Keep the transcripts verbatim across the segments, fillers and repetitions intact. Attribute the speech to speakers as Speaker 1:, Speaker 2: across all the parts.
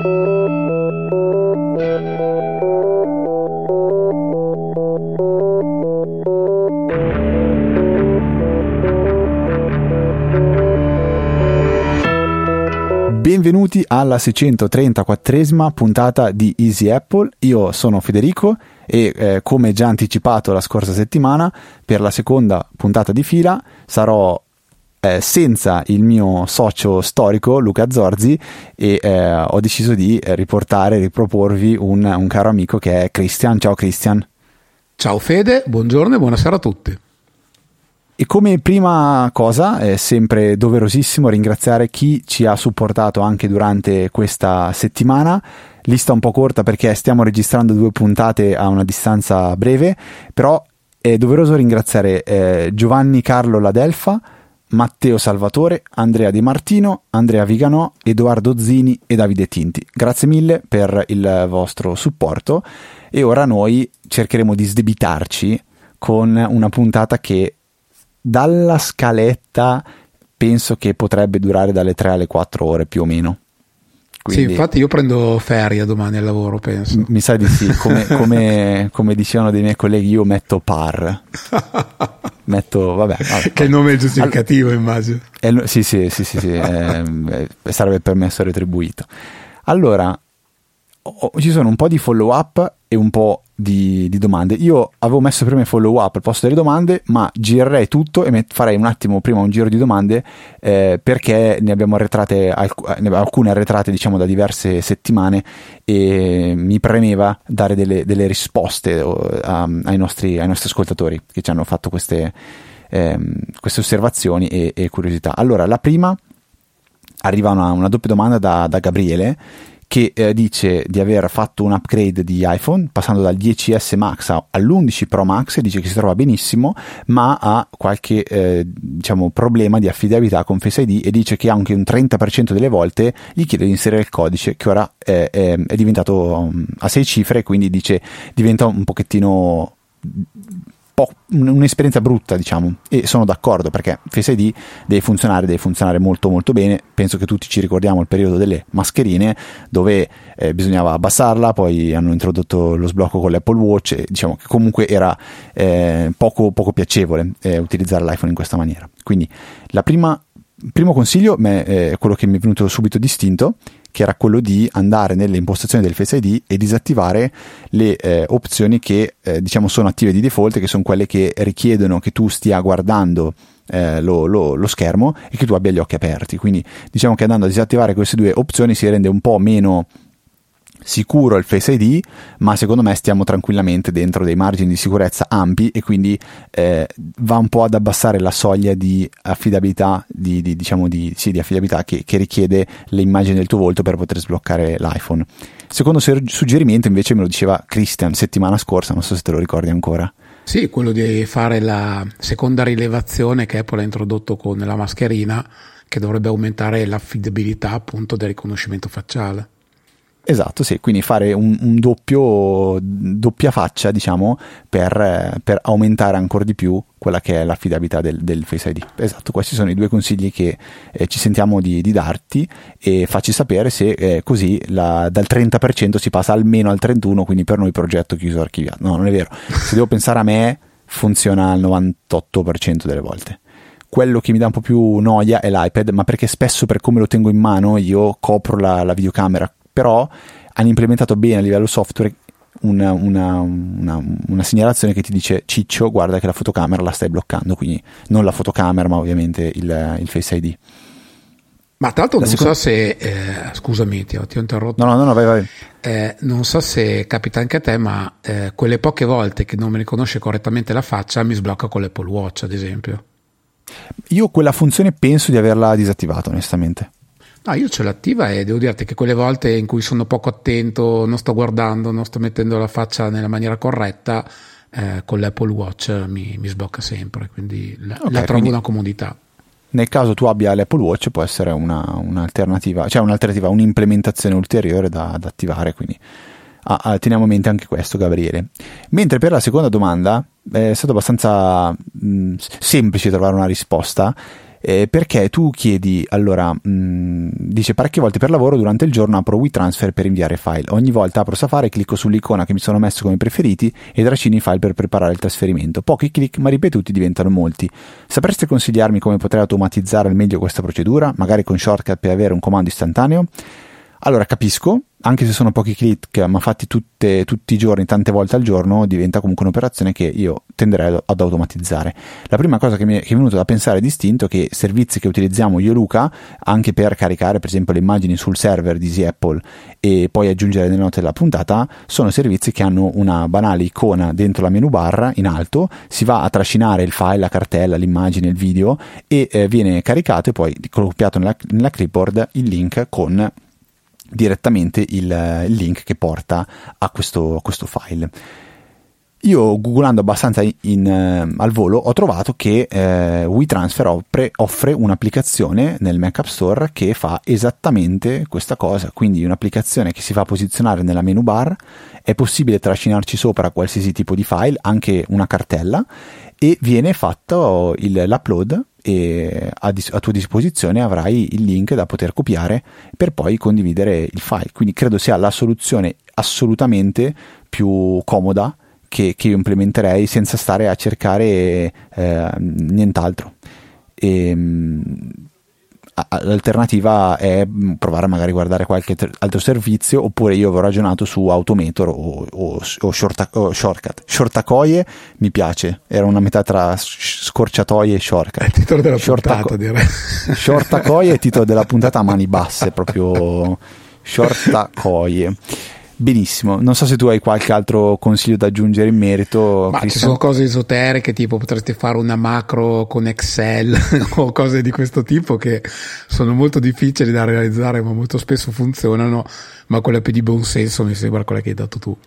Speaker 1: Benvenuti alla seicentotrentaquattresima puntata di Easy Apple. Io sono Federico e eh, come già anticipato la scorsa settimana, per la seconda puntata di fila sarò eh, senza il mio socio storico Luca Zorzi e eh, ho deciso di riportare, riproporvi un, un caro amico che è Christian. Ciao Christian.
Speaker 2: Ciao Fede, buongiorno e buonasera a tutti.
Speaker 1: E come prima cosa è sempre doverosissimo ringraziare chi ci ha supportato anche durante questa settimana. Lista un po' corta perché stiamo registrando due puntate a una distanza breve, però è doveroso ringraziare eh, Giovanni Carlo Ladelfa, Matteo Salvatore, Andrea Di Martino, Andrea Viganò, Edoardo Zini e Davide Tinti. Grazie mille per il vostro supporto e ora noi cercheremo di sdebitarci con una puntata che dalla scaletta penso che potrebbe durare dalle tre alle quattro ore più o meno. Quindi,
Speaker 2: sì, infatti io prendo ferie domani al lavoro, penso.
Speaker 1: Mi sa di sì, come, come, come dicevano dei miei colleghi, io metto par. Metto, vabbè. vabbè
Speaker 2: che nome è giustificativo, allora, immagino.
Speaker 1: È, sì, sì, sì, sì, sì è, è, sarebbe permesso retribuito. Allora, oh, ci sono un po' di follow up e un po' di, di domande. Io avevo messo prima i follow up al posto delle domande, ma girerei tutto e met- farei un attimo prima un giro di domande eh, perché ne abbiamo arretrate alc- ne abbiamo alcune arretrate diciamo da diverse settimane e mi premeva dare delle, delle risposte uh, um, ai, nostri, ai nostri ascoltatori che ci hanno fatto queste, ehm, queste osservazioni e, e curiosità. Allora, la prima arriva una, una doppia domanda da, da Gabriele, che eh, dice di aver fatto un upgrade di iPhone passando dal dieci esse Max all'undici Pro Max e dice che si trova benissimo ma ha qualche eh, diciamo problema di affidabilità con Face I D e dice che anche un trenta per cento delle volte gli chiede di inserire il codice che ora è, è, è diventato um, a sei cifre, quindi dice diventa un pochettino po- un'esperienza brutta, diciamo, e sono d'accordo perché Face I D deve funzionare, deve funzionare molto molto bene. Penso che tutti ci ricordiamo il periodo delle mascherine dove eh, bisognava abbassarla, poi hanno introdotto lo sblocco con l'Apple Watch e diciamo che comunque era eh, poco, poco piacevole eh, utilizzare l'iPhone in questa maniera. Quindi la prima primo consiglio è quello che mi è venuto subito distinto, che era quello di andare nelle impostazioni del Face I D e disattivare le eh, opzioni che eh, diciamo sono attive di default, che sono quelle che richiedono che tu stia guardando eh, lo, lo, lo schermo e che tu abbia gli occhi aperti. Quindi diciamo che andando a disattivare queste due opzioni si rende un po' meno sicuro il Face I D, ma secondo me stiamo tranquillamente dentro dei margini di sicurezza ampi e quindi eh, va un po' ad abbassare la soglia di affidabilità di, di diciamo di, sì, di affidabilità che, che richiede l'immagine del tuo volto per poter sbloccare l'iPhone. Secondo suggerimento invece me lo diceva Christian settimana scorsa, non so se te lo ricordi ancora.
Speaker 2: Sì, quello di fare la seconda rilevazione che Apple ha introdotto con la mascherina, che dovrebbe aumentare l'affidabilità appunto del riconoscimento facciale.
Speaker 1: Esatto, sì, quindi fare un, un doppio doppia faccia, diciamo, per, per aumentare ancora di più quella che è l'affidabilità del, del Face I D. Esatto, questi sono i due consigli che eh, ci sentiamo di, di darti e facci sapere se eh, così la, dal trenta per cento si passa almeno al trentuno, quindi per noi progetto chiuso archiviato. No, non è vero. Se devo pensare a me, funziona al novantotto per cento delle volte. Quello che mi dà un po' più noia è l'iPad, ma perché spesso per come lo tengo in mano io copro la, la videocamera. Però hanno implementato bene a livello software una, una, una, una segnalazione che ti dice: Ciccio, guarda che la fotocamera la stai bloccando, quindi non la fotocamera ma ovviamente il, il Face I D.
Speaker 2: Ma tra l'altro
Speaker 1: la
Speaker 2: non
Speaker 1: seconda...
Speaker 2: so se eh, scusami ti ho, ti ho interrotto.
Speaker 1: No no no, vai vai.
Speaker 2: Eh, non so se capita anche a te, ma eh, quelle poche volte che non mi riconosce correttamente la faccia mi sblocca con l'Apple Watch, ad esempio.
Speaker 1: Io quella funzione penso di averla disattivata, onestamente.
Speaker 2: No, io ce l'ho attiva e devo dirti che quelle volte in cui sono poco attento, non sto guardando, non sto mettendo la faccia nella maniera corretta, eh, con l'Apple Watch mi, mi sblocca sempre, quindi la,
Speaker 1: okay,
Speaker 2: la trovo
Speaker 1: quindi
Speaker 2: una comodità.
Speaker 1: Nel caso tu abbia l'Apple Watch può essere una, un'alternativa, cioè un'alternativa, un'implementazione ulteriore da, da attivare, quindi ah, ah, teniamo a mente anche questo, Gabriele. Mentre per la seconda domanda è stato abbastanza mh, semplice trovare una risposta. eh, perché tu chiedi, allora, mh, dice parecchie volte per lavoro durante il giorno apro WeTransfer per inviare file, ogni volta apro Safari, clicco sull'icona che mi sono messo come preferiti e trascino i file per preparare il trasferimento, pochi click ma ripetuti diventano molti. Sapreste consigliarmi come potrei automatizzare al meglio questa procedura, magari con shortcut per avere un comando istantaneo? Allora, capisco, anche se sono pochi click ma fatti tutte, tutti i giorni, tante volte al giorno, diventa comunque un'operazione che io tenderei ad, ad automatizzare. La prima cosa che mi, è, che mi è venuto da pensare distinto è che servizi che utilizziamo io e Luca, anche per caricare per esempio le immagini sul server di Easy Apple e poi aggiungere le note della puntata, sono servizi che hanno una banale icona dentro la menu bar in alto, si va a trascinare il file, la cartella, l'immagine, il video e eh, viene caricato e poi copiato nella, nella clipboard il link con direttamente il, il link che porta a questo, a questo file. Io, googolando abbastanza in, in, uh, al volo, ho trovato che uh, WeTransfer offre, offre un'applicazione nel Mac App Store che fa esattamente questa cosa, quindi un'applicazione che si fa posizionare nella menu bar, è possibile trascinarci sopra qualsiasi tipo di file, anche una cartella, e viene fatto il, l'upload e a, dis- a tua disposizione avrai il link da poter copiare per poi condividere il file. Quindi credo sia la soluzione assolutamente più comoda che, che io implementerei senza stare a cercare eh, nient'altro. E, l'alternativa è provare magari a guardare qualche altro servizio, oppure io avevo ragionato su Automator o, o, o, short, o Shortcut. Shortacoie mi piace, era una metà tra scorciatoie e shortcut. È il
Speaker 2: titolo della Shortaco- puntata, direi.
Speaker 1: Shortacoie è il titolo della puntata a mani basse, proprio Shortacoie. Benissimo, non so se tu hai qualche altro consiglio da aggiungere in merito.
Speaker 2: Ma
Speaker 1: Cristian?
Speaker 2: Ci sono cose esoteriche, tipo potresti fare una macro con Excel o cose di questo tipo che sono molto difficili da realizzare ma molto spesso funzionano, ma quella più di buon senso mi sembra quella che hai dato tu.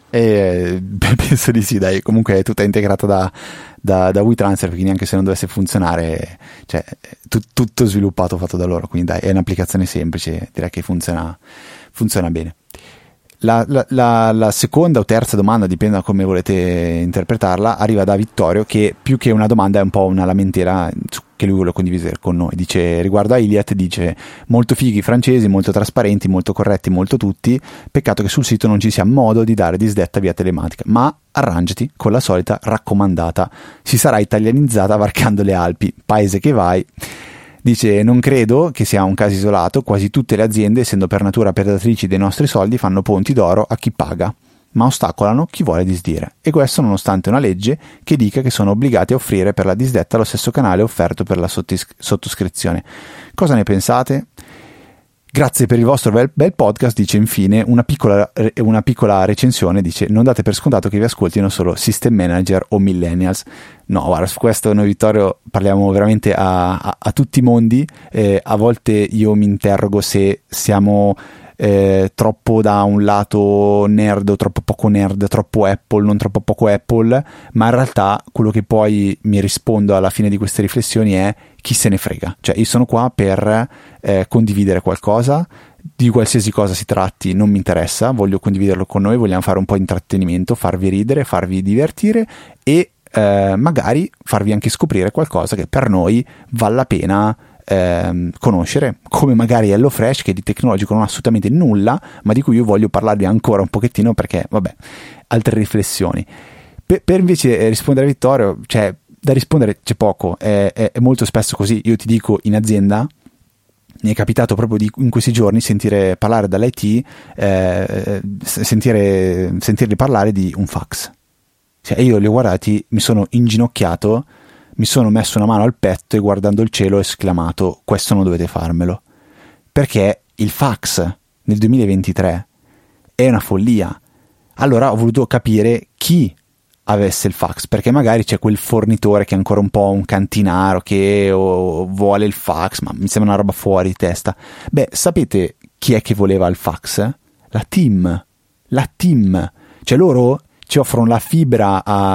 Speaker 1: Eh, penso di sì, dai, comunque è tutta integrata da, da, da WeTransfer, quindi anche se non dovesse funzionare, cioè tu, tutto sviluppato, fatto da loro, quindi dai, è un'applicazione semplice, direi che funziona, funziona bene. La, la, la, la seconda o terza domanda, dipende da come volete interpretarla, arriva da Vittorio, che più che una domanda è un po' una lamentela che lui vuole condividere con noi. Dice, riguardo a Iliad, dice: molto fighi i francesi, molto trasparenti, molto corretti, molto tutti, peccato che sul sito non ci sia modo di dare disdetta via telematica, ma arrangiati con la solita raccomandata, si sarà italianizzata varcando le Alpi, paese che vai. Dice: non credo che sia un caso isolato, quasi tutte le aziende, essendo per natura predatrici dei nostri soldi, fanno ponti d'oro a chi paga, ma ostacolano chi vuole disdire, e questo nonostante una legge che dica che sono obbligati a offrire per la disdetta lo stesso canale offerto per la sottis- sottoscrizione. Cosa ne pensate? Grazie per il vostro bel, bel podcast, dice infine una piccola, una piccola recensione, dice: non date per scontato che vi ascoltino solo system manager o millennials. No, guarda, su questo noi, Vittorio, parliamo veramente a, a, a tutti i mondi. Eh, a volte io mi interrogo se siamo eh, troppo da un lato nerd o troppo poco nerd, troppo Apple, non troppo poco Apple, ma in realtà quello che poi mi rispondo alla fine di queste riflessioni è: chi se ne frega, cioè io sono qua per eh, condividere qualcosa, di qualsiasi cosa si tratti non mi interessa, voglio condividerlo con noi, vogliamo fare un po' di intrattenimento, farvi ridere, farvi divertire e eh, magari farvi anche scoprire qualcosa che per noi vale la pena eh, conoscere, come magari HelloFresh, che di tecnologico non ha assolutamente nulla, ma di cui io voglio parlarvi ancora un pochettino perché, vabbè, altre riflessioni. Per, per invece rispondere a Vittorio, cioè da rispondere c'è poco, è, è, è molto spesso così. Io ti dico, in azienda mi è capitato proprio di, in questi giorni, sentire parlare dall'I T, eh, sentire, sentirli parlare di un fax. Cioè, io li ho guardati, mi sono inginocchiato, mi sono messo una mano al petto e guardando il cielo ho esclamato: questo non dovete farmelo, perché il fax nel duemilaventitré è una follia. Allora ho voluto capire chi avesse il fax, perché magari c'è quel fornitore che è ancora un po' un cantinaro che oh, vuole il fax, ma mi sembra una roba fuori di testa. Beh, sapete chi è che voleva il fax? La TIM, la TIM, cioè loro ci offrono la fibra a,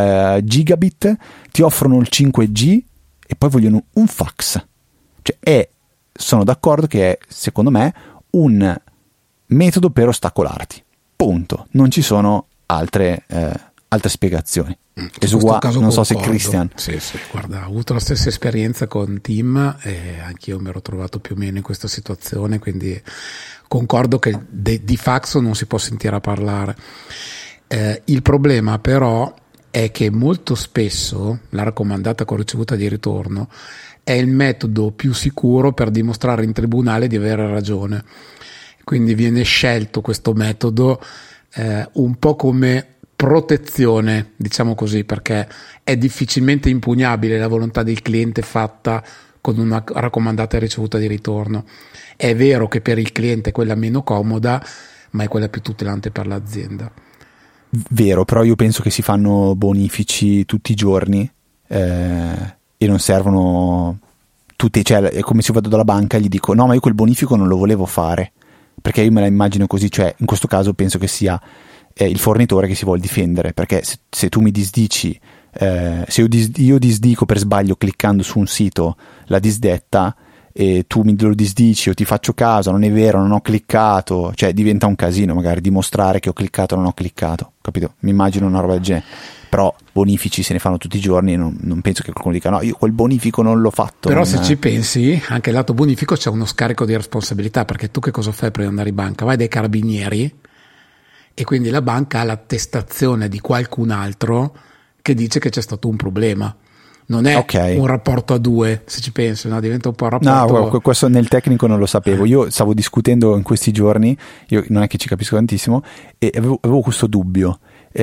Speaker 1: a gigabit, ti offrono il cinque G e poi vogliono un fax. Cioè è, sono d'accordo che è, secondo me, un metodo per ostacolarti, punto. Non ci sono altre eh, altre spiegazioni.
Speaker 2: Mm,
Speaker 1: e su qua non
Speaker 2: concordo.
Speaker 1: so se Christian
Speaker 2: sì, sì, guarda, ho avuto la stessa esperienza con Tim e anch'io mi ero trovato più o meno in questa situazione, quindi concordo che de, di fax non si può sentire a parlare. Eh, il problema però è che molto spesso la raccomandata con ricevuta di ritorno è il metodo più sicuro per dimostrare in tribunale di avere ragione, quindi viene scelto questo metodo eh, un po' come protezione, diciamo così, perché è difficilmente impugnabile la volontà del cliente fatta con una raccomandata ricevuta di ritorno. È vero che per il cliente è quella meno comoda, ma è quella più tutelante per l'azienda.
Speaker 1: Vero, però io penso che si fanno bonifici tutti i giorni eh, e non servono tutti, cioè è come se vado dalla banca e gli dico no, ma io quel bonifico non lo volevo fare, perché io me la immagino così, cioè in questo caso penso che sia eh, il fornitore che si vuole difendere, perché se, se tu mi disdici eh, se io, dis, io disdico per sbaglio cliccando su un sito la disdetta e tu mi lo disdici o ti faccio caso, non è vero, non ho cliccato, cioè diventa un casino magari dimostrare che ho cliccato o non ho cliccato, capito? Mi immagino una roba del genere. Però bonifici se ne fanno tutti i giorni e non, non penso che qualcuno dica no, io quel bonifico non l'ho fatto.
Speaker 2: Però
Speaker 1: non...
Speaker 2: se ci pensi, anche lato bonifico c'è uno scarico di responsabilità, perché tu che cosa fai per andare in banca? Vai dai carabinieri e quindi la banca ha l'attestazione di qualcun altro che dice che c'è stato un problema. Non è okay. Un rapporto a due, se ci pensi, no? Diventa un po' un rapporto.
Speaker 1: No, questo nel tecnico non lo sapevo. Io stavo discutendo in questi giorni, io non è che ci capisco tantissimo, e avevo, avevo questo dubbio.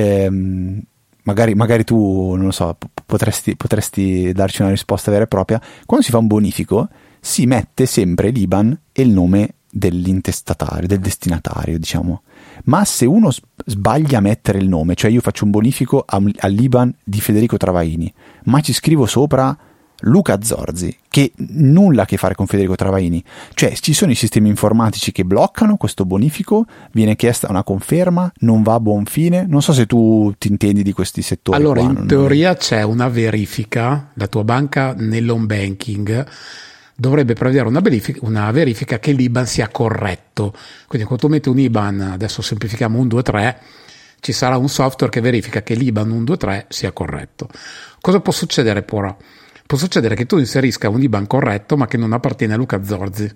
Speaker 1: Ehm, magari, magari tu, non lo so, potresti, potresti darci una risposta vera e propria. Quando si fa un bonifico, si mette sempre l'I B A N e il nome dell'intestatario, del destinatario, diciamo. Ma se uno sbaglia a mettere il nome, cioè io faccio un bonifico all'I B A N di Federico Travaini, ma ci scrivo sopra Luca Zorzi, che nulla a che fare con Federico Travaini, cioè ci sono i sistemi informatici che bloccano questo bonifico, viene chiesta una conferma, non va a buon fine. Non so se tu ti intendi di questi settori.
Speaker 2: Allora,
Speaker 1: qua,
Speaker 2: in
Speaker 1: non...
Speaker 2: teoria c'è una verifica, la tua banca nell'home banking dovrebbe prevedere una verifica, una verifica che l'I B A N sia corretto. Quindi quando tu metti un I B A N, adesso semplifichiamo uno due tre, ci sarà un software che verifica che l'I B A N uno due tre sia corretto. Cosa può succedere però? Può succedere che tu inserisca un I B A N corretto ma che non appartiene a Luca Zorzi.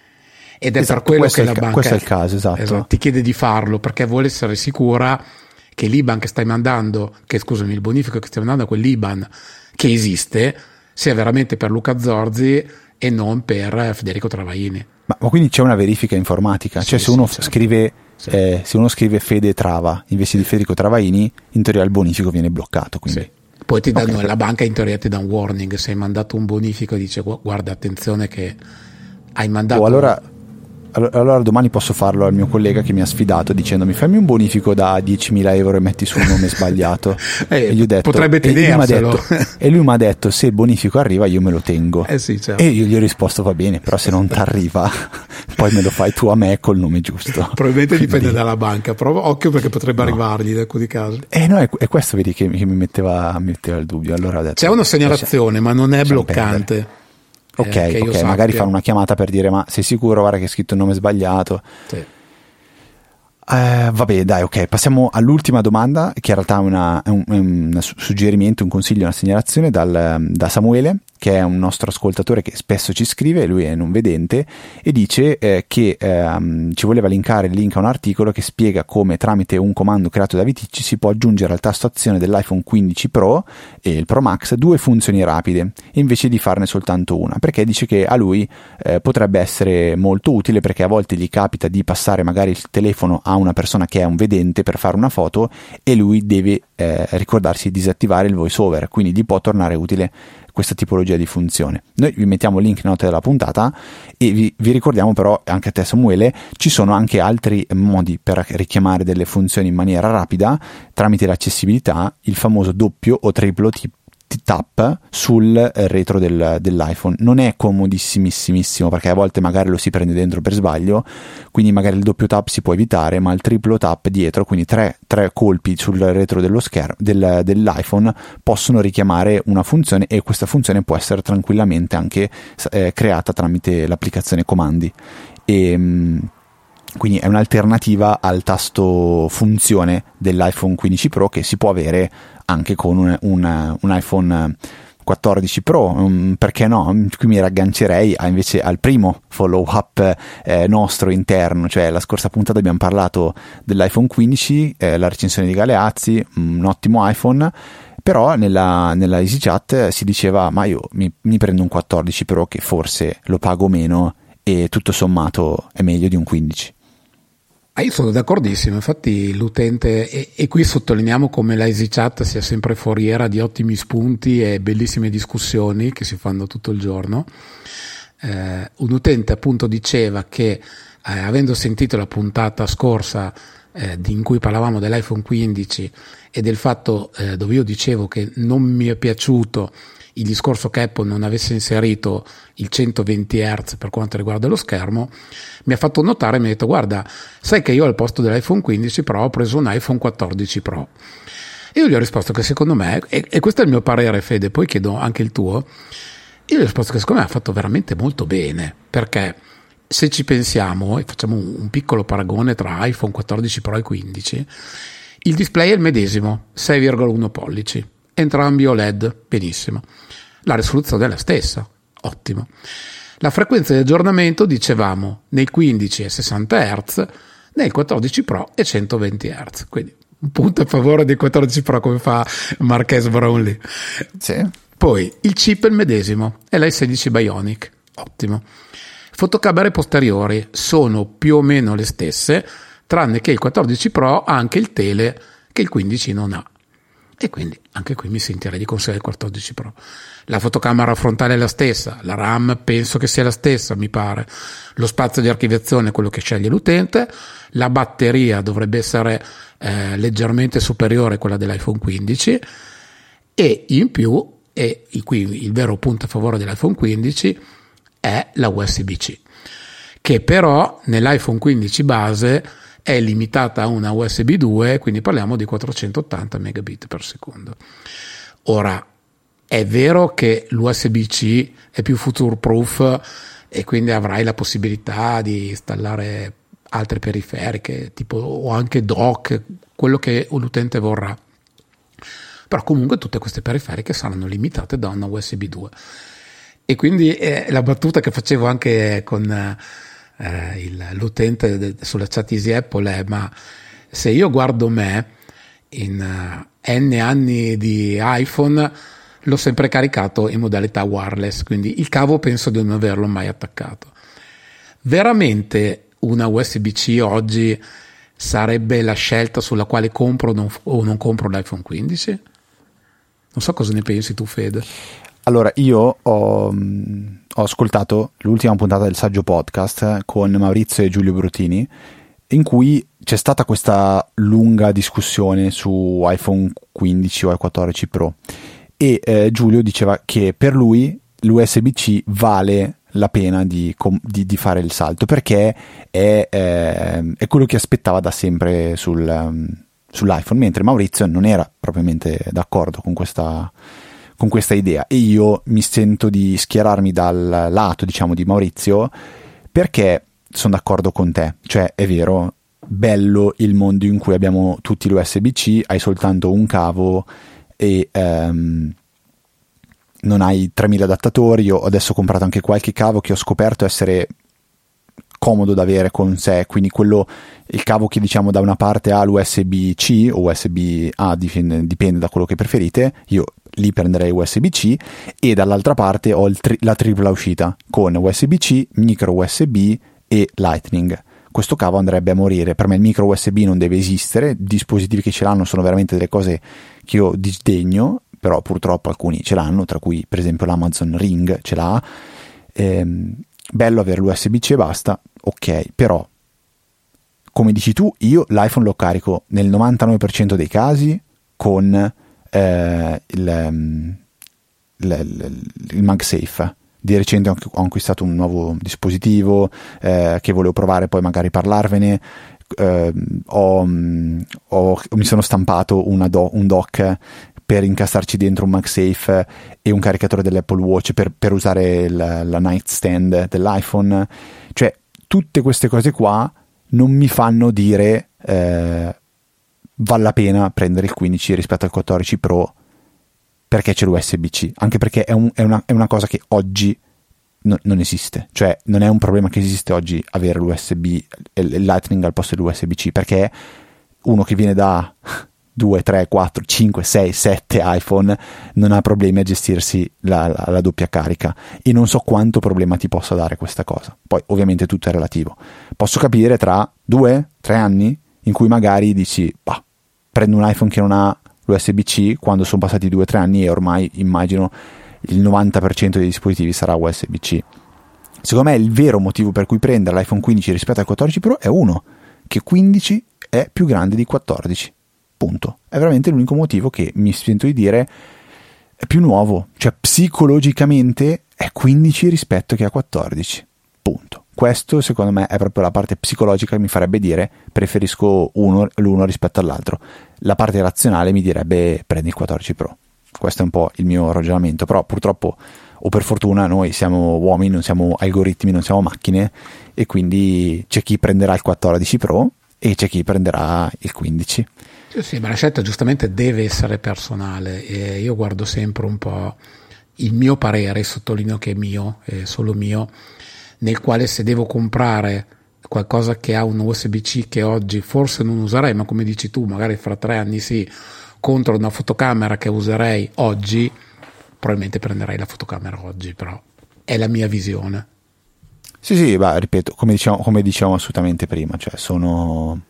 Speaker 2: Ed è
Speaker 1: esatto,
Speaker 2: per quello che la
Speaker 1: ca-
Speaker 2: banca
Speaker 1: questo è il caso, esatto.
Speaker 2: esatto, ti chiede di farlo, perché vuole essere sicura che l'I B A N che stai mandando, che scusami, il bonifico che stai mandando a quell'I B A N che esiste, sia veramente per Luca Zorzi e non per Federico Travaini.
Speaker 1: Ma, ma quindi c'è una verifica informatica, cioè
Speaker 2: sì,
Speaker 1: se uno
Speaker 2: sì, certo.
Speaker 1: scrive
Speaker 2: sì.
Speaker 1: eh, se uno scrive Fede Trava invece di Federico Travaini, in teoria il bonifico viene bloccato, quindi.
Speaker 2: Sì. Poi ti danno,
Speaker 1: okay.
Speaker 2: La banca in teoria ti dà un warning, se hai mandato un bonifico e dice guarda attenzione che hai mandato.
Speaker 1: Oh, allora allora domani posso farlo al mio collega che mi ha sfidato dicendomi fammi un bonifico da diecimila euro e metti sul nome sbagliato.
Speaker 2: eh,
Speaker 1: e gli ho detto,
Speaker 2: potrebbe tenerselo.
Speaker 1: E lui mi ha detto se il bonifico arriva io me lo tengo.
Speaker 2: Eh sì, certo.
Speaker 1: E io gli ho risposto va bene, però se non ti arriva poi me lo fai tu a me col nome giusto.
Speaker 2: Probabilmente
Speaker 1: Quindi...
Speaker 2: dipende dalla banca, però occhio perché potrebbe no. arrivargli in alcuni casi.
Speaker 1: Eh no, è, è questo vedi che, che mi, metteva, mi metteva il dubbio. Allora ho detto,
Speaker 2: c'è una segnalazione ma non è bloccante
Speaker 1: perdere. Ok,
Speaker 2: eh,
Speaker 1: ok, magari fare una chiamata per dire ma sei sicuro, guarda che hai scritto il nome sbagliato.
Speaker 2: Sì.
Speaker 1: Eh, vabbè, dai, ok, passiamo all'ultima domanda, che in realtà è, una, è, un, è un suggerimento, un consiglio, una segnalazione dal, da Samuele, che è un nostro ascoltatore che spesso ci scrive, lui è non vedente, e dice eh, che ehm, ci voleva linkare il link a un articolo che spiega come tramite un comando creato da Viticci si può aggiungere al tasto azione dell'iPhone quindici Pro e il Pro Max due funzioni rapide, invece di farne soltanto una, perché dice che a lui eh, potrebbe essere molto utile, perché a volte gli capita di passare magari il telefono a una persona che è un vedente per fare una foto e lui deve eh, ricordarsi di disattivare il voice over, quindi gli può tornare utile questa tipologia di funzione. Noi vi mettiamo il link in nota della puntata e vi, vi ricordiamo però, anche a te Samuele, ci sono anche altri modi per richiamare delle funzioni in maniera rapida tramite l'accessibilità, il famoso doppio o triplo tip tap sul retro del, dell'iPhone. Non è comodissimissimo perché a volte magari lo si prende dentro per sbaglio, quindi magari il doppio tap si può evitare, ma il triplo tap dietro, quindi tre, tre colpi sul retro dello schermo del, dell'iPhone possono richiamare una funzione, e questa funzione può essere tranquillamente anche eh, creata tramite l'applicazione comandi. E, quindi è un'alternativa al tasto funzione dell'iPhone quindici Pro che si può avere anche con un, un, un iPhone quattordici Pro, um, perché no? Qui mi raggancerei a, invece al primo follow up eh, nostro interno, cioè la scorsa puntata abbiamo parlato dell'iPhone quindici, eh, la recensione di Galeazzi, un ottimo iPhone, però nella, nella EasyChat si diceva ma io mi, mi prendo un quattordici Pro che forse lo pago meno e tutto sommato è meglio di un quindici.
Speaker 2: Ah, io sono d'accordissimo, infatti l'utente, e, e qui sottolineiamo come la EasyChat sia sempre foriera di ottimi spunti e bellissime discussioni che si fanno tutto il giorno. Eh, un utente appunto diceva che eh, avendo sentito la puntata scorsa eh, in cui parlavamo dell'iPhone quindici e del fatto eh, dove io dicevo che non mi è piaciuto il discorso che Apple non avesse inserito il centoventi hertz per quanto riguarda lo schermo, mi ha fatto notare, mi ha detto guarda, sai che io al posto dell'iPhone quindici Pro ho preso un iPhone quattordici Pro. E io gli ho risposto che secondo me, e, e questo è il mio parere Fede, poi chiedo anche il tuo, io gli ho risposto che secondo me ha fatto veramente molto bene, perché se ci pensiamo e facciamo un, un piccolo paragone tra iPhone quattordici Pro e quindici, il display è il medesimo, sei virgola uno pollici, entrambi O L E D, benissimo. La risoluzione è la stessa, ottimo. La frequenza di aggiornamento, dicevamo, nel quindici è sessanta hertz, nel quattordici Pro è centoventi hertz, quindi un punto a favore del quattordici Pro come fa Marques Brownlee.
Speaker 1: Sì.
Speaker 2: Poi il chip è il medesimo, è l'A sedici Bionic, ottimo. Fotocamere posteriori sono più o meno le stesse, tranne che il quattordici Pro ha anche il tele che il quindici non ha. E quindi anche qui mi sentirei di consigliare il quattordici Pro. La fotocamera frontale è la stessa, la RAM penso che sia la stessa, mi pare. Lo spazio di archiviazione è quello che sceglie l'utente, la batteria dovrebbe essere eh, leggermente superiore a quella dell'iPhone quindici e in più, e qui il vero punto a favore dell'iPhone quindici è la U S B C, che però nell'iPhone quindici base è limitata a una U S B due, quindi parliamo di quattrocentottanta megabit per secondo. Ora, è vero che l'U S B C è più future proof e quindi avrai la possibilità di installare altre periferiche, tipo o anche dock, quello che l'utente vorrà. Però comunque tutte queste periferiche saranno limitate da una U S B due. E quindi eh, la battuta che facevo anche con Eh, il, l'utente de, sulla chat Easy Apple è ma se io guardo me in uh, n anni di iPhone l'ho sempre caricato in modalità wireless, quindi il cavo penso di non averlo mai attaccato. Veramente una U S B C oggi sarebbe la scelta sulla quale compro non, o non compro l'iPhone quindici? Non so cosa ne pensi tu, Fede.
Speaker 1: Allora, io ho, ho ascoltato l'ultima puntata del Saggio Podcast con Maurizio e Giulio Brutini, in cui c'è stata questa lunga discussione su iPhone quindici o quattordici Pro e eh, Giulio diceva che per lui l'U S B C vale la pena di, di, di fare il salto, perché è, eh, è quello che aspettava da sempre sul, um, sull'iPhone, mentre Maurizio non era propriamente d'accordo con questa con questa idea, e io mi sento di schierarmi dal lato, diciamo, di Maurizio, perché sono d'accordo con te, cioè è vero, bello il mondo in cui abbiamo tutti l'U S B C, hai soltanto un cavo e um, non hai tremila adattatori. Io adesso ho comprato anche qualche cavo che ho scoperto essere comodo da avere con sé, quindi quello, il cavo che diciamo da una parte ha l'U S B C o U S B A, dipende, dipende da quello che preferite, io lì prenderei U S B C, e dall'altra parte ho il tri- la tripla uscita con U S B C, micro U S B e Lightning. Questo cavo andrebbe a morire. Per me il micro U S B non deve esistere, dispositivi che ce l'hanno sono veramente delle cose che io disdegno, però purtroppo alcuni ce l'hanno, tra cui per esempio l'Amazon Ring ce l'ha. Ehm, bello avere l'U S B C e basta, ok, però come dici tu, io l'iPhone lo carico nel novantanove per cento dei casi con eh, il, um, il, il, il MagSafe. Di recente ho acquistato un nuovo dispositivo eh, che volevo provare, poi magari parlarvene. Eh, ho, ho, mi sono stampato una do, un dock per incastarci dentro un MagSafe e un caricatore dell'Apple Watch per, per usare il, la nightstand dell'iPhone. Cioè tutte queste cose qua non mi fanno dire eh, vale la pena prendere il quindici rispetto al quattordici Pro perché c'è l'U S B C, anche perché è, un, è, una, è una cosa che oggi no, non esiste, cioè non è un problema che esiste oggi avere l'U S B, il Lightning al posto dell'U S B C, perché uno che viene da due, tre, quattro, cinque, sei, sette iPhone non ha problemi a gestirsi la, la, la doppia carica, e non so quanto problema ti possa dare questa cosa. Poi ovviamente tutto è relativo, posso capire tra due, tre anni in cui magari dici bah, prendo un iPhone che non ha l'U S B C, quando sono passati due o tre anni e ormai immagino il novanta per cento dei dispositivi sarà U S B C. Secondo me il vero motivo per cui prendere l'iPhone quindici rispetto al quattordici Pro è uno, che quindici è più grande di quattordici, punto. È veramente l'unico motivo che mi sento di dire è più nuovo, cioè psicologicamente è quindici rispetto che a quattordici, punto. Questo secondo me è proprio la parte psicologica che mi farebbe dire preferisco uno, l'uno rispetto all'altro. La parte razionale mi direbbe prendi il quattordici Pro. Questo è un po' il mio ragionamento, però purtroppo o per fortuna noi siamo uomini, non siamo algoritmi, non siamo macchine, e quindi c'è chi prenderà il quattordici Pro e c'è chi prenderà il quindici.
Speaker 2: Sì, sì, ma la scelta giustamente deve essere personale, e io guardo sempre un po' il mio parere, sottolineo che è mio, è solo mio, nel quale se devo comprare qualcosa che ha un U S B C che oggi forse non userei, ma come dici tu, magari fra tre anni sì, contro una fotocamera che userei oggi, probabilmente prenderei la fotocamera oggi, però è la mia visione.
Speaker 1: Sì, sì, ma ripeto, come diciamo, come dicevamo assolutamente prima, cioè sono,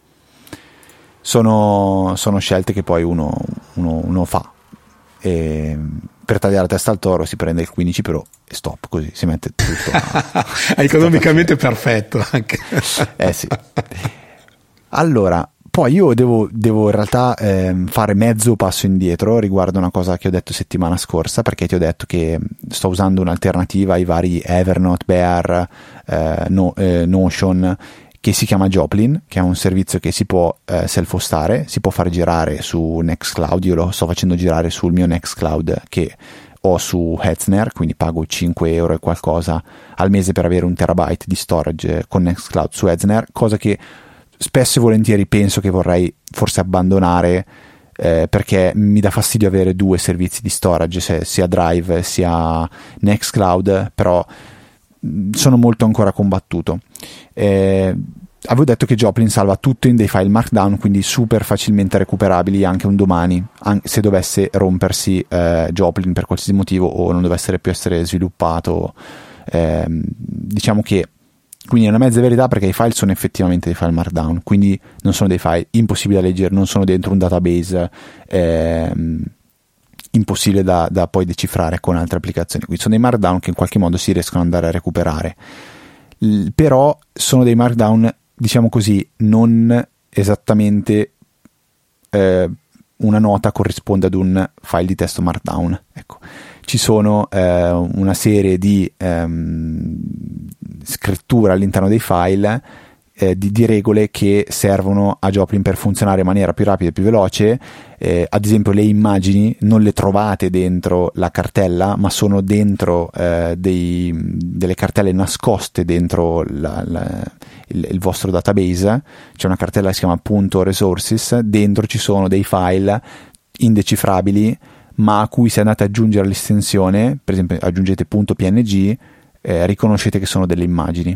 Speaker 1: sono, sono scelte che poi uno, uno, uno fa. E per tagliare la testa al toro si prende il quindici Pro e stop, così si mette tutto a,
Speaker 2: economicamente perfetto anche.
Speaker 1: Eh sì. Allora, poi io devo, devo in realtà eh, fare mezzo passo indietro riguardo una cosa che ho detto settimana scorsa, perché ti ho detto che sto usando un'alternativa ai vari Evernote, Bear, eh, no, eh, Notion, che si chiama Joplin, che è un servizio che si può eh, self-hostare, si può fare girare su Nextcloud. Io lo sto facendo girare sul mio Nextcloud che ho su Hetzner, quindi pago cinque euro e qualcosa al mese per avere un terabyte di storage con Nextcloud su Hetzner, cosa che spesso e volentieri penso che vorrei forse abbandonare, eh, perché mi dà fastidio avere due servizi di storage, se, sia Drive sia Nextcloud, però sono molto ancora combattuto. Eh, avevo detto che Joplin salva tutto in dei file markdown, quindi super facilmente recuperabili anche un domani, anche se dovesse rompersi eh, Joplin per qualsiasi motivo o non dovesse più essere sviluppato. Eh, diciamo che quindi è una mezza verità, perché i file sono effettivamente dei file markdown, quindi non sono dei file impossibili da leggere, non sono dentro un database ehm, impossibile da, da poi decifrare con altre applicazioni, quindi sono dei markdown che in qualche modo si riescono ad andare a recuperare. L- però sono dei markdown, diciamo così, non esattamente eh, una nota corrisponde ad un file di testo markdown, ecco. Ci sono eh, una serie di ehm, scrittura all'interno dei file, eh, di, di regole che servono a Joplin per funzionare in maniera più rapida e più veloce. Eh, ad esempio le immagini non le trovate dentro la cartella, ma sono dentro eh, dei, delle cartelle nascoste dentro la, la, il, il vostro database. C'è una cartella che si chiama punto resources, dentro ci sono dei file indecifrabili, ma a cui se andate ad aggiungere l'estensione, per esempio aggiungete .png, eh, riconoscete che sono delle immagini.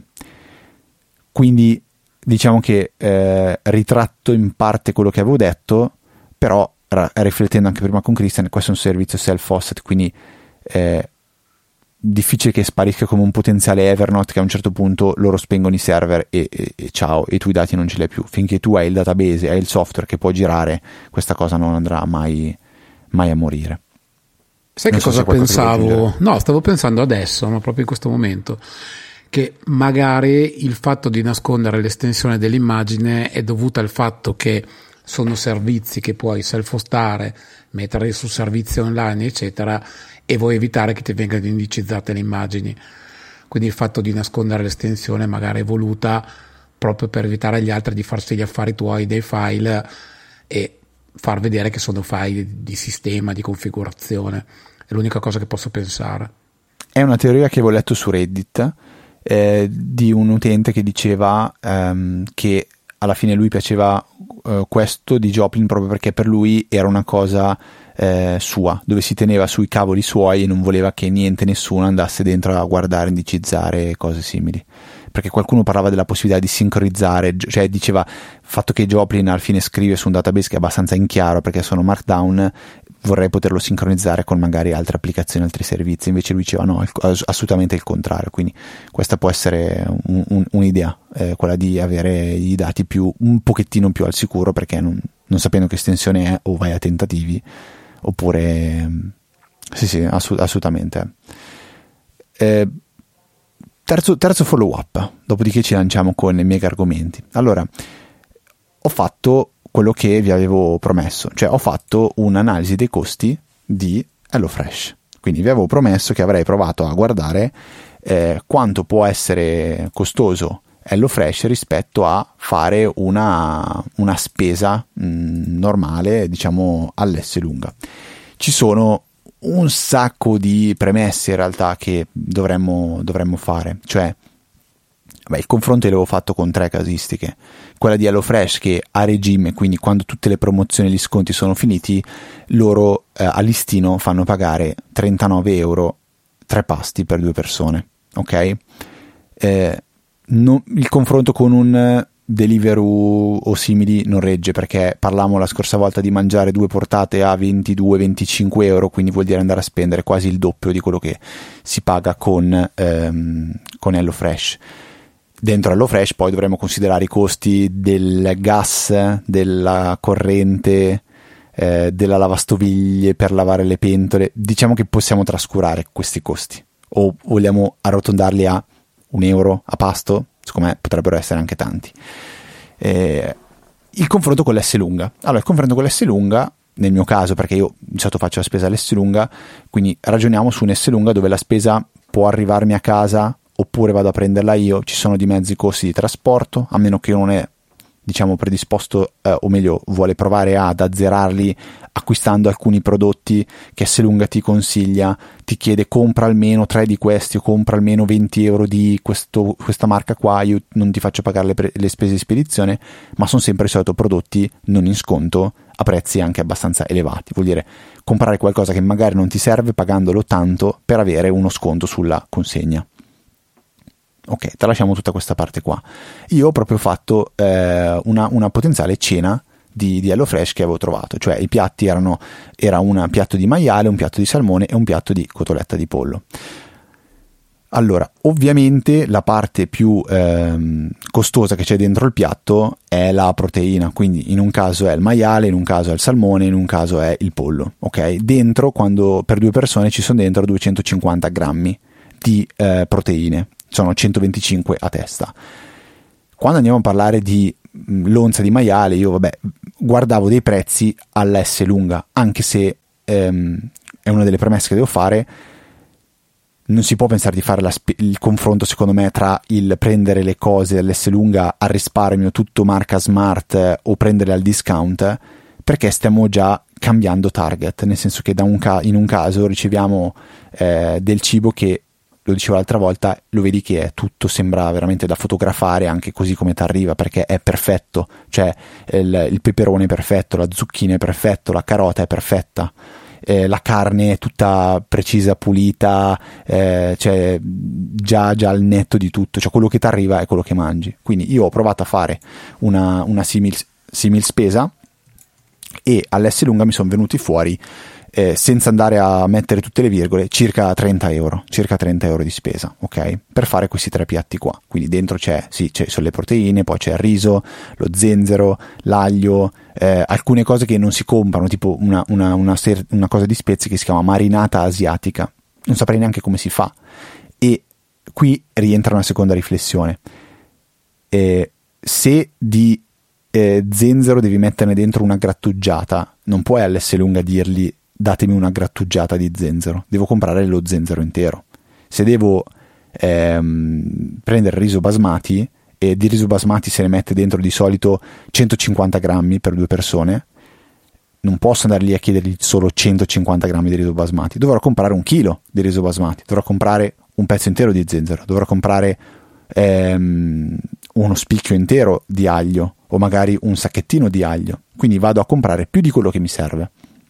Speaker 1: Quindi diciamo che eh, ritratto in parte quello che avevo detto, però ra- riflettendo anche prima con Christian, questo è un servizio self-hosted, quindi eh, difficile che sparisca come un potenziale Evernote, che a un certo punto loro spengono i server e, e, e ciao, e tu i dati non ce li hai più. Finché tu hai il database, hai il software che può girare, questa cosa non andrà mai mai a morire.
Speaker 2: Sai non che so cosa pensavo? No, stavo pensando adesso, ma proprio in questo momento, che magari il fatto di nascondere l'estensione dell'immagine è dovuto al fatto che sono servizi che puoi self-hostare, mettere su servizi online, eccetera, e vuoi evitare che ti vengano indicizzate le immagini. Quindi il fatto di nascondere l'estensione magari è voluta proprio per evitare agli altri di farsi gli affari tuoi dei file e far vedere che sono file di sistema, di configurazione. È l'unica cosa che posso pensare.
Speaker 1: È una teoria che avevo letto su Reddit, eh, di un utente che diceva ehm, che alla fine lui piaceva eh, questo di Joplin proprio perché per lui era una cosa eh, sua, dove si teneva sui cavoli suoi e non voleva che niente, nessuno andasse dentro a guardare, indicizzare e cose simili. Perché qualcuno parlava della possibilità di sincronizzare, cioè diceva il fatto che Joplin al fine scrive su un database che è abbastanza in chiaro perché sono markdown, vorrei poterlo sincronizzare con magari altre applicazioni, altri servizi. Invece lui diceva no, assolutamente il contrario. Quindi questa può essere un, un, un'idea, eh, quella di avere i dati più un pochettino più al sicuro, perché non, non sapendo che estensione è o vai a tentativi oppure sì sì assolut- assolutamente eh, terzo, terzo follow up, dopodiché ci lanciamo con i mega argomenti. Allora, ho fatto quello che vi avevo promesso, cioè ho fatto un'analisi dei costi di HelloFresh. Quindi vi avevo promesso che avrei provato a guardare eh, quanto può essere costoso HelloFresh rispetto a fare una, una spesa mh, normale, diciamo all'S lunga. Ci sono un sacco di premesse in realtà che dovremmo, dovremmo fare, cioè beh, il confronto l'avevo fatto con tre casistiche. Quella di HelloFresh che a regime, quindi quando tutte le promozioni e gli sconti sono finiti, loro eh, a listino fanno pagare trentanove euro tre pasti per due persone, ok? Eh, no, il confronto con un Deliveroo o simili non regge, perché parlavamo la scorsa volta di mangiare due portate a ventidue venticinque euro, quindi vuol dire andare a spendere quasi il doppio di quello che si paga con, ehm, con HelloFresh. Dentro HelloFresh poi dovremo considerare i costi del gas, della corrente, eh, della lavastoviglie per lavare le pentole. Diciamo che possiamo trascurare questi costi, o vogliamo arrotondarli a un euro a pasto? Secondo me potrebbero essere anche tanti. Eh, il confronto con l'S lunga. Allora, il confronto con l'S lunga, nel mio caso, perché io di solito faccio la spesa all'S lunga, quindi ragioniamo su un S lunga dove la spesa può arrivarmi a casa oppure vado a prenderla io. Ci sono di mezzo i costi di trasporto, a meno che non è, diciamo, predisposto eh, o meglio vuole provare ad azzerarli acquistando alcuni prodotti che S lunga ti consiglia, ti chiede compra almeno tre di questi o compra almeno venti euro di questo, questa marca qua, io non ti faccio pagare le, pre- le spese di spedizione, ma sono sempre i solito prodotti non in sconto a prezzi anche abbastanza elevati. Vuol dire comprare qualcosa che magari non ti serve pagandolo tanto per avere uno sconto sulla consegna. Ok, tralasciamo tutta questa parte qua. Io ho proprio fatto eh, una, una potenziale cena di, di HelloFresh che avevo trovato, cioè i piatti erano era un piatto di maiale, un piatto di salmone e un piatto di cotoletta di pollo. Allora, ovviamente la parte più ehm, costosa che c'è dentro il piatto è la proteina, quindi in un caso è il maiale, in un caso è il salmone, in un caso è il pollo, ok? Dentro, quando per due persone ci sono dentro duecentocinquanta grammi di eh, proteine, sono centoventicinque a testa. Quando andiamo a parlare di mh, l'onza di maiale, io vabbè guardavo dei prezzi alla S lunga, anche se ehm, è una delle premesse che devo fare. Non si può pensare di fare la sp- il confronto, secondo me, tra il prendere le cose all'S lunga al risparmio, tutto marca Smart, eh, o prenderle al discount, perché stiamo già cambiando target, nel senso che da un ca- in un caso riceviamo eh, del cibo che, lo dicevo l'altra volta, lo vedi che è tutto, sembra veramente da fotografare, anche così come ti arriva, perché è perfetto, cioè il, il peperone è perfetto, la zucchina è perfetto, la carota è perfetta, eh, la carne è tutta precisa, pulita, eh, cioè già, già al netto di tutto, cioè quello che ti arriva è quello che mangi. Quindi io ho provato a fare una, una simil, simil spesa e all'S lunga mi sono venuti fuori, Eh, senza andare a mettere tutte le virgole, circa trenta euro, circa trenta euro di spesa, ok? Per fare questi tre piatti qua. Quindi dentro c'è, sì, ci sono le proteine, poi c'è il riso, lo zenzero, l'aglio, eh, alcune cose che non si comprano, tipo una, una, una, ser- una cosa di spezie che si chiama marinata asiatica. Non saprei neanche come si fa. E qui rientra una seconda riflessione. Eh, se di eh, zenzero devi metterne dentro una grattugiata, non puoi all'S lunga dirgli datemi una grattugiata di zenzero, devo comprare lo zenzero intero. Se devo ehm, prendere riso basmati, e di riso basmati se ne mette dentro di solito centocinquanta grammi per due persone, non posso andare lì a chiedergli solo centocinquanta grammi di riso basmati, dovrò comprare un chilo di riso basmati, dovrò comprare un pezzo intero di zenzero, dovrò comprare ehm, uno spicchio intero di aglio o magari un sacchettino di aglio, quindi vado a comprare più di quello che mi serve.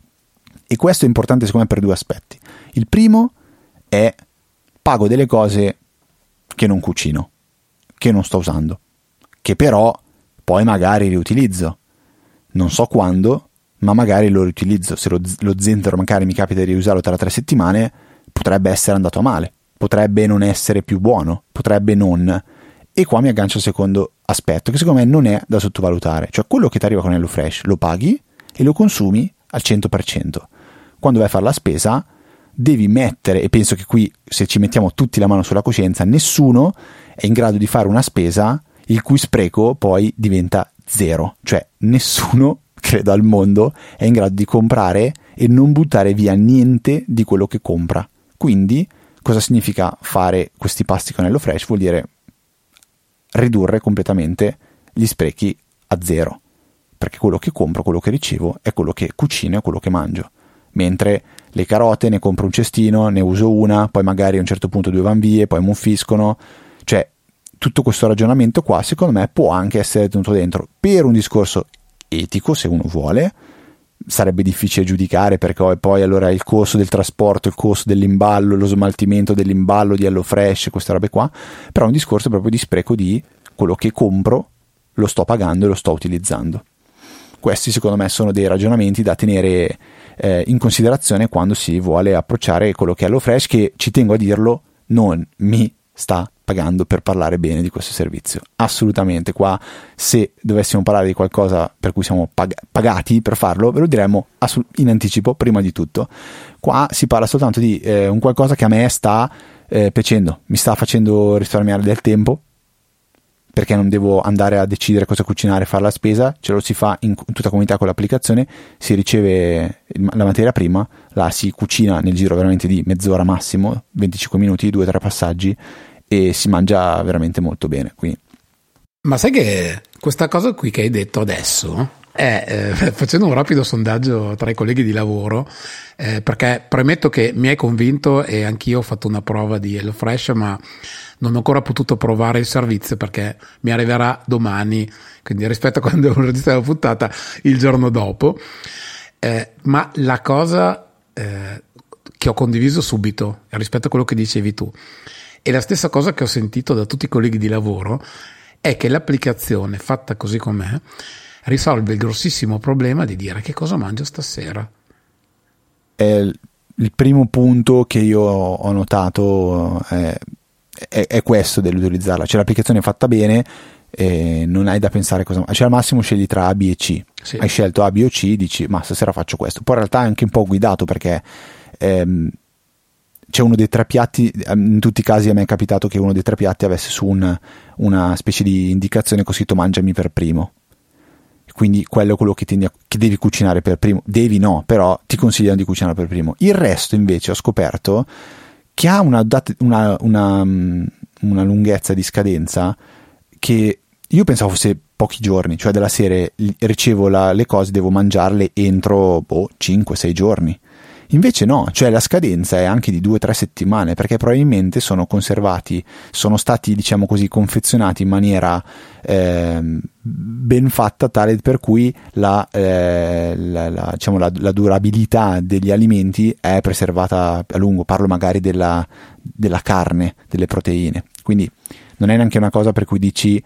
Speaker 1: E questo è importante secondo me per due aspetti. Il primo è: pago delle cose che non cucino, che non sto usando, che però poi magari riutilizzo, non so quando, ma magari lo riutilizzo. Se lo, lo zenzero magari mi capita di riusarlo tra tre settimane, potrebbe essere andato a male, potrebbe non essere più buono, potrebbe non. E qua mi aggancio al secondo aspetto, che secondo me non è da sottovalutare, cioè quello che ti arriva con HelloFresh lo paghi e lo consumi al cento per cento. Quando vai a fare la spesa devi mettere, e penso che qui se ci mettiamo tutti la mano sulla coscienza, nessuno è in grado di fare una spesa il cui spreco poi diventa zero, cioè nessuno, credo al mondo, è in grado di comprare e non buttare via niente di quello che compra. Quindi cosa significa fare questi pasti con HelloFresh? Vuol dire ridurre completamente gli sprechi a zero, perché quello che compro, quello che ricevo è quello che cucino e quello che mangio. Mentre le carote ne compro un cestino, ne uso una, poi magari a un certo punto due van via, poi muffiscono. Cioè tutto questo ragionamento qua secondo me può anche essere tenuto dentro per un discorso etico, se uno vuole. Sarebbe difficile giudicare perché poi allora il costo del trasporto, il costo dell'imballo, lo smaltimento dell'imballo di HelloFresh, queste robe qua, però è un discorso proprio di spreco di quello che compro, lo sto pagando e lo sto utilizzando. Questi secondo me sono dei ragionamenti da tenere eh, in considerazione quando si vuole approcciare quello che è HelloFresh, che, ci tengo a dirlo, non mi sta pagando per parlare bene di questo servizio, assolutamente. Qua se dovessimo parlare di qualcosa per cui siamo pag- pagati per farlo, ve lo diremmo assu- in anticipo prima di tutto. Qua si parla soltanto di eh, un qualcosa che a me sta eh, piacendo, mi sta facendo risparmiare del tempo, perché non devo andare a decidere cosa cucinare e fare la spesa, ce lo si fa in, in tutta comunità con l'applicazione, si riceve il, la materia prima, la si cucina nel giro veramente di mezz'ora massimo, venticinque minuti, due o tre passaggi, e si mangia veramente molto bene. Quindi.
Speaker 2: Ma sai che questa cosa qui che hai detto adesso è, eh, facendo un rapido sondaggio tra i colleghi di lavoro, eh, perché premetto che mi hai convinto e anch'io ho fatto una prova di HelloFresh, ma non ho ancora potuto provare il servizio perché mi arriverà domani, quindi rispetto a quando ho registrato la puntata il giorno dopo. Eh, ma la cosa eh, che ho condiviso subito rispetto a quello che dicevi tu, e la stessa cosa che ho sentito da tutti i colleghi di lavoro, è che l'applicazione fatta così com'è risolve il grossissimo problema di dire che cosa mangio stasera.
Speaker 1: È il primo punto che io ho notato, è, è, è questo dell'utilizzarla, cioè l'applicazione è fatta bene e non hai da pensare cosa, cioè al massimo scegli tra A, B e C. Sì. Hai scelto A, B o C, dici ma stasera faccio questo, poi in realtà è anche un po' guidato perché ehm, c'è uno dei tre piatti, in tutti i casi a me è capitato che uno dei tre piatti avesse su un, una specie di indicazione con scritto mangiami per primo, quindi quello è quello che, tendi a, che devi cucinare per primo, devi no, però ti consigliano di cucinare per primo. Il resto invece ho scoperto che ha una, una, una, una lunghezza di scadenza che io pensavo fosse pochi giorni, cioè della serie ricevo la, le cose, devo mangiarle entro boh, cinque sei giorni. Invece no, cioè la scadenza è anche di due o tre settimane, perché probabilmente sono conservati, sono stati diciamo così confezionati in maniera eh, ben fatta, tale per cui la, eh, la, la, diciamo, la, la durabilità degli alimenti è preservata a lungo. Parlo magari della, della carne, delle proteine, quindi non è neanche una cosa per cui dici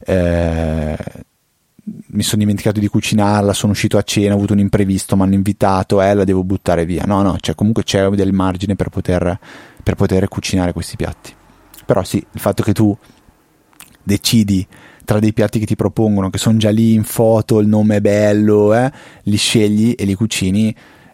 Speaker 1: eh, mi sono dimenticato di cucinarla, sono uscito a cena, ho avuto un imprevisto, mi hanno invitato, eh, la devo buttare via. No, no, cioè comunque c'è del margine per poter, per poter cucinare questi piatti. Però sì, il fatto che tu decidi tra dei piatti che ti propongono, che sono già lì in foto, il nome è bello, eh, li scegli e li cucini,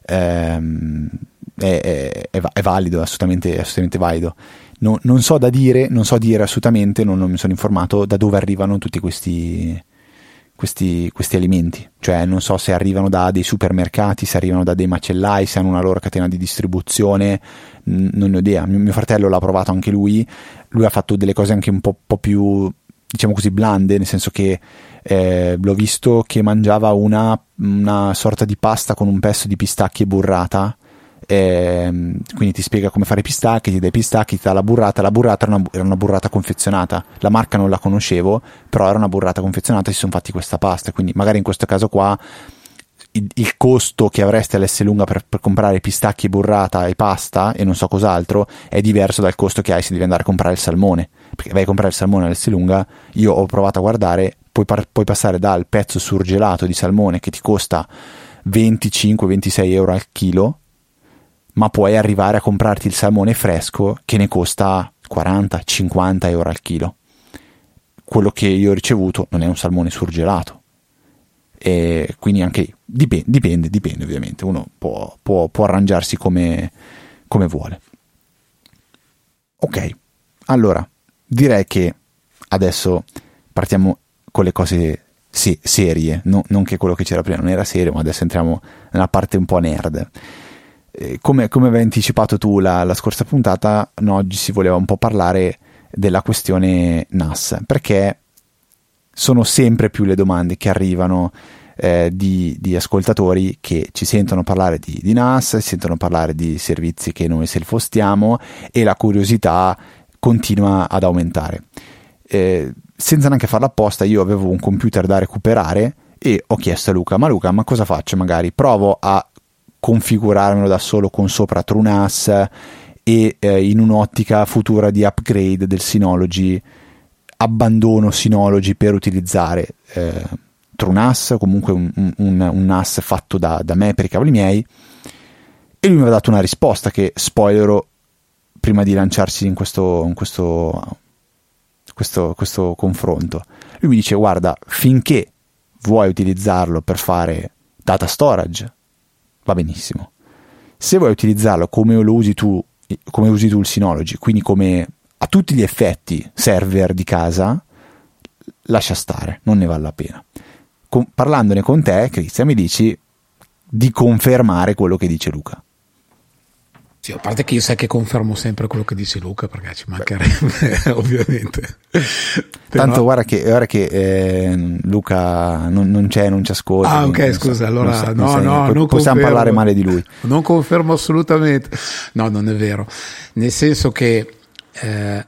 Speaker 1: ehm, è, è, è, è valido, è assolutamente, è assolutamente valido. No, non so da dire, non so dire assolutamente, non, non mi sono informato da dove arrivano tutti questi... Questi, questi alimenti, cioè non so se arrivano da dei supermercati, se arrivano da dei macellai, se hanno una loro catena di distribuzione, n- non ne ho idea. Mio, mio fratello l'ha provato anche lui, lui ha fatto delle cose anche un po', po' più, diciamo così, blande, nel senso che eh, l'ho visto che mangiava una, una sorta di pasta con un pezzo di pistacchie burrata, Eh, quindi ti spiega come fare i pistacchi, ti dà i pistacchi, ti dà la burrata. La burrata era una, era una burrata confezionata, la marca non la conoscevo, però era una burrata confezionata, si sono fatti questa pasta, quindi magari in questo caso qua il, il costo che avresti all'Esselunga per, per comprare pistacchi, burrata e pasta e non so cos'altro è diverso dal costo che hai se devi andare a comprare il salmone, perché vai a comprare il salmone all'Esselunga. Io ho provato a guardare, puoi, par- puoi passare dal pezzo surgelato di salmone che ti costa venticinque ventisei euro al chilo, ma puoi arrivare a comprarti il salmone fresco che ne costa quaranta cinquanta euro al chilo. Quello che io ho ricevuto non è un salmone surgelato, e quindi anche dipende, dipende, dipende ovviamente, uno può, può, può arrangiarsi come, come vuole. Ok, allora direi che adesso partiamo con le cose se- serie, no, non che quello che c'era prima non era serio, ma adesso entriamo nella parte un po' nerd. Come, come avevi anticipato tu la, la scorsa puntata, no, oggi si voleva un po' parlare della questione N A S, perché sono sempre più le domande che arrivano eh, di, di ascoltatori che ci sentono parlare di, di N A S, si sentono parlare di servizi che noi self-hostiamo, e la curiosità continua ad aumentare. Eh, senza neanche farla apposta, io avevo un computer da recuperare e ho chiesto a Luca, ma Luca, ma cosa faccio? Magari provo a configurarmelo da solo con sopra TrueNAS e eh, in un'ottica futura di upgrade del Synology abbandono Synology per utilizzare eh, TrueNAS, comunque un, un, un N A S fatto da, da me per i cavoli miei. E lui mi aveva dato una risposta che spoilerò prima di lanciarsi in questo, in questo, questo, questo confronto. Lui mi dice: guarda, finché vuoi utilizzarlo per fare data storage va benissimo, se vuoi utilizzarlo come lo usi tu, come usi tu il Synology, quindi come a tutti gli effetti server di casa, lascia stare, non ne vale la pena. Con, parlandone con te, Cristian, mi dici di confermare quello che dice Luca.
Speaker 2: Sì, a parte che io sai che confermo sempre quello che dice Luca, perché ci mancherebbe ovviamente. Però... Tanto
Speaker 1: guarda che, guarda che eh, Luca non, non c'è, non ci ascolta.
Speaker 2: Ah, ok, scusa, so, allora so, no,
Speaker 1: sei,
Speaker 2: no,
Speaker 1: non
Speaker 2: non
Speaker 1: possiamo
Speaker 2: confermo,
Speaker 1: parlare male di lui.
Speaker 2: Non confermo assolutamente. No, non è vero. Nel senso che eh,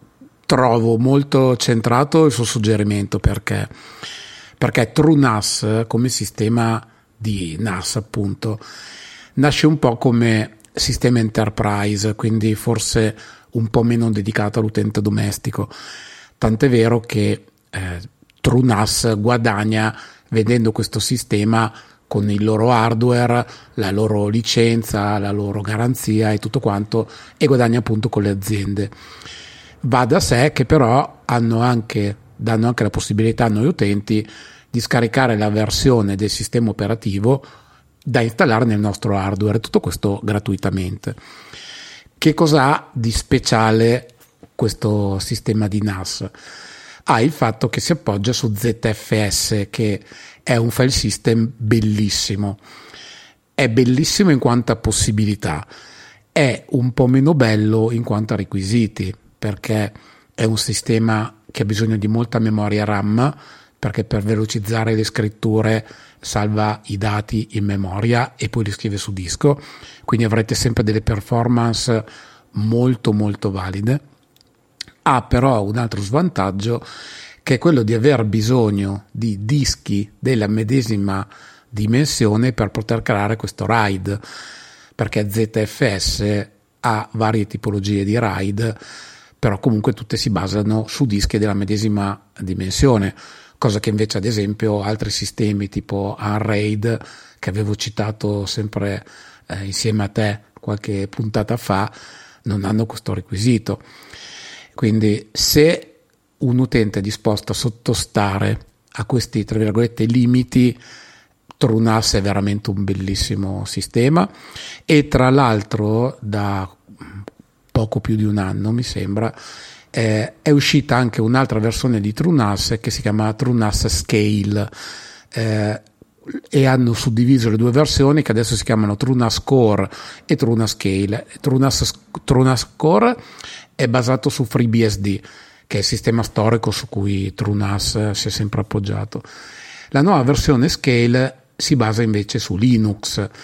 Speaker 2: trovo molto centrato il suo suggerimento, perché perché TrueNAS come sistema di N A S appunto nasce un po' come sistema enterprise, quindi forse un po' meno dedicato all'utente domestico, tant'è vero che eh, TrueNAS guadagna vendendo questo sistema con il loro hardware, la loro licenza, la loro garanzia e tutto quanto, e guadagna appunto con le aziende. Va da sé che però hanno anche, danno anche la possibilità a noi utenti di scaricare la versione del sistema operativo da installare nel nostro hardware, tutto questo gratuitamente. Che cos'ha di speciale questo sistema di N A S? Ha il fatto che si appoggia su Z F S, che è un file system bellissimo. È bellissimo in quanto a possibilità, è un po' meno bello in quanto a requisiti, perché è un sistema che ha bisogno di molta memoria RAM, perché per velocizzare le scritture salva i dati in memoria e poi li scrive su disco, quindi avrete sempre delle performance molto molto valide. Ha però un altro svantaggio, che è quello di aver bisogno di dischi della medesima dimensione per poter creare questo RAID, perché Z F S ha varie tipologie di RAID, però comunque tutte si basano su dischi della medesima dimensione, cosa che invece ad esempio altri sistemi tipo Unraid, che avevo citato sempre eh, insieme a te qualche puntata fa, non hanno questo requisito. Quindi se un utente è disposto a sottostare a questi tra virgolette limiti, TrueNAS è veramente un bellissimo sistema. E tra l'altro da poco più di un anno mi sembra Eh, è uscita anche un'altra versione di TrueNAS che si chiama TrueNAS Scale, eh, e hanno suddiviso le due versioni che adesso si chiamano TrueNAS Core e TrueNAS Scale. TrueNAS, TrueNAS Core è basato su FreeBSD, che è il sistema storico su cui TrueNAS si è sempre appoggiato. La nuova versione Scale si basa invece su Linux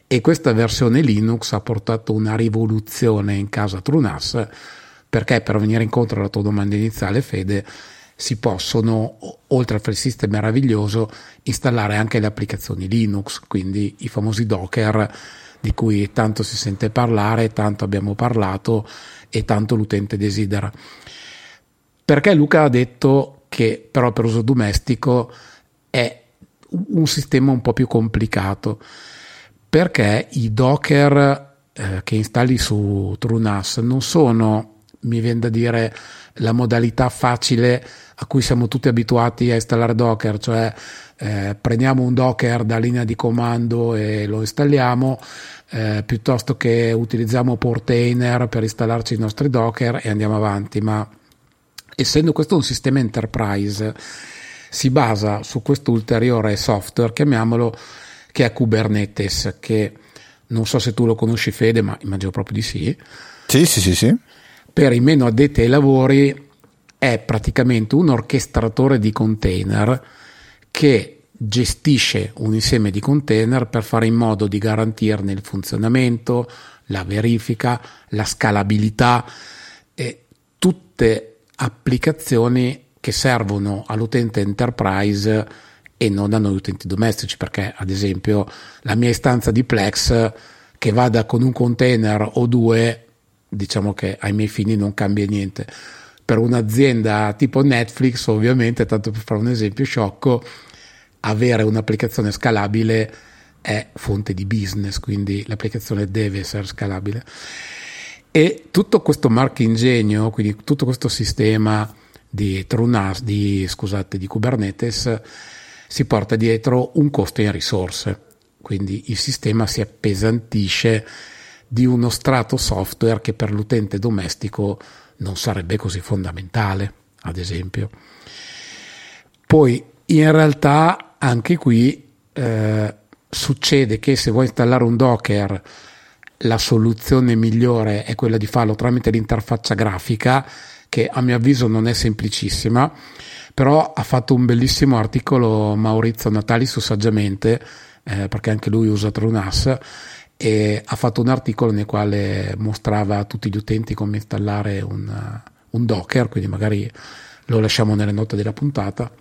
Speaker 2: E questa versione Linux ha portato una rivoluzione in casa TrueNAS, perché, per venire incontro alla tua domanda iniziale, Fede, si possono, oltre al file system meraviglioso, installare anche le applicazioni Linux, quindi i famosi Docker di cui tanto si sente parlare, tanto abbiamo parlato e tanto l'utente desidera. Perché Luca ha detto che però per uso domestico è un sistema un po' più complicato, perché i Docker eh, che installi su TrueNAS non sono, mi viene da dire, la modalità facile a cui siamo tutti abituati a installare Docker, cioè eh, prendiamo un Docker da linea di comando e lo installiamo, eh, piuttosto che utilizziamo Portainer per installarci i nostri Docker e andiamo avanti. Ma essendo questo un sistema enterprise, si basa su questo ulteriore software, chiamiamolo, che è Kubernetes, che non so se tu lo conosci, Fede, ma immagino proprio di sì.
Speaker 1: Sì, sì, sì, sì.
Speaker 2: Per i meno addetti ai lavori è praticamente un orchestratore di container che gestisce un insieme di container per fare in modo di garantirne il funzionamento, la verifica, la scalabilità e tutte applicazioni che servono all'utente enterprise e non a noi utenti domestici, perché ad esempio la mia istanza di Plex che vada con un container o due, diciamo che ai miei fini non cambia niente. Per un'azienda tipo Netflix, ovviamente, tanto per fare un esempio sciocco, avere un'applicazione scalabile è fonte di business, quindi l'applicazione deve essere scalabile. E tutto questo marchingegno, quindi tutto questo sistema di TrueNAS, di, scusate, di Kubernetes, si porta dietro un costo in risorse, quindi il sistema si appesantisce di uno strato software che per l'utente domestico non sarebbe così fondamentale, ad esempio. Poi in realtà anche qui eh, succede che se vuoi installare un Docker, la soluzione migliore è quella di farlo tramite l'interfaccia grafica, che a mio avviso non è semplicissima, però ha fatto un bellissimo articolo Maurizio Natali su Saggiamente, eh, perché anche lui usa TrueNAS, e ha fatto un articolo nel quale mostrava a tutti gli utenti come installare un, un Docker, quindi magari lo lasciamo nelle note della puntata.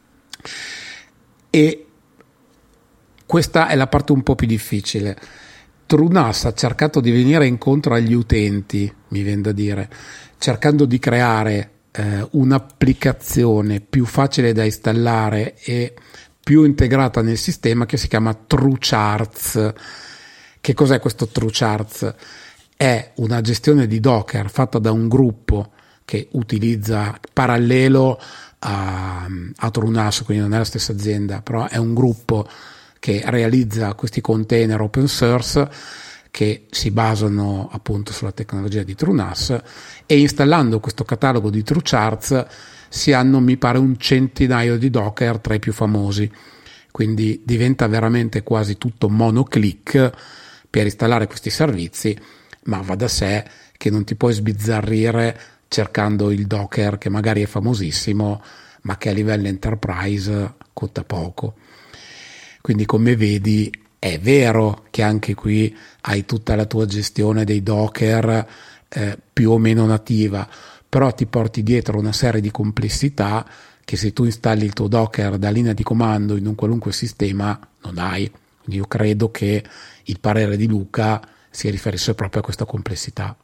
Speaker 2: E questa è la parte un po' più difficile. TrueNAS ha cercato di venire incontro agli utenti, mi viene da dire, cercando di creare eh, un'applicazione più facile da installare e più integrata nel sistema, che si chiama TrueCharts. Che cos'è questo TrueCharts? È una gestione di Docker fatta da un gruppo che utilizza parallelo a, a TrueNAS, quindi non è la stessa azienda, però è un gruppo che realizza questi container open source che si basano appunto sulla tecnologia di TrueNAS, e installando questo catalogo di TrueCharts si hanno, mi pare, un centinaio di Docker tra i più famosi, quindi diventa veramente quasi tutto monoclick per installare questi servizi, ma va da sé che non ti puoi sbizzarrire cercando il Docker che magari è famosissimo ma che a livello enterprise conta poco. Quindi, come vedi, è vero che anche qui hai tutta la tua gestione dei Docker eh, più o meno nativa, però ti porti dietro una serie di complessità che se tu installi il tuo Docker da linea di comando in un qualunque sistema non hai. Quindi io credo che il parere di Luca si riferisse proprio a questa complessità.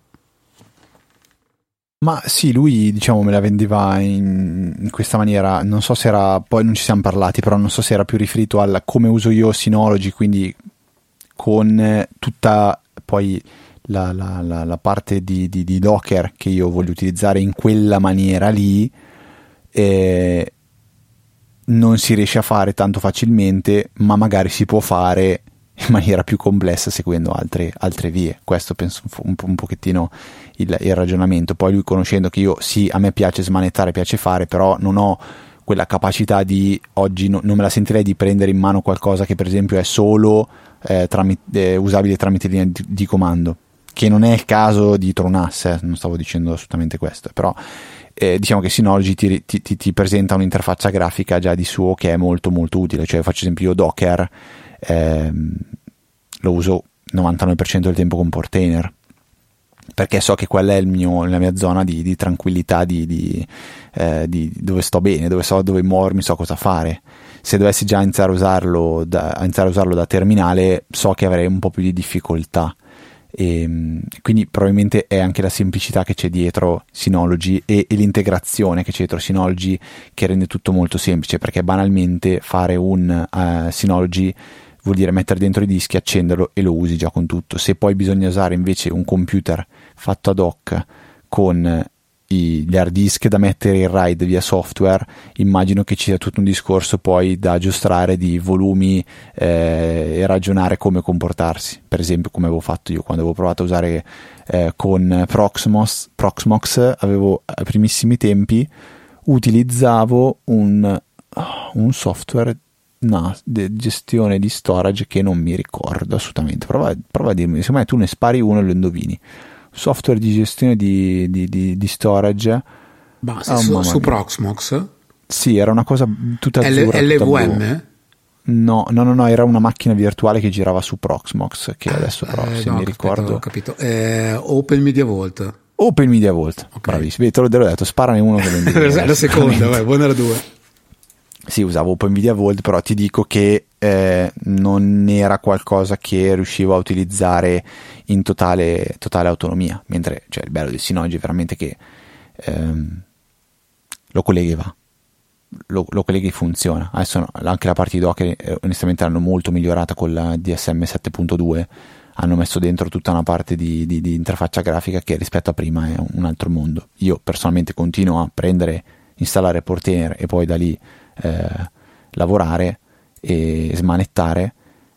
Speaker 1: Ma sì, lui diciamo me la vendeva in, in questa maniera, non so se era, poi non ci siamo parlati, però non so se era più riferito al come uso io Synology, quindi con tutta poi la, la, la, la parte di, di, di Docker che io voglio utilizzare in quella maniera lì, eh, non si riesce a fare tanto facilmente, ma magari si può fare in maniera più complessa seguendo altre, altre vie. Questo penso un, un pochettino il, il ragionamento. Poi lui, conoscendo che io sì, a me piace smanettare, piace fare, però non ho quella capacità di oggi, no, non me la sentirei di prendere in mano qualcosa che per esempio è solo eh, tramite, eh, usabile tramite linea di, di comando, che non è il caso di TrueNAS, eh, non stavo dicendo assolutamente questo, però eh, diciamo che Synology ti, ti, ti, ti presenta un'interfaccia grafica già di suo che è molto molto utile. Cioè, faccio esempio io Docker, ehm, lo uso novantanove per cento del tempo con Portainer, perché so che quella è il mio, la mia zona di, di tranquillità, di, di, eh, di dove sto bene, dove so dove muovermi, so cosa fare. Se dovessi già iniziare a usarlo da, iniziare a usarlo da terminale, so che avrei un po' più di difficoltà, e quindi probabilmente è anche la semplicità che c'è dietro Synology e, e l'integrazione che c'è dietro Synology che rende tutto molto semplice, perché banalmente fare un uh, Synology vuol dire mettere dentro i dischi, accenderlo e lo usi già con tutto. Se poi bisogna usare invece un computer fatto ad hoc con i, gli hard disk da mettere in RAID via software, immagino che ci sia tutto un discorso poi da aggiustare di volumi eh, e ragionare come comportarsi. Per esempio, come avevo fatto io quando avevo provato a usare eh, con Proxmox, Proxmox avevo ai primissimi tempi utilizzavo un, un software no, di gestione di storage che non mi ricordo assolutamente. Prova, prova a dirmi, secondo me tu ne spari uno e lo indovini. Software di gestione di, di, di, di storage.
Speaker 2: Ma oh, su, su Proxmox?
Speaker 1: Sì, era una cosa tutta azzurra.
Speaker 2: L V M?
Speaker 1: No, no, no, no, era una macchina virtuale che girava su Proxmox, che adesso però,
Speaker 2: eh,
Speaker 1: se
Speaker 2: no,
Speaker 1: mi ricordo...
Speaker 2: Ho capito, eh, Open Media Vault.
Speaker 1: Open Media Vault, okay. Bravissimo. Te l'ho detto, sparane uno che lo indovini.
Speaker 2: La seconda, vai, buona la due.
Speaker 1: Sì, usavo Open Media Vault, però ti dico che eh, non era qualcosa che riuscivo a utilizzare in totale, totale autonomia, mentre cioè, il bello del Synology è veramente che ehm, lo colleghi va, lo, lo colleghi e funziona. Adesso anche la parte di Docker eh, onestamente l'hanno molto migliorata con la D S M sette punto due, hanno messo dentro tutta una parte di, di, di interfaccia grafica che rispetto a prima è un altro mondo. Io personalmente continuo a prendere, installare Portainer e poi da lì Eh, lavorare e smanettare,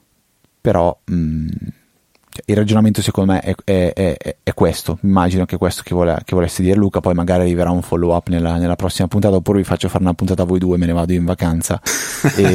Speaker 1: però mh, il ragionamento secondo me è, è, è, è questo. Immagino che questo che, vuole, che volesse dire Luca, poi magari arriverà un follow up nella, nella prossima puntata, oppure vi faccio fare una puntata a voi due, me ne vado in vacanza e,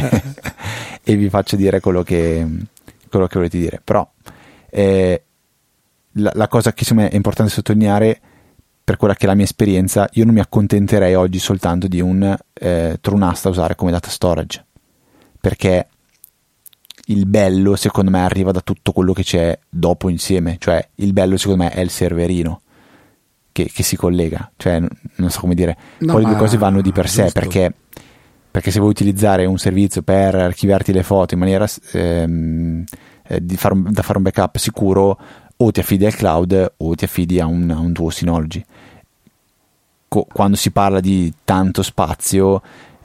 Speaker 1: e vi faccio dire quello che, quello che volete dire. Però eh, la, la cosa che secondo me è importante sottolineare, per quella che è la mia esperienza, io non mi accontenterei oggi soltanto di un eh, TrueNAS da usare come data storage, perché il bello secondo me arriva da tutto quello che c'è dopo insieme. Cioè il bello secondo me è il serverino che, che si collega, cioè non so come dire, no, poi le due cose vanno di per sé, perché, perché se vuoi utilizzare un servizio per archiviarti le foto in maniera ehm, eh, di far, da fare un backup sicuro, o ti affidi al cloud o ti affidi a un, a un tuo Synology. Co- quando si parla di tanto spazio,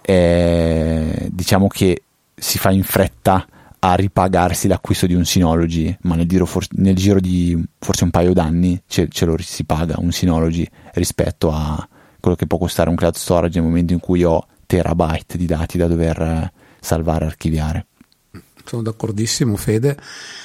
Speaker 1: eh, diciamo che si fa in fretta a ripagarsi l'acquisto di un Synology, ma nel giro, for- nel giro di forse un paio d'anni ce, ce lo si paga un Synology rispetto a quello che può costare un cloud storage nel momento in cui ho terabyte di dati da dover salvare e archiviare.
Speaker 2: Sono d'accordissimo, Fede.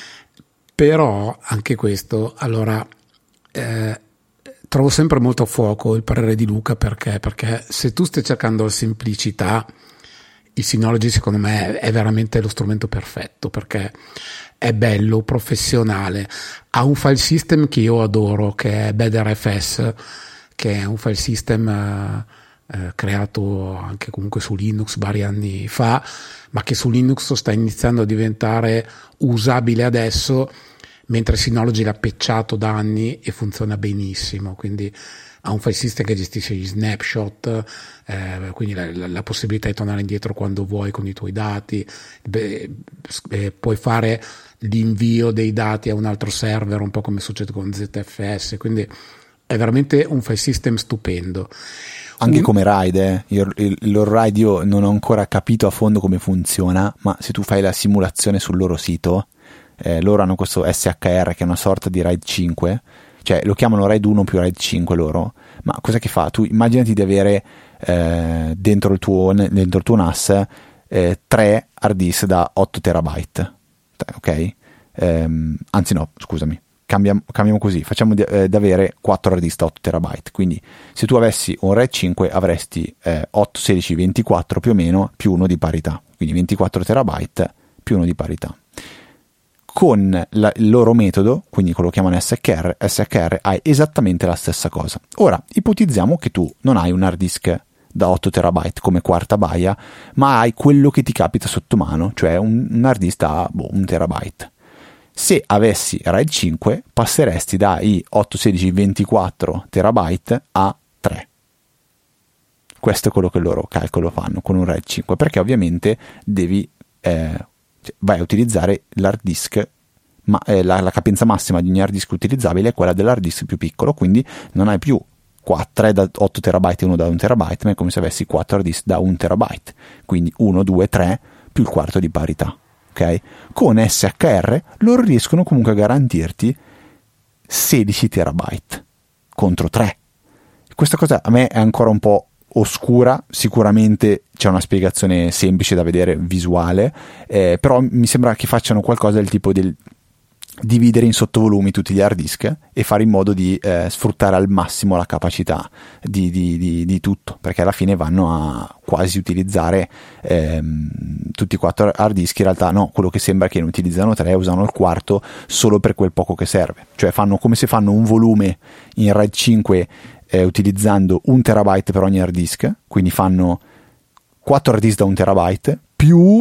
Speaker 2: Però anche questo, allora, eh, trovo sempre molto a fuoco il parere di Luca, perché perché se tu stai cercando la semplicità, il Synology secondo me è veramente lo strumento perfetto, perché è bello, professionale, ha un file system che io adoro, che è BedRFS, che è un file system eh, eh, creato anche comunque su Linux vari anni fa, ma che su Linux sta iniziando a diventare usabile adesso, mentre Synology l'ha patchato da anni e funziona benissimo. Quindi ha un file system che gestisce gli snapshot, eh, quindi la, la, la possibilità di tornare indietro quando vuoi con i tuoi dati, beh, eh, puoi fare l'invio dei dati a un altro server, un po' come succede con Z F S, quindi è veramente un file system stupendo.
Speaker 1: Anche
Speaker 2: un...
Speaker 1: come RAID, eh. Io, il, il loro RAID io non ho ancora capito a fondo come funziona, ma se tu fai la simulazione sul loro sito, eh, loro hanno questo S H R che è una sorta di RAID cinque, cioè lo chiamano RAID uno più RAID cinque loro, ma cosa che fa? Tu immaginati di avere eh, dentro il tuo dentro il tuo N A S eh, tre hard disk da otto terabyte, ok? Ehm, anzi no, scusami, cambiamo, cambiamo così, facciamo di, eh, di avere quattro hard disk da otto terabyte, quindi se tu avessi un RAID cinque avresti eh, otto, sedici, ventiquattro più o meno, più uno di parità, quindi ventiquattro terabyte più uno di parità. Con la, il loro metodo, quindi quello che chiamano S H R, S H R hai esattamente la stessa cosa. Ora, ipotizziamo che tu non hai un hard disk da otto terabyte come quarta baia, ma hai quello che ti capita sotto mano, cioè un, un hard disk da boh, un terabyte. Se avessi RAID cinque passeresti dai otto, sedici, ventiquattro terabyte a tre. Questo è quello che loro calcolo fanno con un RAID cinque, perché ovviamente devi eh, vai a utilizzare l'hard disk, ma eh, la, la capienza massima di ogni hard disk utilizzabile è quella dell'hard disk più piccolo, quindi non hai più tre da otto terabyte e uno da un terabyte, ma è come se avessi quattro hard disk da un terabyte, quindi uno, due, tre più il quarto di parità. Okay? Con S H R loro riescono comunque a garantirti sedici terabyte contro tre. Questa cosa a me è ancora un po' oscura, sicuramente c'è una spiegazione semplice da vedere, visuale, eh, però mi sembra che facciano qualcosa del tipo del dividere in sottovolumi tutti gli hard disk e fare in modo di eh, sfruttare al massimo la capacità di, di, di, di tutto, perché alla fine vanno a quasi utilizzare ehm, tutti i quattro hard disk. In realtà no, quello che sembra è che ne utilizzano tre, usano il quarto solo per quel poco che serve, cioè fanno come se fanno un volume in RAID cinque eh, utilizzando un terabyte per ogni hard disk, quindi fanno quattro hard disk da un terabyte più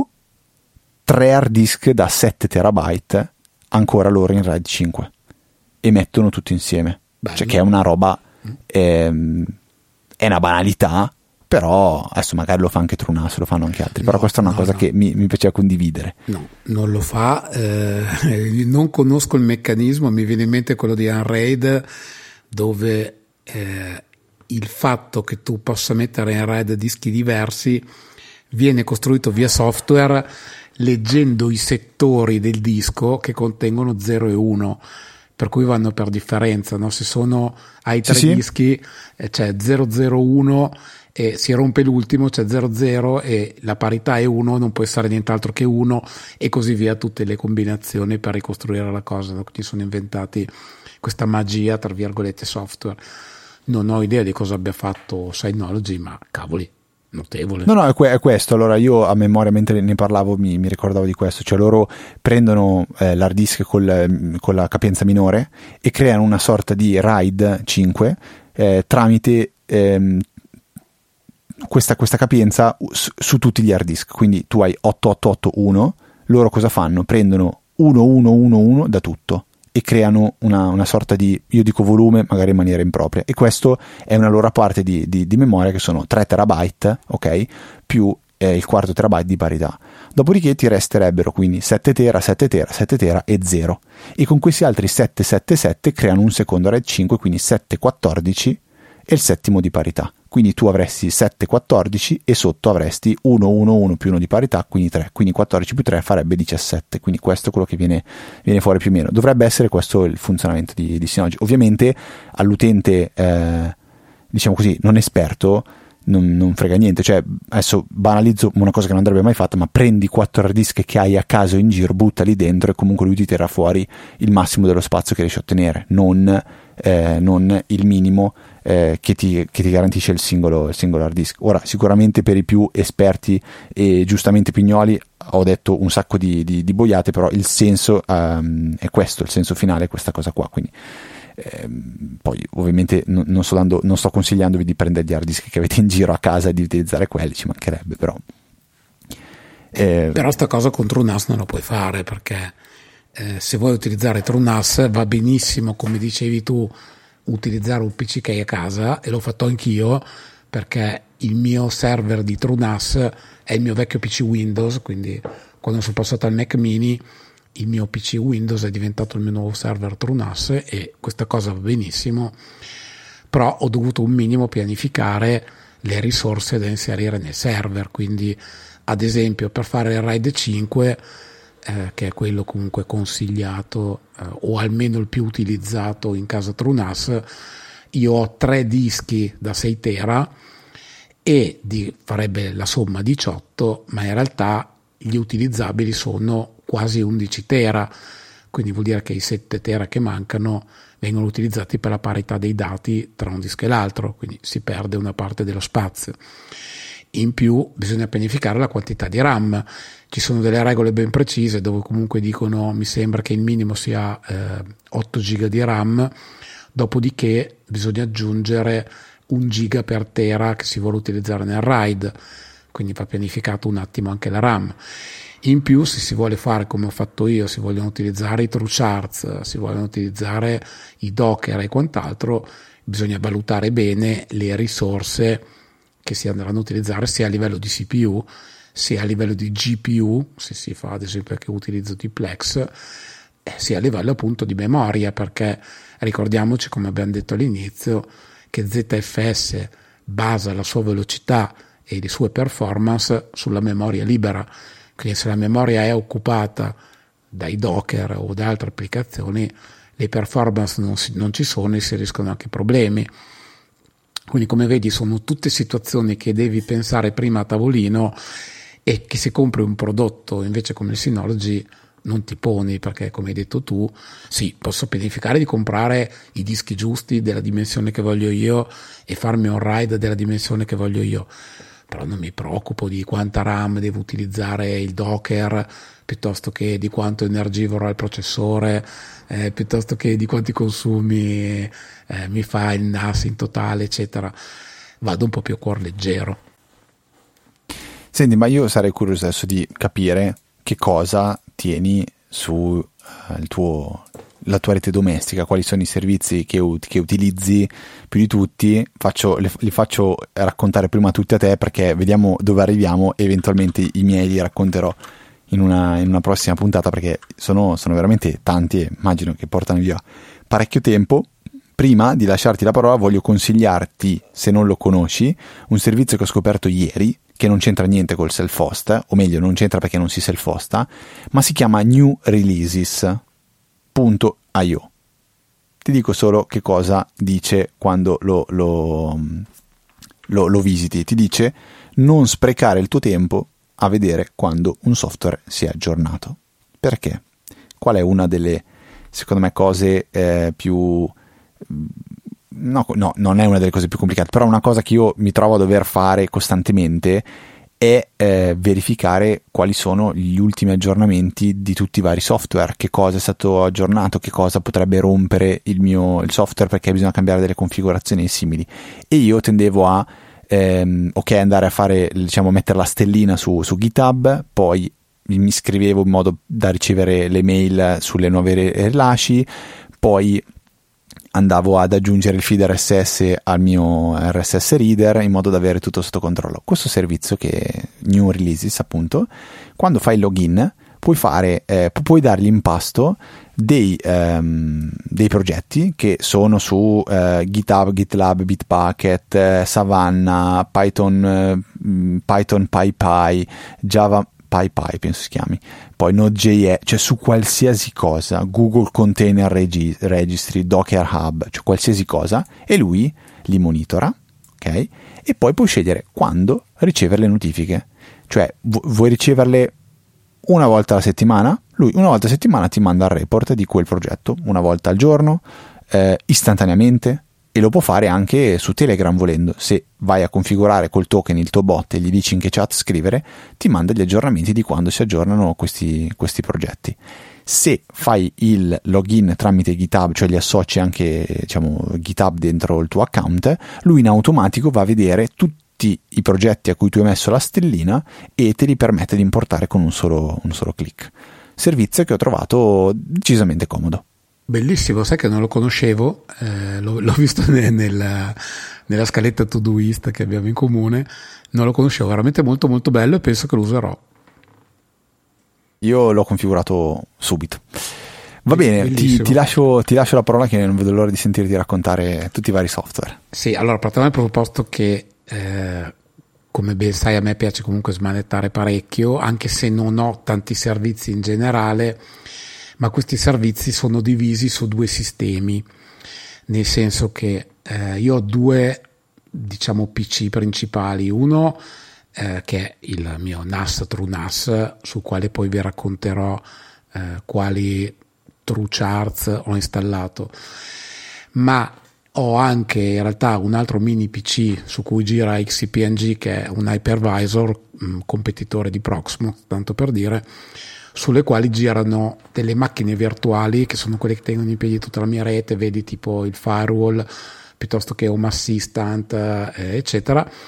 Speaker 1: tre hard disk da sette terabyte ancora loro in RAID cinque e mettono tutto insieme. Bello. Cioè che è una roba ehm, è una banalità, però adesso magari lo fa anche TrueNAS, lo fanno anche altri, no, però questa è una no, cosa no. che mi, mi piaceva condividere.
Speaker 2: No, non lo fa, eh, non conosco il meccanismo, mi viene in mente quello di Unraid, dove eh, il fatto che tu possa mettere in RAID dischi diversi viene costruito via software leggendo i settori del disco che contengono zero e uno, per cui vanno per differenza, no? Se sono hai tre sì, dischi eh, c'è zero zero uno e si rompe l'ultimo, c'è zero zero e la parità è uno, non può essere nient'altro che uno, e così via, tutte le combinazioni per ricostruire la cosa, no? Quindi sono inventati questa magia tra virgolette software. Non ho idea di cosa abbia fatto Synology, ma cavoli, notevole.
Speaker 1: No, no, è, que- è questo. Allora io a memoria, mentre ne parlavo, mi, mi ricordavo di questo. Cioè loro prendono eh, l'hard disk col, con la capienza minore e creano una sorta di RAID cinque eh, tramite ehm, questa, questa capienza su, su tutti gli hard disk. Quindi tu hai otto otto otto uno, loro cosa fanno? Prendono uno uno uno uno da tutto e creano una, una sorta di, io dico volume magari in maniera impropria, e questo è una loro parte di, di, di memoria che sono tre terabyte, ok, più eh, il quarto terabyte di parità. Dopodiché ti resterebbero quindi sette tera, sette tera, sette tera e zero, e con questi altri sette sette sette creano un secondo RAID cinque, quindi sette quattordici e il settimo di parità. Quindi tu avresti sette quattordici e sotto avresti uno uno uno più uno di parità, quindi tre, quindi quattordici più tre farebbe diciassette, quindi questo è quello che viene, viene fuori più o meno. Dovrebbe essere questo il funzionamento di, di Synology. Ovviamente all'utente eh, diciamo così non esperto non, non frega niente, cioè adesso banalizzo una cosa che non andrebbe mai fatta, ma prendi quattro hard disk che hai a caso in giro, buttali dentro e comunque lui ti tira fuori il massimo dello spazio che riesci a ottenere, non, eh, non il minimo Eh, che, ti, che ti garantisce il singolo, il singolo hard disk. Ora sicuramente per i più esperti e giustamente pignoli ho detto un sacco di, di, di boiate, però il senso um, è questo, il senso finale è questa cosa qua. Quindi ehm, poi ovviamente non, non, sto dando, non sto consigliandovi di prendere gli hard disk che avete in giro a casa e di utilizzare quelli, ci mancherebbe, però
Speaker 2: eh, però sta cosa con TrueNAS non lo puoi fare, perché eh, se vuoi utilizzare TrueNAS va benissimo, come dicevi tu, utilizzare un P C che hai a casa, e l'ho fatto anch'io perché il mio server di TrueNAS è il mio vecchio P C Windows, quindi quando sono passato al Mac mini il mio P C Windows è diventato il mio nuovo server TrueNAS, e questa cosa va benissimo, però ho dovuto un minimo pianificare le risorse da inserire nel server. Quindi ad esempio per fare il RAID cinque, Eh, che è quello comunque consigliato eh, o almeno il più utilizzato in casa TrueNAS, io ho tre dischi da sei tera e di, farebbe la somma diciotto, ma in realtà gli utilizzabili sono quasi undici tera, quindi vuol dire che i sette tera che mancano vengono utilizzati per la parità dei dati tra un disco e l'altro, quindi si perde una parte dello spazio. In più bisogna pianificare la quantità di RAM. Ci sono delle regole ben precise dove comunque dicono, mi sembra che il minimo sia eh, otto giga di RAM, dopodiché bisogna aggiungere un giga per tera che si vuole utilizzare nel RAID, quindi va pianificato un attimo anche la RAM. In più, se si vuole fare come ho fatto io, si vogliono utilizzare i true charts, si vogliono utilizzare i Docker e quant'altro, bisogna valutare bene le risorse che si andranno a utilizzare sia a livello di C P U sia a livello di G P U, se si fa ad esempio che utilizzo di Plex, eh, sia a livello appunto di memoria, perché ricordiamoci, come abbiamo detto all'inizio, che Z F S basa la sua velocità e le sue performance sulla memoria libera. Quindi se la memoria è occupata dai Docker o da altre applicazioni, le performance non, si, non ci sono e si rischiano anche problemi. Quindi come vedi sono tutte situazioni che devi pensare prima a tavolino e che se compri un prodotto invece come il Synology non ti poni, perché come hai detto tu, sì, posso pianificare di comprare i dischi giusti della dimensione che voglio io e farmi un RAID della dimensione che voglio io, però non mi preoccupo di quanta RAM devo utilizzare il Docker, piuttosto che di quanto energivoro ha il processore, eh, piuttosto che di quanti consumi eh, mi fa il N A S in totale, eccetera. Vado un po' più a cuor leggero.
Speaker 1: Senti, ma io sarei curioso adesso di capire che cosa tieni su uh, il tuo, la tua rete domestica, quali sono i servizi che, che utilizzi più di tutti. Faccio, li, li faccio raccontare prima tutti a te, perché vediamo dove arriviamo e eventualmente i miei li racconterò in una, in una prossima puntata, perché sono, sono veramente tanti e immagino che portano via parecchio tempo. Prima di lasciarti la parola voglio consigliarti, se non lo conosci, un servizio che ho scoperto ieri, che non c'entra niente col self-host, o meglio non c'entra perché non si self-hosta, ma si chiama new releases punto i o. Ti dico solo che cosa dice quando lo, lo, lo, lo visiti. Ti dice: non sprecare il tuo tempo a vedere quando un software si è aggiornato. Perché? Qual è una delle, secondo me, cose eh, più... No, no, non è una delle cose più complicate, però una cosa che io mi trovo a dover fare costantemente è eh, verificare quali sono gli ultimi aggiornamenti di tutti i vari software, che cosa è stato aggiornato, che cosa potrebbe rompere il mio il software perché bisogna cambiare delle configurazioni simili. E io tendevo a ehm, ok andare a fare, diciamo, mettere la stellina su, su GitHub, poi mi iscrivevo in modo da ricevere le mail sulle nuove rilasci, poi andavo ad aggiungere il feed R S S al mio R S S reader in modo da avere tutto sotto controllo. Questo servizio, che è New Releases appunto, quando fai il login puoi fare eh, pu- puoi dargli in pasto dei, um, dei progetti che sono su uh, GitHub, GitLab, Bitbucket, eh, Savannah, Python, eh, Python PyPy, Java PyPy penso si chiami, poi Node.js, cioè su qualsiasi cosa, Google Container Regi- Registry, Docker Hub, cioè qualsiasi cosa, e lui li monitora, ok? E poi puoi scegliere quando ricevere le notifiche, cioè vu- vuoi riceverle una volta alla settimana? Lui una volta a settimana ti manda il report di quel progetto, una volta al giorno, eh, istantaneamente. E lo può fare anche su Telegram volendo. Se vai a configurare col token il tuo bot e gli dici in che chat scrivere, ti manda gli aggiornamenti di quando si aggiornano questi, questi progetti. Se fai il login tramite GitHub, cioè gli associ anche, diciamo, GitHub dentro il tuo account, lui in automatico va a vedere tutti i progetti a cui tu hai messo la stellina e te li permette di importare con un solo, un solo click. Servizio che ho trovato decisamente comodo.
Speaker 2: Bellissimo, sai che non lo conoscevo, eh, l'ho, l'ho visto ne, nella, nella scaletta Todoist che abbiamo in comune, non lo conoscevo, veramente molto molto bello e penso che lo userò.
Speaker 1: Io l'ho configurato subito. Va bene, ti, ti, lascio, ti lascio la parola, che non vedo l'ora di sentirti raccontare tutti i vari software.
Speaker 2: Sì, allora partiamo dal presupposto che eh, come ben sai a me piace comunque smanettare parecchio, anche se non ho tanti servizi in generale, ma questi servizi sono divisi su due sistemi, nel senso che eh, io ho due, diciamo, P C principali, uno eh, che è il mio N A S True N A S, sul quale poi vi racconterò eh, quali True Charts ho installato, ma ho anche in realtà un altro mini P C su cui gira X C P N G, che è un hypervisor, mh, competitore di Proxmox, tanto per dire, sulle quali girano delle macchine virtuali che sono quelle che tengono in piedi tutta la mia rete, vedi tipo il firewall piuttosto che Home Assistant, eh, eccetera,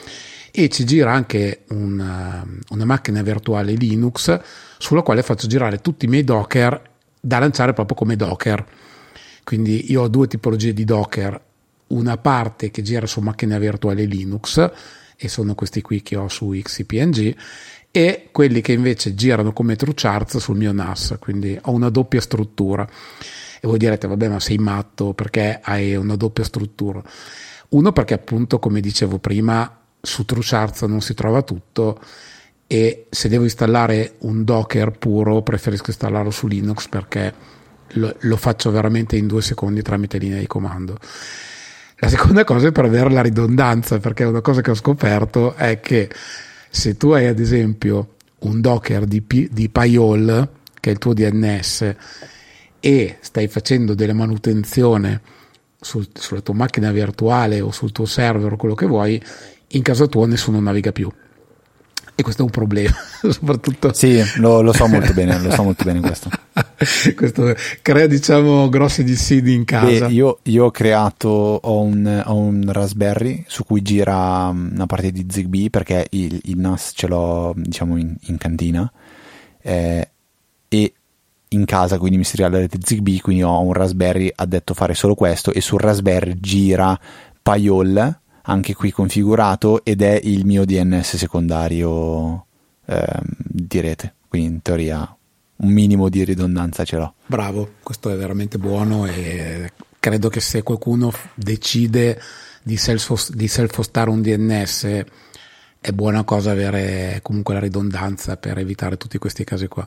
Speaker 2: e ci gira anche una, una macchina virtuale Linux sulla quale faccio girare tutti i miei Docker da lanciare proprio come Docker. Quindi io ho due tipologie di Docker, una parte che gira su macchina virtuale Linux, e sono questi qui che ho su X P N G, e quelli che invece girano come TrueCharts sul mio N A S, quindi ho una doppia struttura. E voi direte, vabbè, ma sei matto, perché hai una doppia struttura? Uno, perché appunto, come dicevo prima, su TrueCharts non si trova tutto, e se devo installare un Docker puro preferisco installarlo su Linux, perché lo, lo faccio veramente in due secondi tramite linea di comando. La seconda cosa è per avere la ridondanza, perché una cosa che ho scoperto è che se tu hai ad esempio un Docker di, P, di Payol, che è il tuo D N S, e stai facendo delle manutenzione sul, sulla tua macchina virtuale o sul tuo server o quello che vuoi, in casa tua nessuno naviga più, e questo è un problema. Soprattutto
Speaker 1: sì, lo, lo so molto bene, lo so molto bene questo.
Speaker 2: Questo crea, diciamo, grossi dissidi in casa.
Speaker 1: Beh, io, io ho creato ho un, ho un Raspberry su cui gira una parte di Zigbee, perché il, il N A S ce l'ho, diciamo, in, in cantina, eh, e in casa quindi mi si regala la rete Zigbee, quindi ho un Raspberry addetto a fare solo questo, e sul Raspberry gira Payol, anche qui configurato, ed è il mio D N S secondario eh, di rete, quindi in teoria un minimo di ridondanza ce l'ho.
Speaker 2: Bravo, questo è veramente buono, e credo che se qualcuno decide di self di self-hostare un D N S è buona cosa avere comunque la ridondanza per evitare tutti questi casi qua.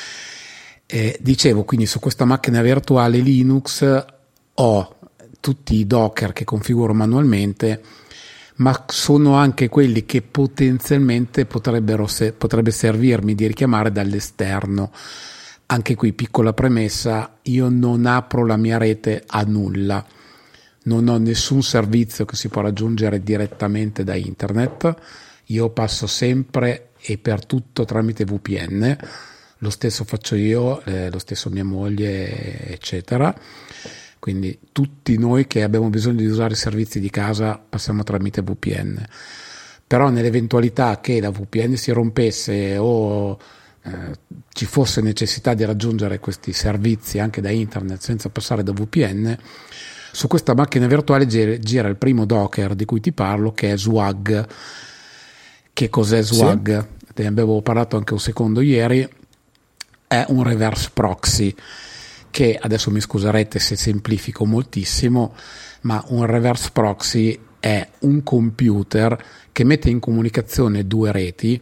Speaker 2: Eh, dicevo, quindi su questa macchina virtuale Linux ho tutti i Docker che configuro manualmente, ma sono anche quelli che potenzialmente potrebbero se, potrebbe servirmi di richiamare dall'esterno. Anche qui, piccola premessa, io non apro la mia rete a nulla, non ho nessun servizio che si può raggiungere direttamente da internet, io passo sempre e per tutto tramite V P N. Lo stesso faccio io, eh, lo stesso mia moglie, eccetera. Quindi tutti noi che abbiamo bisogno di usare i servizi di casa passiamo tramite V P N. Però nell'eventualità che la V P N si rompesse o eh, ci fosse necessità di raggiungere questi servizi anche da internet senza passare da V P N, su questa macchina virtuale gira, gira il primo Docker di cui ti parlo, che è Swag. Che cos'è Swag? Sì. Ne avevo parlato anche un secondo ieri. È un reverse proxy, che adesso mi scuserete se semplifico moltissimo, ma un reverse proxy è un computer che mette in comunicazione due reti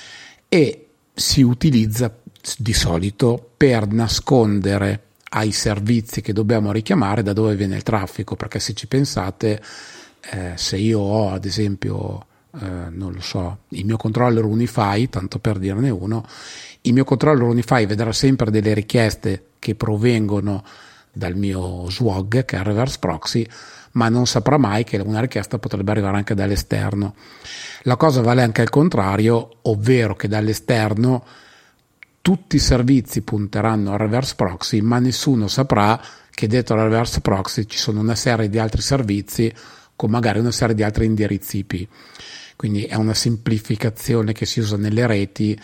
Speaker 2: e si utilizza di solito per nascondere ai servizi che dobbiamo richiamare da dove viene il traffico, perché se ci pensate, eh, se io ho ad esempio eh, non lo so, il mio controller Unify, tanto per dirne uno, il mio controller Unify vedrà sempre delle richieste che provengono dal mio Swag, che è il reverse proxy, ma non saprà mai che una richiesta potrebbe arrivare anche dall'esterno. La cosa vale anche al contrario, ovvero che dall'esterno tutti i servizi punteranno al reverse proxy, ma nessuno saprà che dietro al reverse proxy ci sono una serie di altri servizi con magari una serie di altri indirizzi I P. Quindi è una semplificazione che si usa nelle reti,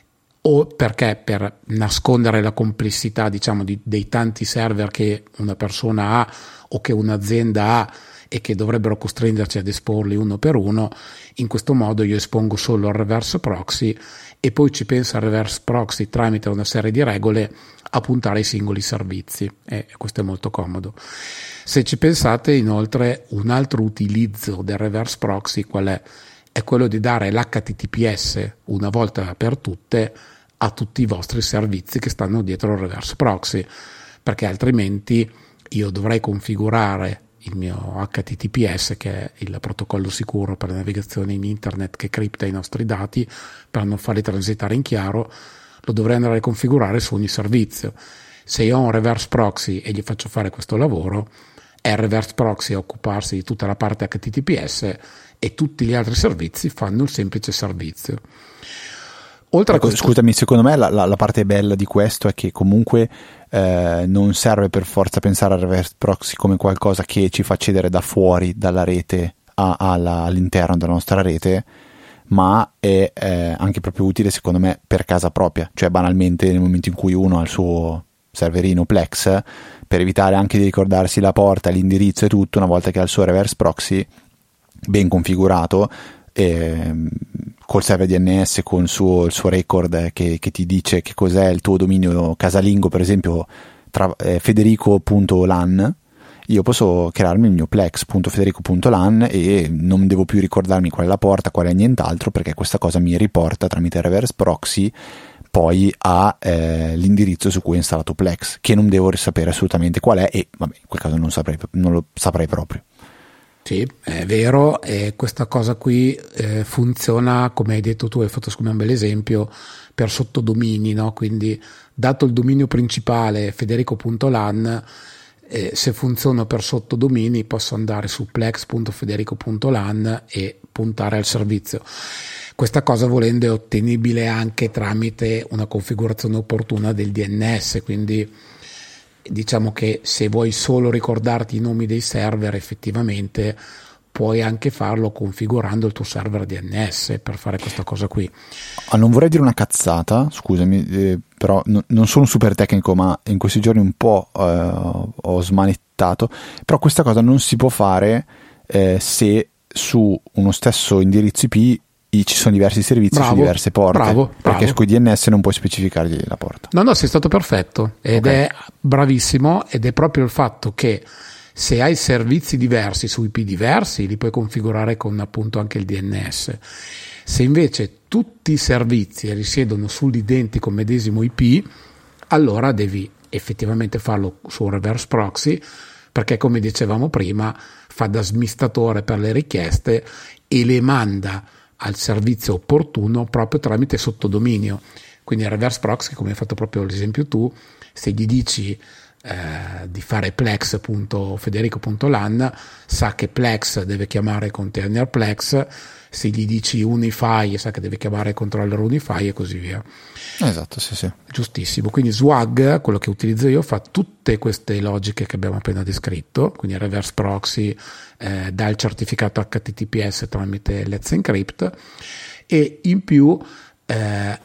Speaker 2: o perché per nascondere la complessità, diciamo, di, dei tanti server che una persona ha o che un'azienda ha e che dovrebbero costringerci ad esporli uno per uno. In questo modo io espongo solo al reverse proxy e poi ci pensa al reverse proxy tramite una serie di regole a puntare ai singoli servizi, e questo è molto comodo. Se ci pensate, inoltre, un altro utilizzo del reverse proxy qual è? È quello di dare l'H T T P S una volta per tutte a tutti i vostri servizi che stanno dietro il reverse proxy, perché altrimenti io dovrei configurare il mio H T T P S, che è il protocollo sicuro per la navigazione in internet che cripta i nostri dati per non farli transitare in chiaro, lo dovrei andare a configurare su ogni servizio. Se io ho un reverse proxy e gli faccio fare questo lavoro, è il reverse proxy a occuparsi di tutta la parte H T T P S e tutti gli altri servizi fanno il semplice servizio. Oltre
Speaker 1: ecco, a questo... Scusami, secondo me la, la, la parte bella di questo è che comunque eh, non serve per forza pensare al reverse proxy come qualcosa che ci fa accedere da fuori dalla rete a, alla, all'interno della nostra rete, ma è eh, anche proprio utile secondo me per casa propria, cioè banalmente nel momento in cui uno ha il suo serverino Plex, per evitare anche di ricordarsi la porta, l'indirizzo e tutto, una volta che ha il suo reverse proxy ben configurato, eh, col server D N S, con il suo, il suo record che, che ti dice che cos'è il tuo dominio casalingo, per esempio tra, eh, federico punto lan, io posso crearmi il mio plex punto federico punto lan e non devo più ricordarmi qual è la porta, qual è nient'altro, perché questa cosa mi riporta tramite reverse proxy poi a eh, l'indirizzo su cui è installato Plex, che non devo sapere assolutamente qual è, e vabbè, in quel caso non, saprei, non lo saprei proprio.
Speaker 2: Sì, è vero, e questa cosa qui eh, funziona, come hai detto tu, hai fatto secondo me un bel esempio, per sottodomini, no? Quindi dato il dominio principale federico punto lan, eh, se funziona per sottodomini posso andare su plex punto federico punto lan e puntare al servizio. Questa cosa, volendo, è ottenibile anche tramite una configurazione opportuna del D N S, quindi diciamo che se vuoi solo ricordarti i nomi dei server, effettivamente puoi anche farlo configurando il tuo server D N S per fare questa cosa qui.
Speaker 1: Ah, non vorrei dire una cazzata, scusami, eh, però no, non sono super tecnico, ma in questi giorni un po' eh, ho smanettato, però questa cosa non si può fare eh, se su uno stesso indirizzo I P ci sono diversi servizi, bravo, su diverse porte,
Speaker 2: bravo, bravo.
Speaker 1: Perché con i D N S non puoi specificargli la porta.
Speaker 2: No, no, sei stato perfetto ed okay. È bravissimo, ed è proprio il fatto che se hai servizi diversi su I P diversi li puoi configurare con appunto anche il D N S. Se invece tutti i servizi risiedono sull'identico medesimo I P, allora devi effettivamente farlo su un reverse proxy, perché come dicevamo prima fa da smistatore per le richieste e le manda al servizio opportuno proprio tramite sottodominio. Quindi il reverse proxy, come hai fatto proprio l'esempio tu, se gli dici eh, di fare plex punto federico punto lan, sa che Plex deve chiamare container Plex, se gli dici Unify sa che deve chiamare controller Unify e così via.
Speaker 1: Esatto, sì, sì.
Speaker 2: Giustissimo. Quindi Swag, quello che utilizzo io, fa tutte queste logiche che abbiamo appena descritto, quindi reverse proxy, eh, dà il certificato H T T P S tramite Let's Encrypt, e in più eh,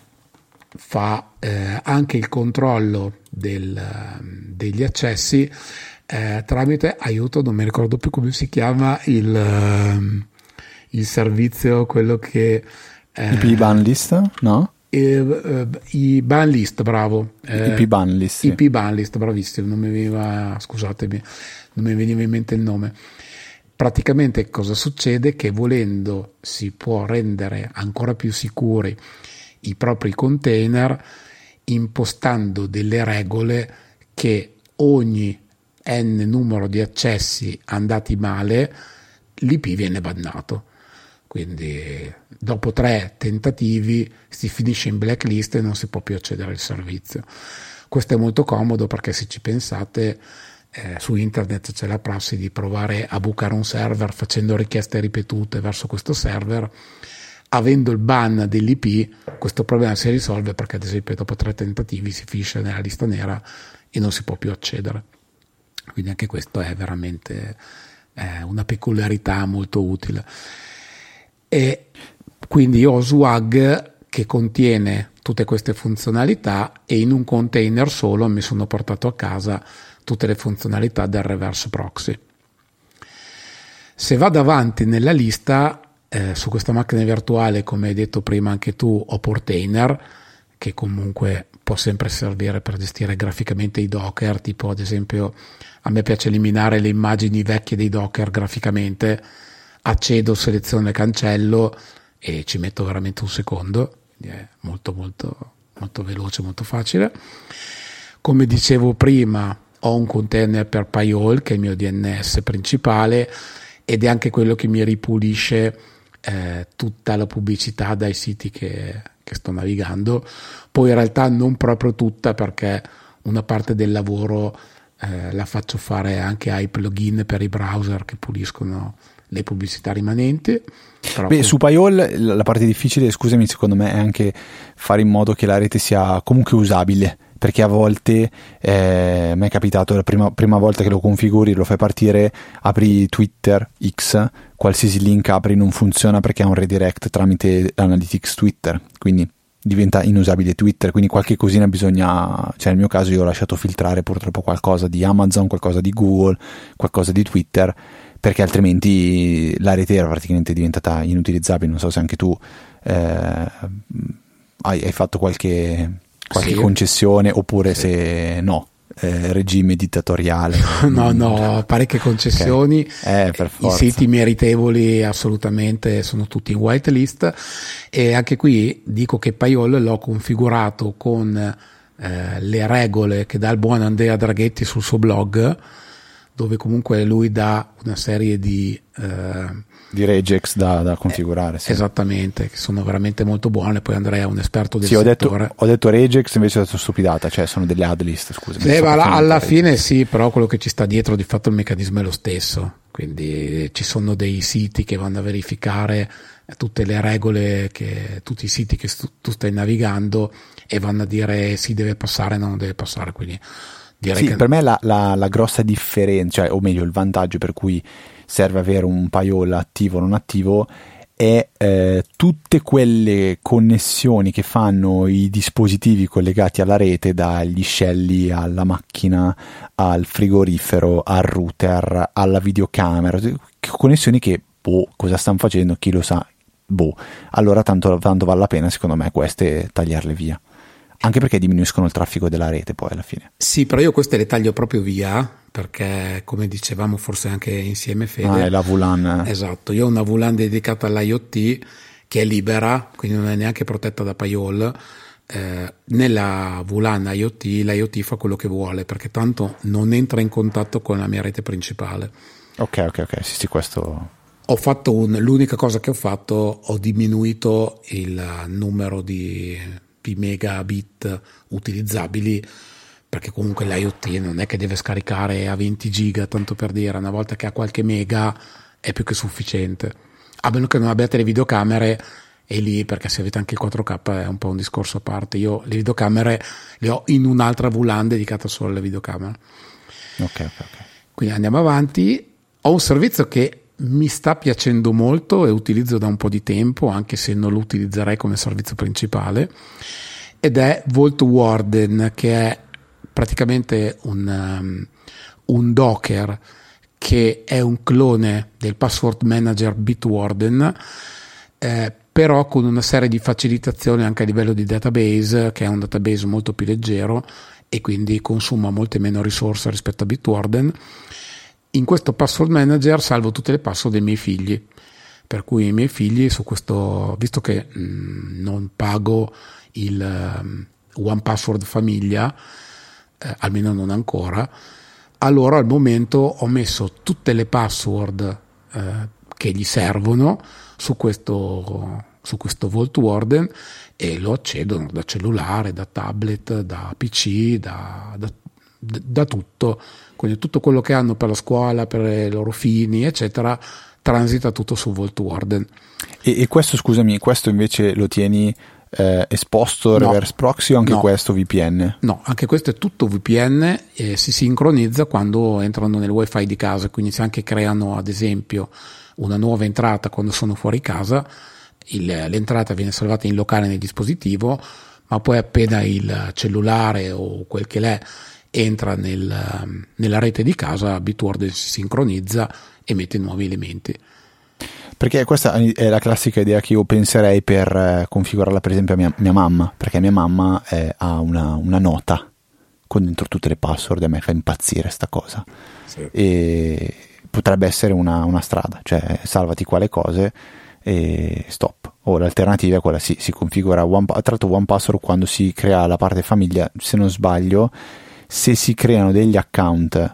Speaker 2: fa eh, anche il controllo del, degli accessi eh, tramite, aiuto, non mi ricordo più come si chiama il, il servizio, quello che eh,
Speaker 1: I P ban list, no?
Speaker 2: E, uh, i ban list, bravo.
Speaker 1: I P ban list, sì.
Speaker 2: I P ban list, bravissimo, non mi veniva, scusatemi, non mi veniva in mente il nome. Praticamente cosa succede? Che volendo si può rendere ancora più sicuri i propri container impostando delle regole che ogni n numero di accessi andati male l'I P viene bannato. Quindi dopo tre tentativi si finisce in blacklist e non si può più accedere al servizio. Questo è molto comodo perché, se ci pensate, eh, su internet c'è la prassi di provare a bucare un server facendo richieste ripetute verso questo server. Avendo il ban dell'I P, questo problema si risolve, perché ad esempio dopo tre tentativi si finisce nella lista nera e non si può più accedere. Quindi anche questo è veramente eh, una peculiarità molto utile. E quindi ho Swag che contiene tutte queste funzionalità, e in un container solo mi sono portato a casa tutte le funzionalità del reverse proxy. Se vado avanti nella lista, eh, su questa macchina virtuale, come hai detto prima anche tu, ho Portainer, che comunque può sempre servire per gestire graficamente i Docker, tipo ad esempio a me piace eliminare le immagini vecchie dei Docker graficamente, accedo, seleziono e cancello e ci metto veramente un secondo, quindi è molto molto molto veloce, molto facile. Come dicevo prima, ho un container per Pi-hole, che è il mio D N S principale, ed è anche quello che mi ripulisce eh, tutta la pubblicità dai siti che, che sto navigando. Poi in realtà non proprio tutta, perché una parte del lavoro eh, la faccio fare anche ai plugin per i browser che puliscono le pubblicità rimanenti. Però
Speaker 1: Beh, su Pi-hole la parte difficile, scusami, secondo me è anche fare in modo che la rete sia comunque usabile, perché a volte eh, mi è capitato la prima, prima volta che lo configuri, lo fai partire, apri Twitter X, qualsiasi link apri non funziona perché ha un redirect tramite Analytics Twitter, quindi diventa inusabile Twitter, quindi qualche cosina bisogna, cioè nel mio caso io ho lasciato filtrare purtroppo qualcosa di Amazon, qualcosa di Google, qualcosa di Twitter, perché altrimenti la rete era praticamente diventata inutilizzabile. Non so se anche tu eh, hai, hai fatto qualche, qualche sì. concessione, oppure sì. se no, eh, regime dittatoriale.
Speaker 2: No, no, parecchie concessioni.
Speaker 1: Okay. Eh, per forza.
Speaker 2: I siti meritevoli assolutamente sono tutti in whitelist, e anche qui dico che Payol l'ho configurato con eh, le regole che dà il buon Andrea Draghetti sul suo blog, dove comunque lui dà una serie di eh,
Speaker 1: di regex da, da configurare.
Speaker 2: Eh,
Speaker 1: sì.
Speaker 2: Esattamente, che sono veramente molto buone. Poi Andrea è un esperto del
Speaker 1: sì, ho
Speaker 2: settore.
Speaker 1: Detto, ho detto regex, invece ho detto stupidata, cioè sono delle ad list, scusa.
Speaker 2: Sì, ma alla, alla fine sì, però quello che ci sta dietro di fatto il meccanismo è lo stesso, quindi ci sono dei siti che vanno a verificare tutte le regole, che tutti i siti che stu, tu stai navigando, e vanno a dire si deve passare, non deve passare, quindi direi
Speaker 1: sì,
Speaker 2: che...
Speaker 1: per me la, la, la grossa differenza, cioè, o meglio il vantaggio per cui serve avere un Payol attivo o non attivo, è eh, tutte quelle connessioni che fanno i dispositivi collegati alla rete, dagli scelli alla macchina, al frigorifero, al router, alla videocamera, connessioni che, boh, cosa stanno facendo, chi lo sa, boh, allora tanto, tanto vale la pena secondo me queste tagliarle via. Anche perché diminuiscono il traffico della rete poi alla fine.
Speaker 2: Sì, però io queste le taglio proprio via, perché come dicevamo forse anche insieme Fede,
Speaker 1: ah, è la V LAN.
Speaker 2: Esatto, io ho una V LAN dedicata all'IoT che è libera, quindi non è neanche protetta da Payol. Eh, nella V LAN IoT l'IoT fa quello che vuole, perché tanto non entra in contatto con la mia rete principale.
Speaker 1: Ok, ok, ok, sì, sì, questo...
Speaker 2: Ho fatto un, l'unica cosa che ho fatto, ho diminuito il numero di... di megabit utilizzabili, perché comunque l'IoT non è che deve scaricare a venti giga, tanto per dire, una volta che ha qualche mega è più che sufficiente, a meno che non abbiate le videocamere, e lì, perché se avete anche il quattro K è un po' un discorso a parte. Io le videocamere le ho in un'altra V LAN dedicata solo alle videocamere.
Speaker 1: Ok, ok, ok.
Speaker 2: Quindi andiamo avanti. Ho un servizio che mi sta piacendo molto e utilizzo da un po' di tempo, anche se non lo utilizzerei come servizio principale, ed è Vault Warden, che è praticamente un, um, un Docker che è un clone del password manager Bitwarden, eh, però con una serie di facilitazioni anche a livello di database, che è un database molto più leggero e quindi consuma molte meno risorse rispetto a Bitwarden. In questo password manager salvo tutte le password dei miei figli, per cui i miei figli su questo, visto che mh, non pago il um, One Password famiglia, eh, almeno non ancora, allora al momento ho messo tutte le password eh, che gli servono su questo, su questo Vault Warden, e lo accedono da cellulare, da tablet, da P C, da, da, da tutto. Quindi tutto quello che hanno per la scuola, per i loro fini, eccetera, transita tutto su Vault Warden.
Speaker 1: E, e questo, scusami, questo invece lo tieni eh, esposto
Speaker 2: no,
Speaker 1: reverse proxy o anche
Speaker 2: no,
Speaker 1: questo V P N?
Speaker 2: No, anche questo è tutto V P N e si sincronizza quando entrano nel wifi di casa, quindi se anche creano ad esempio una nuova entrata quando sono fuori casa, il, l'entrata viene salvata in locale nel dispositivo, ma poi appena il cellulare o quel che l'è entra nel, nella rete di casa, Bitwarden si sincronizza e mette nuovi elementi.
Speaker 1: Perché questa è la classica idea che io penserei per eh, configurarla per esempio a mia, mia mamma, perché mia mamma eh, ha una, una nota con dentro tutte le password, e a me fa impazzire sta cosa. Sì. E potrebbe essere una, una strada, cioè salvati quale cose e stop. O l'alternativa è quella, sì, si configura one, tra l'altro One Password quando si crea la parte famiglia, se non sbaglio, se si creano degli account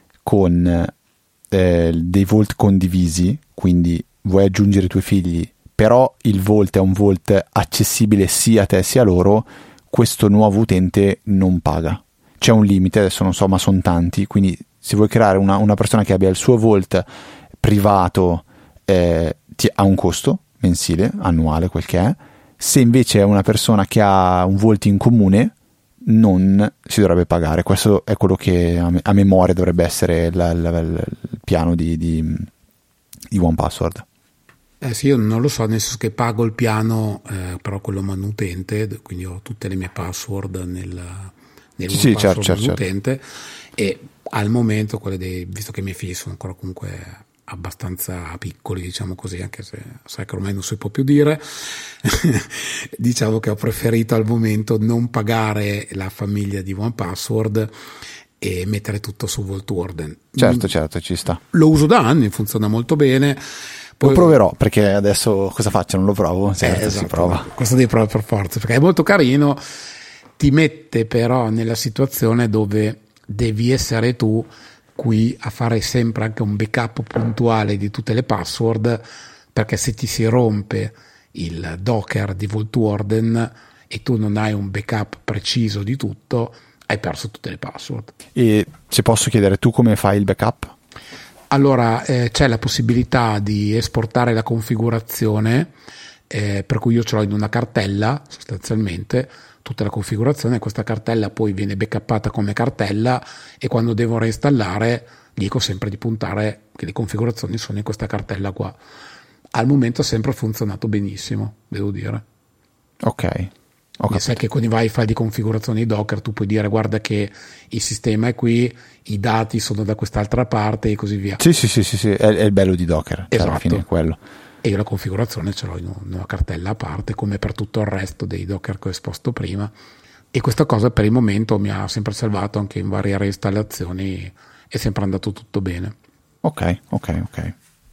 Speaker 1: con eh, dei vault condivisi, quindi vuoi aggiungere i tuoi figli, però il vault è un vault accessibile sia a te sia a loro, questo nuovo utente non paga. C'è un limite, adesso non so, ma sono tanti, quindi se vuoi creare una, una persona che abbia il suo vault privato eh, ti, ha un costo mensile, annuale, quel che è. Se invece è una persona che ha un vault in comune, non si dovrebbe pagare. Questo è quello che a, me- a memoria dovrebbe essere la, la, la, il piano di, di, di one password.
Speaker 2: Eh sì, io non lo so, nel senso che pago il piano, eh, però quello manutente, quindi ho tutte le mie password nel, nel
Speaker 1: sì,
Speaker 2: one
Speaker 1: sì,
Speaker 2: password
Speaker 1: certo,
Speaker 2: manutente,
Speaker 1: certo.
Speaker 2: E al momento, quelle dei, visto che i miei figli sono ancora comunque abbastanza piccoli, diciamo così, anche se sai che ormai non si può più dire, diciamo che ho preferito al momento non pagare la famiglia di one password e mettere tutto su Vault Warden.
Speaker 1: Certo, certo, ci sta.
Speaker 2: Lo uso da anni, funziona molto bene.
Speaker 1: Poi, lo proverò, perché adesso cosa faccio? Non lo provo, certo, eh, esatto, si prova.
Speaker 2: Questo devi provare per forza, perché è molto carino, ti mette però nella situazione dove devi essere tu qui a fare sempre anche un backup puntuale di tutte le password, perché se ti si rompe il Docker di Vault Warden e tu non hai un backup preciso di tutto, hai perso tutte le password.
Speaker 1: E se posso chiedere, tu come fai il backup?
Speaker 2: Allora, eh, c'è la possibilità di esportare la configurazione, eh, per cui io ce l'ho in una cartella, sostanzialmente, tutta la configurazione, questa cartella poi viene backuppata come cartella e quando devo reinstallare dico sempre di puntare che le configurazioni sono in questa cartella qua. Al momento ha sempre funzionato benissimo, devo dire.
Speaker 1: Ok.
Speaker 2: Okay. Sai che con i vari file di configurazione di Docker tu puoi dire guarda che il sistema è qui, i dati sono da quest'altra parte e così via.
Speaker 1: Sì, sì, sì, sì, sì. È, è il bello di Docker,
Speaker 2: esatto.
Speaker 1: Cioè alla fine è quello.
Speaker 2: E io la configurazione ce l'ho in una cartella a parte, come per tutto il resto dei Docker che ho esposto prima. E questa cosa per il momento mi ha sempre salvato, anche in varie reinstallazioni è sempre andato tutto bene.
Speaker 1: Ok, ok, ok.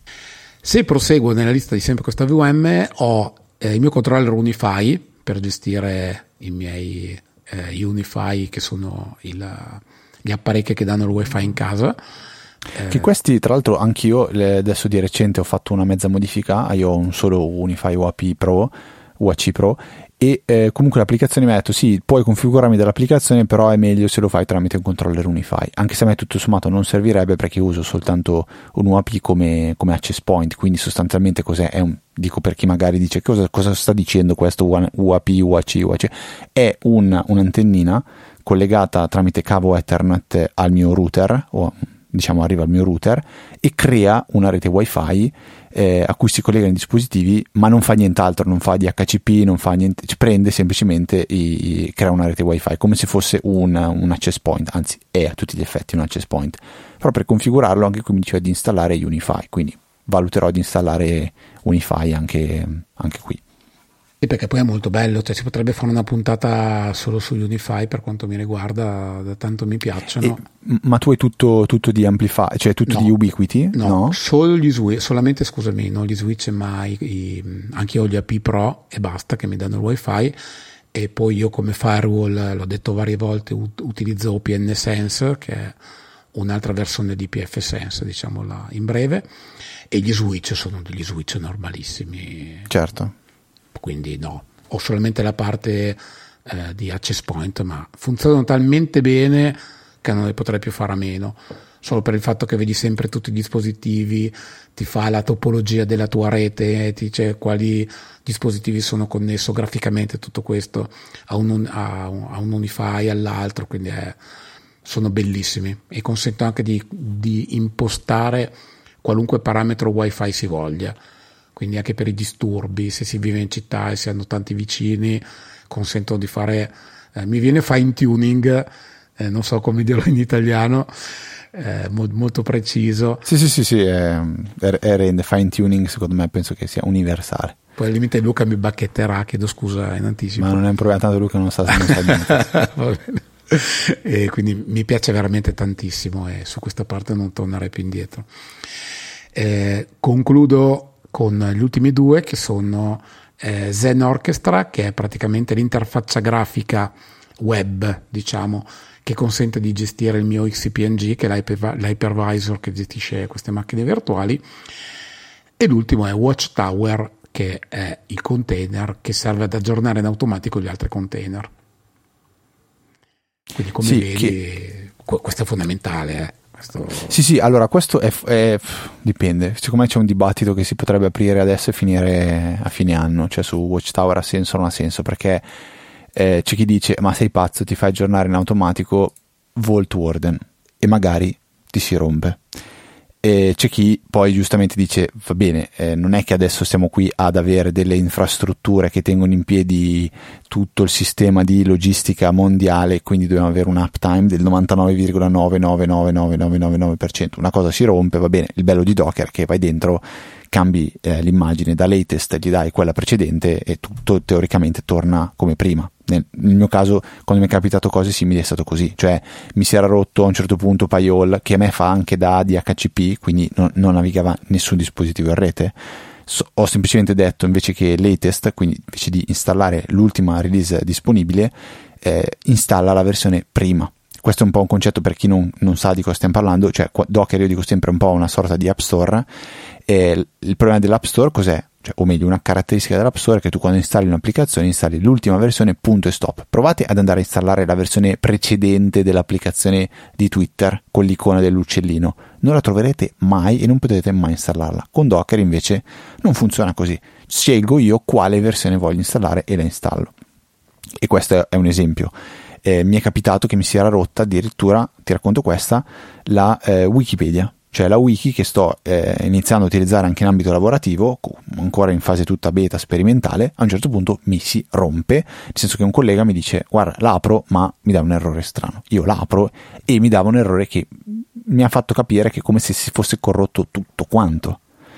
Speaker 2: Se proseguo nella lista di sempre questa V M, ho eh, il mio controller Unify per gestire i miei eh, Unify, che sono il, gli apparecchi che danno il wifi in casa.
Speaker 1: Che questi, tra l'altro, anch'io adesso di recente ho fatto una mezza modifica. Io ho un solo Unify U A P Pro, U A C Pro, e eh, comunque l'applicazione mi ha detto sì, puoi configurarmi dell'applicazione, però è meglio se lo fai tramite un controller Unify, anche se a me tutto sommato non servirebbe, perché uso soltanto un U A P come, come access point. Quindi sostanzialmente cos'è? È un, dico per chi magari dice cosa, cosa sta dicendo questo U A P, U A C, U A C, è un, un'antennina collegata tramite cavo Ethernet al mio router, o diciamo arriva al mio router e crea una rete wifi eh, a cui si collegano i dispositivi, ma non fa nient'altro, non fa D H C P, non fa niente, prende semplicemente i, crea una rete wifi come se fosse un, un access point, anzi è a tutti gli effetti un access point. Però per configurarlo anche qui mi diceva di installare Unify, quindi valuterò di installare Unify anche, anche qui.
Speaker 2: Sì, perché poi è molto bello, cioè si potrebbe fare una puntata solo su Unify per quanto mi riguarda, da tanto mi piacciono.
Speaker 1: E, ma tu hai tutto, tutto di Amplify, cioè tutto no, di Ubiquiti?
Speaker 2: No, no? Solo gli switch, solamente scusami, non gli switch, ma i, i, anche io gli A P Pro e basta, che mi danno il wifi. E poi io come firewall, l'ho detto varie volte, ut- utilizzo O P N Sense, che è un'altra versione di P F Sense, diciamola in breve, e gli switch sono degli switch normalissimi.
Speaker 1: Certo.
Speaker 2: Quindi no, ho solamente la parte eh, di access point, ma funzionano talmente bene che non ne potrei più fare a meno, solo per il fatto che vedi sempre tutti i dispositivi, ti fa la topologia della tua rete, ti dice quali dispositivi sono connesso graficamente, tutto questo a un, a un, a un Unify, all'altro, quindi è, sono bellissimi e consentono anche di, di impostare qualunque parametro wifi si voglia. Quindi anche per i disturbi, se si vive in città e si hanno tanti vicini, consentono di fare, eh, mi viene fine tuning, eh, non so come dirlo in italiano, eh, mo- molto preciso.
Speaker 1: Sì, sì, sì, sì, è, è rende fine tuning, secondo me penso che sia universale.
Speaker 2: Poi al limite Luca mi bacchetterà, chiedo scusa in anticipo.
Speaker 1: Ma non è un problema, tanto Luca non sa se non sa niente.
Speaker 2: Va bene. E quindi mi piace veramente tantissimo e su questa parte non tornerei più indietro. Eh, concludo con gli ultimi due, che sono eh, Zen Orchestra, che è praticamente l'interfaccia grafica web, diciamo, che consente di gestire il mio X C P N G, che è l'hyper- l'hypervisor che gestisce queste macchine virtuali, e l'ultimo è Watchtower, che è il container che serve ad aggiornare in automatico gli altri container. Quindi come
Speaker 1: sì,
Speaker 2: vedi
Speaker 1: che...
Speaker 2: questo è fondamentale, eh. Questo...
Speaker 1: Sì, sì, allora questo è, è dipende, secondo me c'è un dibattito che si potrebbe aprire adesso e finire a fine anno, cioè su Watchtower ha senso o non ha senso, perché eh, c'è chi dice ma sei pazzo, ti fai aggiornare in automatico Vault Warden e magari ti si rompe. E c'è chi poi giustamente dice va bene, eh, non è che adesso siamo qui ad avere delle infrastrutture che tengono in piedi tutto il sistema di logistica mondiale, quindi dobbiamo avere un uptime del novantanove virgola nove nove nove nove nove nove nove per cento. Una cosa si rompe, va bene, il bello di Docker è che vai dentro, cambi eh, l'immagine da latest, gli dai quella precedente e tutto teoricamente torna come prima. Nel, nel mio caso, quando mi è capitato cose simili, è stato così, cioè mi si era rotto a un certo punto Payol, che a me fa anche da D H C P, quindi non, non navigava nessun dispositivo in rete. So, ho semplicemente detto, invece che latest, quindi invece di installare l'ultima release disponibile, eh, installa la versione prima. Questo è un po' un concetto per chi non, non sa di cosa stiamo parlando, cioè Docker, io dico sempre, un po' una sorta di App Store. E il problema dell'App Store cos'è? Cioè, o meglio, una caratteristica dell'App Store è che tu quando installi un'applicazione installi l'ultima versione, punto e stop. Provate ad andare a installare la versione precedente dell'applicazione di Twitter con l'icona dell'uccellino, non la troverete mai e non potete mai installarla. Con Docker invece non funziona così, scelgo io quale versione voglio installare e la installo. E questo è un esempio. Eh, mi è capitato che mi si era rotta addirittura, ti racconto questa, la eh, Wikipedia, cioè la wiki che sto eh, iniziando a utilizzare anche in ambito lavorativo, ancora in fase tutta beta sperimentale. A un certo punto mi si rompe, nel senso che un collega mi dice guarda l'apro ma mi dà un errore strano, io l'apro e mi dava un errore che mi ha fatto capire che è come se si fosse corrotto tutto quanto,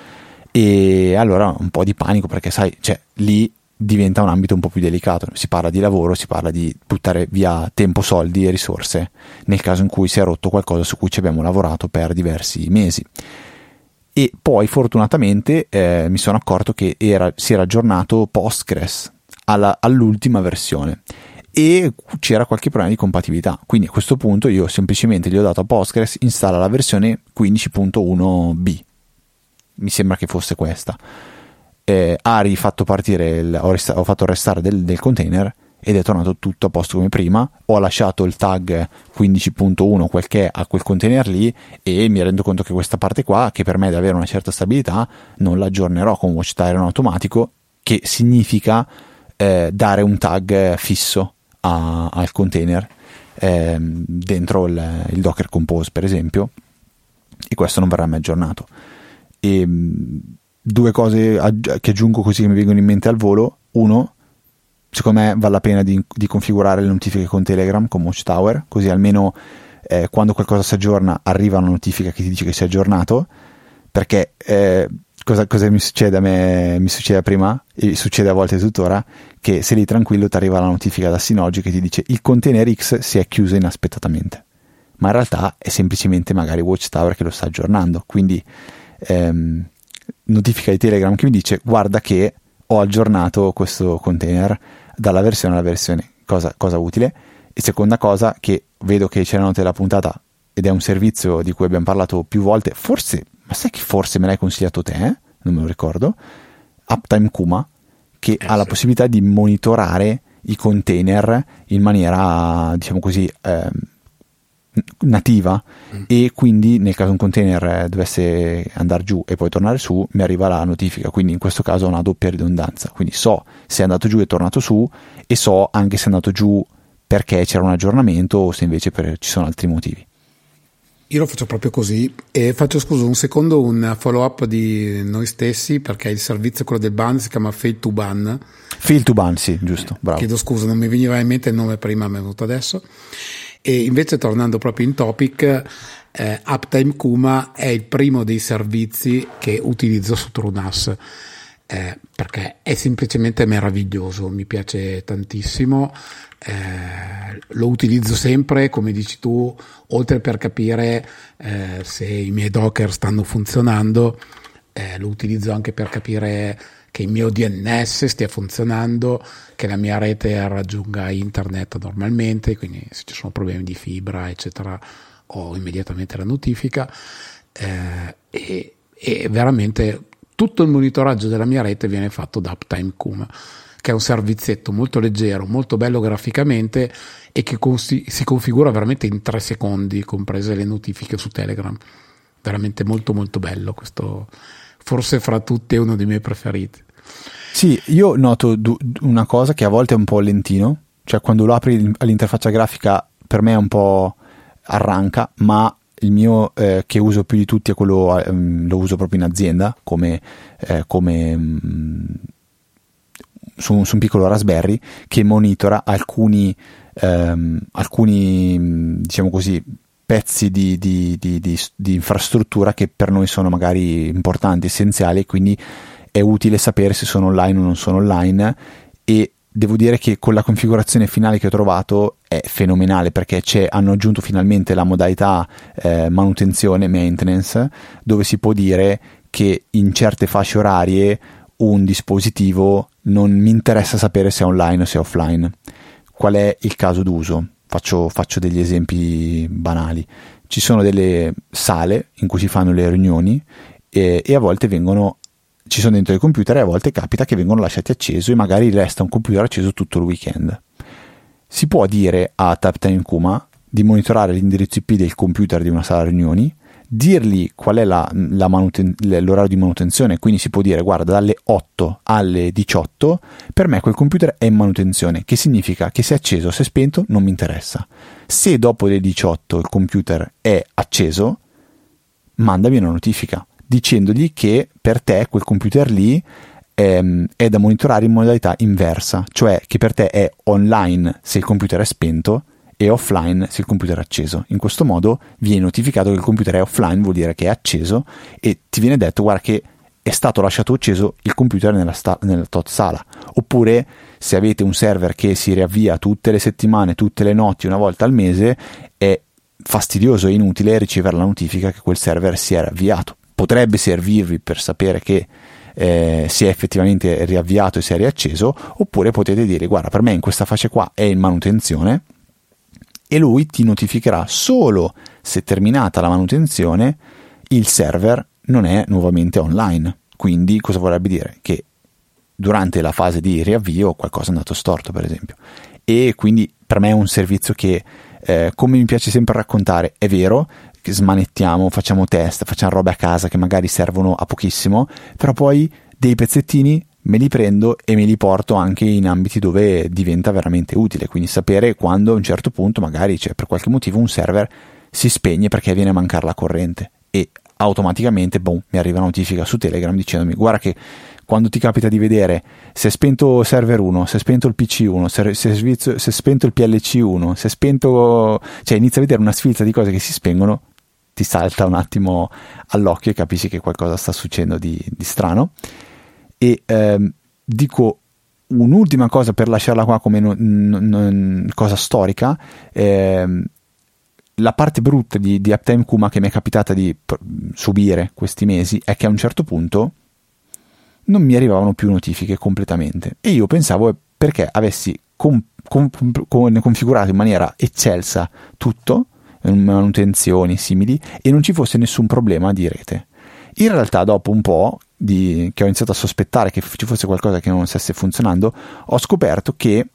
Speaker 1: e allora un po' di panico, perché sai, cioè lì diventa un ambito un po' più delicato, si parla di lavoro, si parla di buttare via tempo, soldi e risorse nel caso in cui si è rotto qualcosa su cui ci abbiamo lavorato per diversi mesi. E poi fortunatamente eh, mi sono accorto che era, si era aggiornato Postgres alla, all'ultima versione e c'era qualche problema di compatibilità, quindi a questo punto io semplicemente gli ho dato a Postgres installa la versione quindici punto uno b, mi sembra che fosse questa. Eh, ha rifatto partire il, ho, resta, ho fatto il restart del, del container ed è tornato tutto a posto come prima. Ho lasciato il tag quindici punto uno quel che è a quel container lì e mi rendo conto che questa parte qua, che per me deve avere una certa stabilità, non la aggiornerò con Watchtower in automatico, che significa eh, dare un tag fisso a, al container eh, dentro il, il Docker Compose per esempio, e questo non verrà mai aggiornato. E due cose aggi- che aggiungo così che mi vengono in mente al volo. Uno, secondo me vale la pena di, di configurare le notifiche con Telegram, con Watchtower, così almeno eh, quando qualcosa si aggiorna arriva una notifica che ti dice che si è aggiornato, perché eh, cosa, cosa mi succede a me, mi succede prima e succede a volte tuttora, che se lì tranquillo ti arriva la notifica da Synology che ti dice il container X si è chiuso inaspettatamente, ma in realtà è semplicemente magari Watchtower che lo sta aggiornando, quindi ehm, notifica di Telegram che mi dice guarda che ho aggiornato questo container dalla versione alla versione, cosa, cosa utile. E seconda cosa, che vedo che c'è la nota della puntata ed è un servizio di cui abbiamo parlato più volte, forse, ma sai che forse me l'hai consigliato te, eh? Non me lo ricordo, Uptime Kuma, che eh, ha sì. la possibilità di monitorare i container in maniera, diciamo così, eh, nativa, mm. e quindi nel caso un container dovesse andare giù e poi tornare su mi arriva la notifica, quindi in questo caso ho una doppia ridondanza, quindi so se è andato giù e è tornato su e so anche se è andato giù perché c'era un aggiornamento o se invece per, ci sono altri motivi.
Speaker 2: Io lo faccio proprio così e faccio scusa un secondo un follow up di noi stessi, perché il servizio, quello del ban, si chiama Fail to Ban.
Speaker 1: Fail to Ban, sì, giusto, bravo.
Speaker 2: Chiedo scusa, non mi veniva in mente il nome prima, mi è venuto adesso. E invece, tornando proprio in topic, eh, Uptime Kuma è il primo dei servizi che utilizzo su TrueNAS, eh, perché è semplicemente meraviglioso, mi piace tantissimo, eh, lo utilizzo sempre, come dici tu, oltre per capire eh, se i miei Docker stanno funzionando, eh, lo utilizzo anche per capire che il mio D N S stia funzionando, che la mia rete raggiunga internet normalmente, quindi se ci sono problemi di fibra eccetera ho immediatamente la notifica, eh, e, e veramente tutto il monitoraggio della mia rete viene fatto da Uptime Kuma, che è un servizietto molto leggero, molto bello graficamente e che consi- si configura veramente in tre secondi, comprese le notifiche su Telegram. Veramente molto molto bello questo, forse fra tutti è uno dei miei preferiti.
Speaker 1: Sì, io noto du- una cosa che a volte è un po' lentino, cioè quando lo apri all'interfaccia grafica per me è un po' arranca, ma il mio eh, che uso più di tutti è quello, ehm, lo uso proprio in azienda come, eh, come mh, su, su un piccolo Raspberry che monitora alcuni ehm, alcuni diciamo così pezzi di, di, di, di, di infrastruttura che per noi sono magari importanti, essenziali, e quindi è utile sapere se sono online o non sono online. E devo dire che con la configurazione finale che ho trovato è fenomenale, perché c'è, hanno aggiunto finalmente la modalità eh, manutenzione, maintenance, dove si può dire che in certe fasce orarie un dispositivo non mi interessa sapere se è online o se è offline. Qual è il caso d'uso? Faccio, faccio degli esempi banali. Ci sono delle sale in cui si fanno le riunioni e, e a volte vengono ci sono dentro i computer e a volte capita che vengono lasciati accesi e magari resta un computer acceso tutto il weekend. Si può dire a TapTime Kuma di monitorare l'indirizzo I P del computer di una sala riunioni, dirgli qual è la, la manuten- l'orario di manutenzione, quindi si può dire guarda dalle otto alle diciotto per me quel computer è in manutenzione, che significa che se è acceso o se è spento non mi interessa. Se dopo le diciotto il computer è acceso, mandami una notifica dicendogli che per te quel computer lì ehm, è da monitorare in modalità inversa, cioè che per te è online se il computer è spento e offline se il computer è acceso. In questo modo viene notificato che il computer è offline, vuol dire che è acceso, e ti viene detto guarda che è stato lasciato acceso il computer nella, sta- nella tot sala. Oppure se avete un server che si riavvia tutte le settimane, tutte le notti, una volta al mese, è fastidioso e inutile ricevere la notifica che quel server si era avviato. Potrebbe servirvi per sapere che eh, si è effettivamente riavviato e si è riacceso, oppure potete dire guarda per me in questa fase qua è in manutenzione, e lui ti notificherà solo se terminata la manutenzione il server non è nuovamente online. Quindi cosa vorrebbe dire? Che durante la fase di riavvio qualcosa è andato storto, per esempio. E quindi per me è un servizio che eh, come mi piace sempre raccontare, è vero che smanettiamo, facciamo test, facciamo robe a casa che magari servono a pochissimo, però poi dei pezzettini me li prendo e me li porto anche in ambiti dove diventa veramente utile. Quindi sapere quando a un certo punto magari cioè, per qualche motivo un server si spegne perché viene a mancare la corrente, e automaticamente boom, mi arriva una notifica su Telegram dicendomi guarda che quando ti capita di vedere se è spento server uno, se è spento il P C uno, se è, se è spento il P L C uno, se è spento, cioè inizia a vedere una sfilza di cose che si spengono, ti salta un attimo all'occhio e capisci che qualcosa sta succedendo di, di strano. E ehm, dico un'ultima cosa per lasciarla qua come non, non, cosa storica. ehm, la parte brutta di, di Uptime Kuma che mi è capitata di pr- subire questi mesi è che a un certo punto non mi arrivavano più notifiche completamente, e io pensavo perché avessi com- com- com- configurato in maniera eccelsa tutto, manutenzioni simili, e non ci fosse nessun problema di rete. In realtà dopo un po' di, che ho iniziato a sospettare che ci fosse qualcosa che non stesse funzionando, ho scoperto che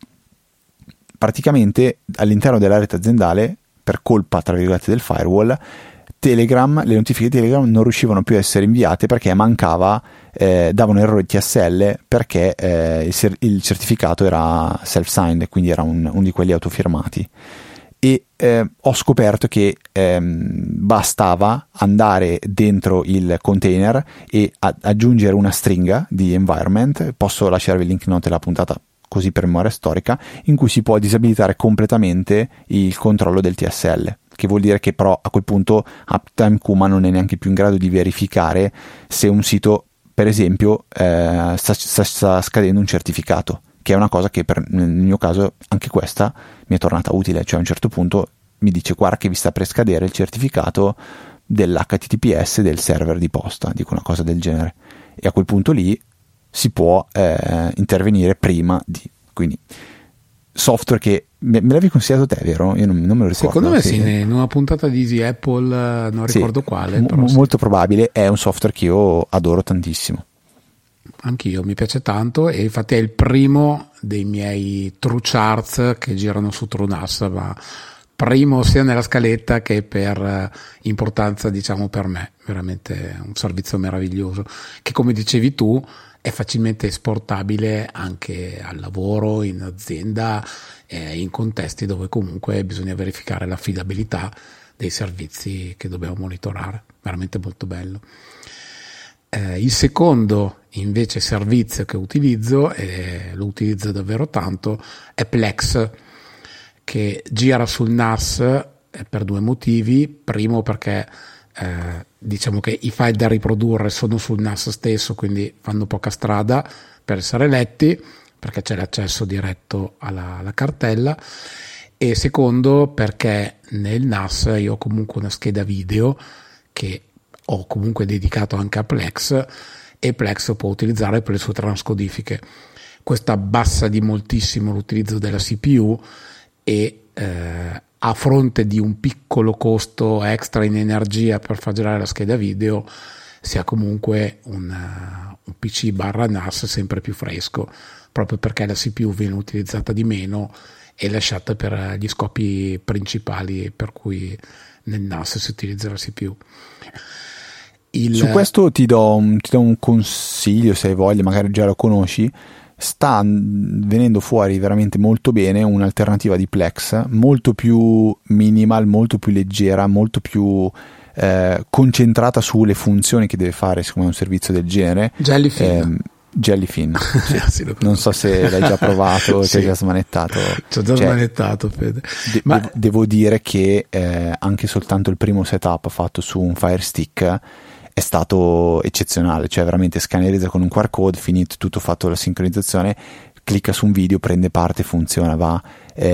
Speaker 1: praticamente all'interno della rete aziendale, per colpa tra virgolette del firewall, Telegram, le notifiche di Telegram non riuscivano più a essere inviate perché mancava, eh, davano errore T S L perché eh, il, il certificato era self-signed, quindi era un, uno di quelli autofirmati. E eh, ho scoperto che ehm, bastava andare dentro il container e a- aggiungere una stringa di environment. Posso lasciarvi il link in note della puntata così per memoria storica, in cui si può disabilitare completamente il controllo del T S L, che vuol dire che però a quel punto Uptime Kuma non è neanche più in grado di verificare se un sito, per esempio, eh, sta, sta, sta scadendo un certificato, che è una cosa che per, nel mio caso anche questa mi è tornata utile. Cioè a un certo punto mi dice guarda che vi sta per scadere il certificato dell'H T T P S del server di posta, dico una cosa del genere, e a quel punto lì si può eh, intervenire prima di, quindi software che me, me l'avevi consigliato te, vero? Io non, non me lo ricordo.
Speaker 2: Secondo me sì, in una puntata di Easy Apple, non ricordo sì, quale,
Speaker 1: m-
Speaker 2: però
Speaker 1: molto
Speaker 2: sì.
Speaker 1: Probabile, è un software che io adoro tantissimo.
Speaker 2: Anch'io, mi piace tanto, e infatti è il primo dei miei True Charts che girano su TrueNAS, ma primo sia nella scaletta che per importanza, diciamo, per me. Veramente un servizio meraviglioso che, come dicevi tu, è facilmente esportabile anche al lavoro, in azienda, eh, in contesti dove comunque bisogna verificare l'affidabilità dei servizi che dobbiamo monitorare. Veramente molto bello. Eh, il secondo invece servizio che utilizzo, e lo utilizzo davvero tanto, è Plex, che gira sul N A S eh, per due motivi. Primo, perché eh, diciamo che i file da riprodurre sono sul N A S stesso, quindi fanno poca strada per essere letti, perché c'è l'accesso diretto alla, alla cartella. E secondo, perché nel N A S io ho comunque una scheda video che ho comunque dedicato anche a Plex, e Plex può utilizzare per le sue transcodifiche. Questo abbassa di moltissimo l'utilizzo della C P U e eh, a fronte di un piccolo costo extra in energia per far girare la scheda video, si ha comunque un, uh, un P C barra N A S sempre più fresco, proprio perché la C P U viene utilizzata di meno e lasciata per gli scopi principali per cui nel N A S si utilizza la C P U. Il...
Speaker 1: Su questo ti do, un, ti do un consiglio, se hai voglia, magari già lo conosci. Sta venendo fuori veramente molto bene un'alternativa di Plex, molto più minimal, molto più leggera, molto più eh, concentrata sulle funzioni che deve fare secondo un servizio del genere.
Speaker 2: Jellyfin.
Speaker 1: Eh, Jellyfin, sì. Sì, non so se l'hai già provato,
Speaker 2: sì.
Speaker 1: Se hai già smanettato.
Speaker 2: Ci ho già
Speaker 1: cioè,
Speaker 2: smanettato, Fede.
Speaker 1: De-
Speaker 2: Ma...
Speaker 1: devo, devo dire che eh, anche soltanto il primo setup fatto su un Fire Stick è stato eccezionale, cioè veramente scannerizza con un Q R code, finito tutto, fatto la sincronizzazione, clicca su un video, prende parte, funziona, va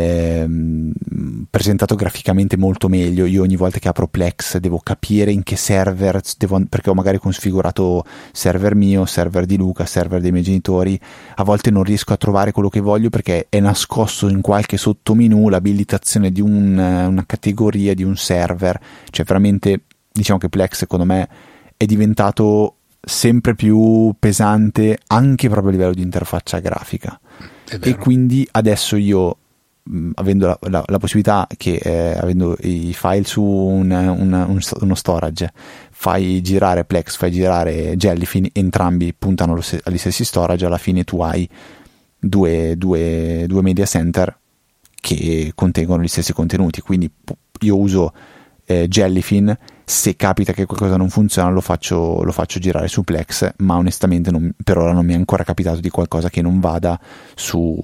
Speaker 1: ehm, presentato graficamente molto meglio. Io ogni volta che apro Plex devo capire in che server devo, perché ho magari configurato server mio, server di Luca, server dei miei genitori, a volte non riesco a trovare quello che voglio perché è nascosto in qualche sottomenu l'abilitazione di un, una categoria di un server. Cioè veramente, diciamo che Plex secondo me è diventato sempre più pesante anche proprio a livello di interfaccia grafica, e quindi adesso io mh, avendo la, la, la possibilità che eh, avendo i file su un, un, un, uno storage, fai girare Plex, fai girare Jellyfin, entrambi puntano allo, agli stessi storage, alla fine tu hai due, due, due media center che contengono gli stessi contenuti, quindi io uso eh, Jellyfin. Se capita che qualcosa non funziona lo faccio, lo faccio girare su Plex, ma onestamente non, per ora non mi è ancora capitato di qualcosa che non vada su,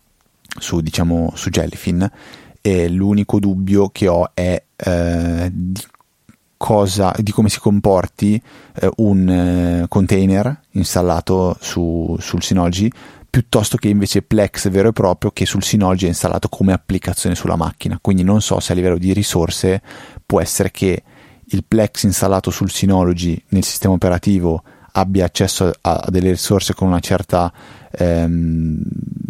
Speaker 1: su diciamo su Jellyfin. E l'unico dubbio che ho è eh, di cosa, di come si comporti eh, un eh, container installato su, sul Synology, piuttosto che invece Plex vero e proprio, che sul Synology è installato come applicazione sulla macchina. Quindi non so se a livello di risorse può essere che il Plex installato sul Synology nel sistema operativo abbia accesso a, a delle risorse con una certa ehm,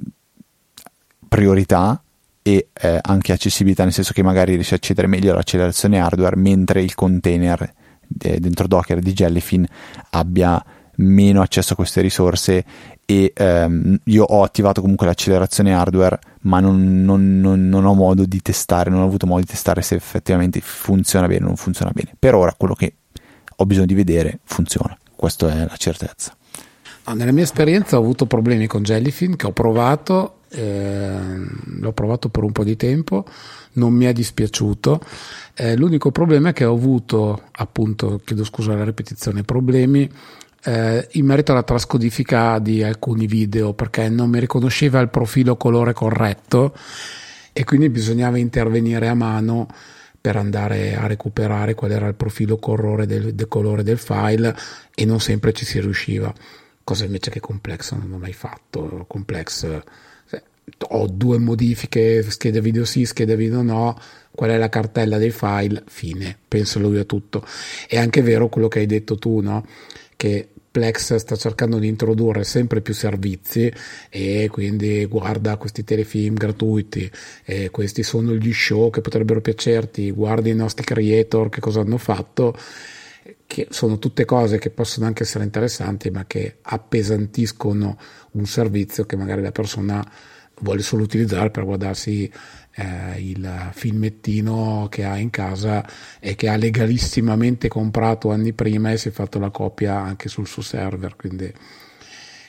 Speaker 1: priorità e eh, anche accessibilità, nel senso che magari riesce a accedere meglio all'accelerazione hardware, mentre il container eh, dentro Docker di Jellyfin abbia meno accesso a queste risorse. E ehm, io ho attivato comunque l'accelerazione hardware, ma non, non, non, non ho modo di testare, non ho avuto modo di testare se effettivamente funziona bene o non funziona bene. Per ora quello che ho bisogno di vedere funziona, questa è la certezza.
Speaker 2: No, nella mia esperienza ho avuto problemi con Jellyfin, che ho provato, eh, l'ho provato per un po' di tempo, non mi è dispiaciuto. Eh, l'unico problema è che ho avuto, appunto, chiedo scusa la ripetizione, problemi Eh, in merito alla trascodifica di alcuni video, perché non mi riconosceva il profilo colore corretto e quindi bisognava intervenire a mano per andare a recuperare qual era il profilo colore del, del colore del file, e non sempre ci si riusciva, cosa invece che con Plex non ho mai fatto. Con Plex eh, ho due modifiche, scheda video sì, scheda video no, qual è la cartella dei file, fine, penso lui a tutto. È anche vero quello che hai detto tu, no? Che Plex sta cercando di introdurre sempre più servizi, e quindi guarda questi telefilm gratuiti, e questi sono gli show che potrebbero piacerti, guardi i nostri creator che cosa hanno fatto, che sono tutte cose che possono anche essere interessanti, ma che appesantiscono un servizio che magari la persona vuole solo utilizzare per guardarsi eh, il filmettino che ha in casa e che ha legalissimamente comprato anni prima e si è fatto la copia anche sul suo server. Quindi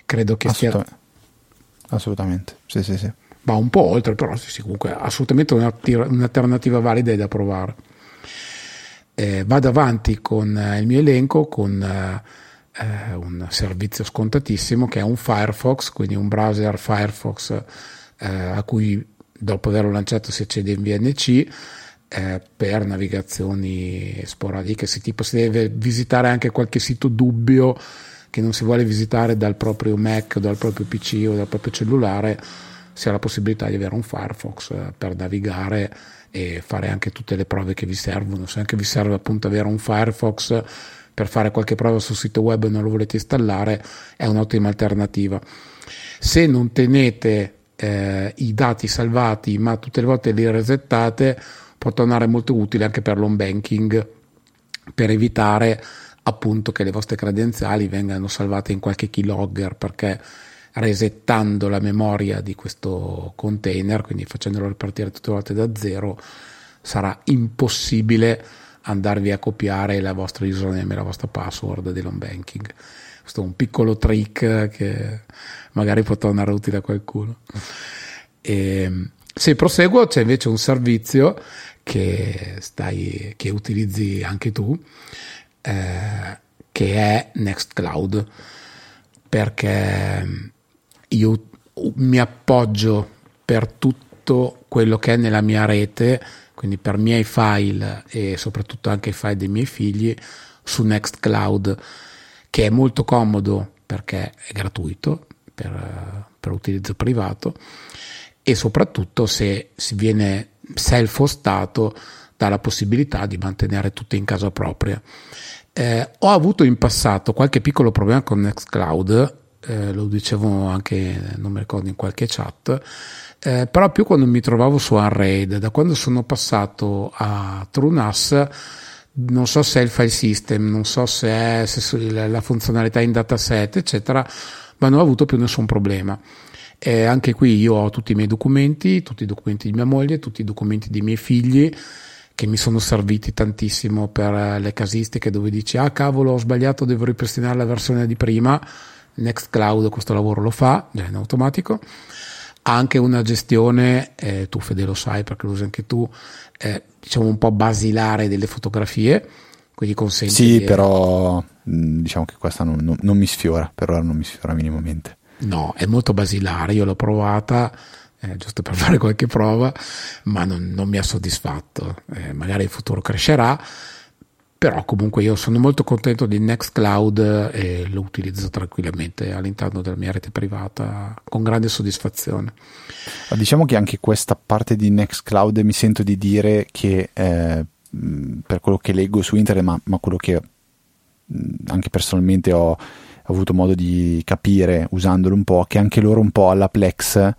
Speaker 2: credo che
Speaker 1: Assolutamente.
Speaker 2: stia
Speaker 1: Assolutamente, sì sì sì.
Speaker 2: va un po' oltre, però sì, sì, comunque assolutamente un'alternativa valida e da provare. Eh, vado avanti con eh, il mio elenco con eh, un servizio scontatissimo che è un Firefox, quindi un browser Firefox eh, a cui dopo averlo lanciato si accede in V N C eh, per navigazioni sporadiche, se tipo si deve visitare anche qualche sito dubbio che non si vuole visitare dal proprio Mac o dal proprio P C o dal proprio cellulare, si ha la possibilità di avere un Firefox eh, per navigare e fare anche tutte le prove che vi servono. Se anche vi serve appunto avere un Firefox per fare qualche prova sul sito web e non lo volete installare, è un'ottima alternativa. Se non tenete eh, i dati salvati ma tutte le volte li resettate, può tornare molto utile anche per l'home banking, per evitare appunto che le vostre credenziali vengano salvate in qualche keylogger, perché resettando la memoria di questo container, quindi facendolo ripartire tutte le volte da zero, sarà impossibile andarvi a copiare la vostra username e la vostra password dell'home banking. Questo è un piccolo trick che magari può tornare utile a qualcuno. E se proseguo, c'è invece un servizio che stai che utilizzi anche tu, eh, che è Nextcloud, perché io mi appoggio per tutto quello che è nella mia rete, quindi per i miei file e soprattutto anche i file dei miei figli, su Nextcloud, che è molto comodo perché è gratuito per, per utilizzo privato, e soprattutto se si viene self-hostato dà la possibilità di mantenere tutto in casa propria. Eh, ho avuto in passato qualche piccolo problema con Nextcloud, eh, lo dicevo anche, non mi ricordo, in qualche chat, eh, però più quando mi trovavo su Unraid. Da quando sono passato a TrueNAS, non so se è il file system, non so se è se la funzionalità in dataset eccetera, ma non ho avuto più nessun problema. E anche qui io ho tutti i miei documenti, tutti i documenti di mia moglie, tutti i documenti dei miei figli, che mi sono serviti tantissimo per le casistiche dove dici ah cavolo ho sbagliato, devo ripristinare la versione di prima. Nextcloud questo lavoro lo fa già in automatico. Ha anche una gestione, eh, tu Fede lo sai perché lo usi anche tu, eh, diciamo un po' basilare delle fotografie, quindi consente
Speaker 1: sì
Speaker 2: di...
Speaker 1: però diciamo che questa non, non, non mi sfiora, per ora non mi sfiora minimamente.
Speaker 2: No, è molto basilare, io l'ho provata eh, giusto per fare qualche prova, ma non, non mi ha soddisfatto. Eh, magari in futuro crescerà, però comunque io sono molto contento di Nextcloud e lo utilizzo tranquillamente all'interno della mia rete privata con grande soddisfazione.
Speaker 1: Diciamo che anche questa parte di Nextcloud mi sento di dire che eh, per quello che leggo su internet, ma, ma quello che anche personalmente ho ho avuto modo di capire usandolo un po', che anche loro un po' alla Plex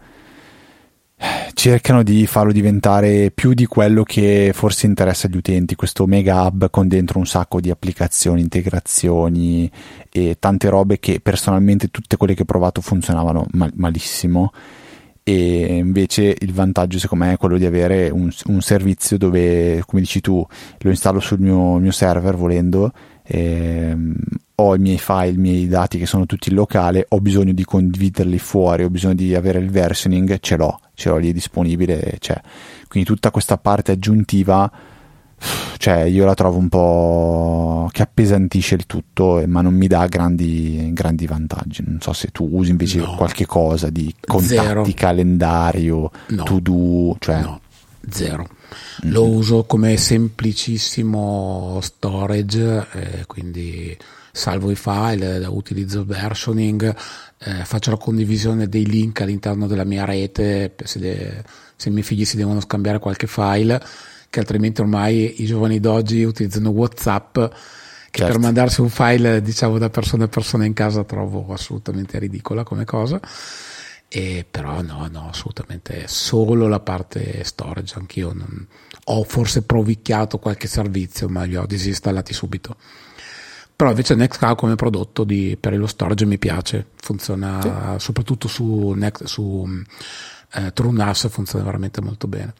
Speaker 1: cercano di farlo diventare più di quello che forse interessa agli utenti, questo mega hub con dentro un sacco di applicazioni, integrazioni e tante robe che personalmente tutte quelle che ho provato funzionavano mal- malissimo, e invece il vantaggio secondo me è quello di avere un, un servizio dove, come dici tu, lo installo sul mio, mio server volendo, ehm, ho i miei file, i miei dati che sono tutti in locale, ho bisogno di condividerli fuori, ho bisogno di avere il versioning, ce l'ho, ce l'ho lì disponibile, cioè. Quindi tutta questa parte aggiuntiva, cioè io la trovo un po' che appesantisce il tutto, ma non mi dà grandi, grandi vantaggi. Non so se tu usi invece
Speaker 2: no.
Speaker 1: qualche cosa di contatti,
Speaker 2: Zero.
Speaker 1: calendario,
Speaker 2: no.
Speaker 1: to do, cioè...
Speaker 2: No, zero. Mm-hmm. Lo uso come semplicissimo storage, eh, quindi salvo i file, utilizzo versioning, eh, faccio la condivisione dei link all'interno della mia rete se, de- se i miei figli si devono scambiare qualche file, che altrimenti ormai i giovani d'oggi utilizzano WhatsApp, che certo. Per mandarsi un file diciamo da persona a persona in casa trovo assolutamente ridicola come cosa. E però no, no, assolutamente solo la parte storage. Anch'io non, ho forse provicchiato qualche servizio, ma li ho disinstallati subito. Però invece Nextcloud come prodotto di, per lo storage mi piace, funziona sì. Soprattutto su, Next, su eh, TrueNAS funziona veramente molto bene.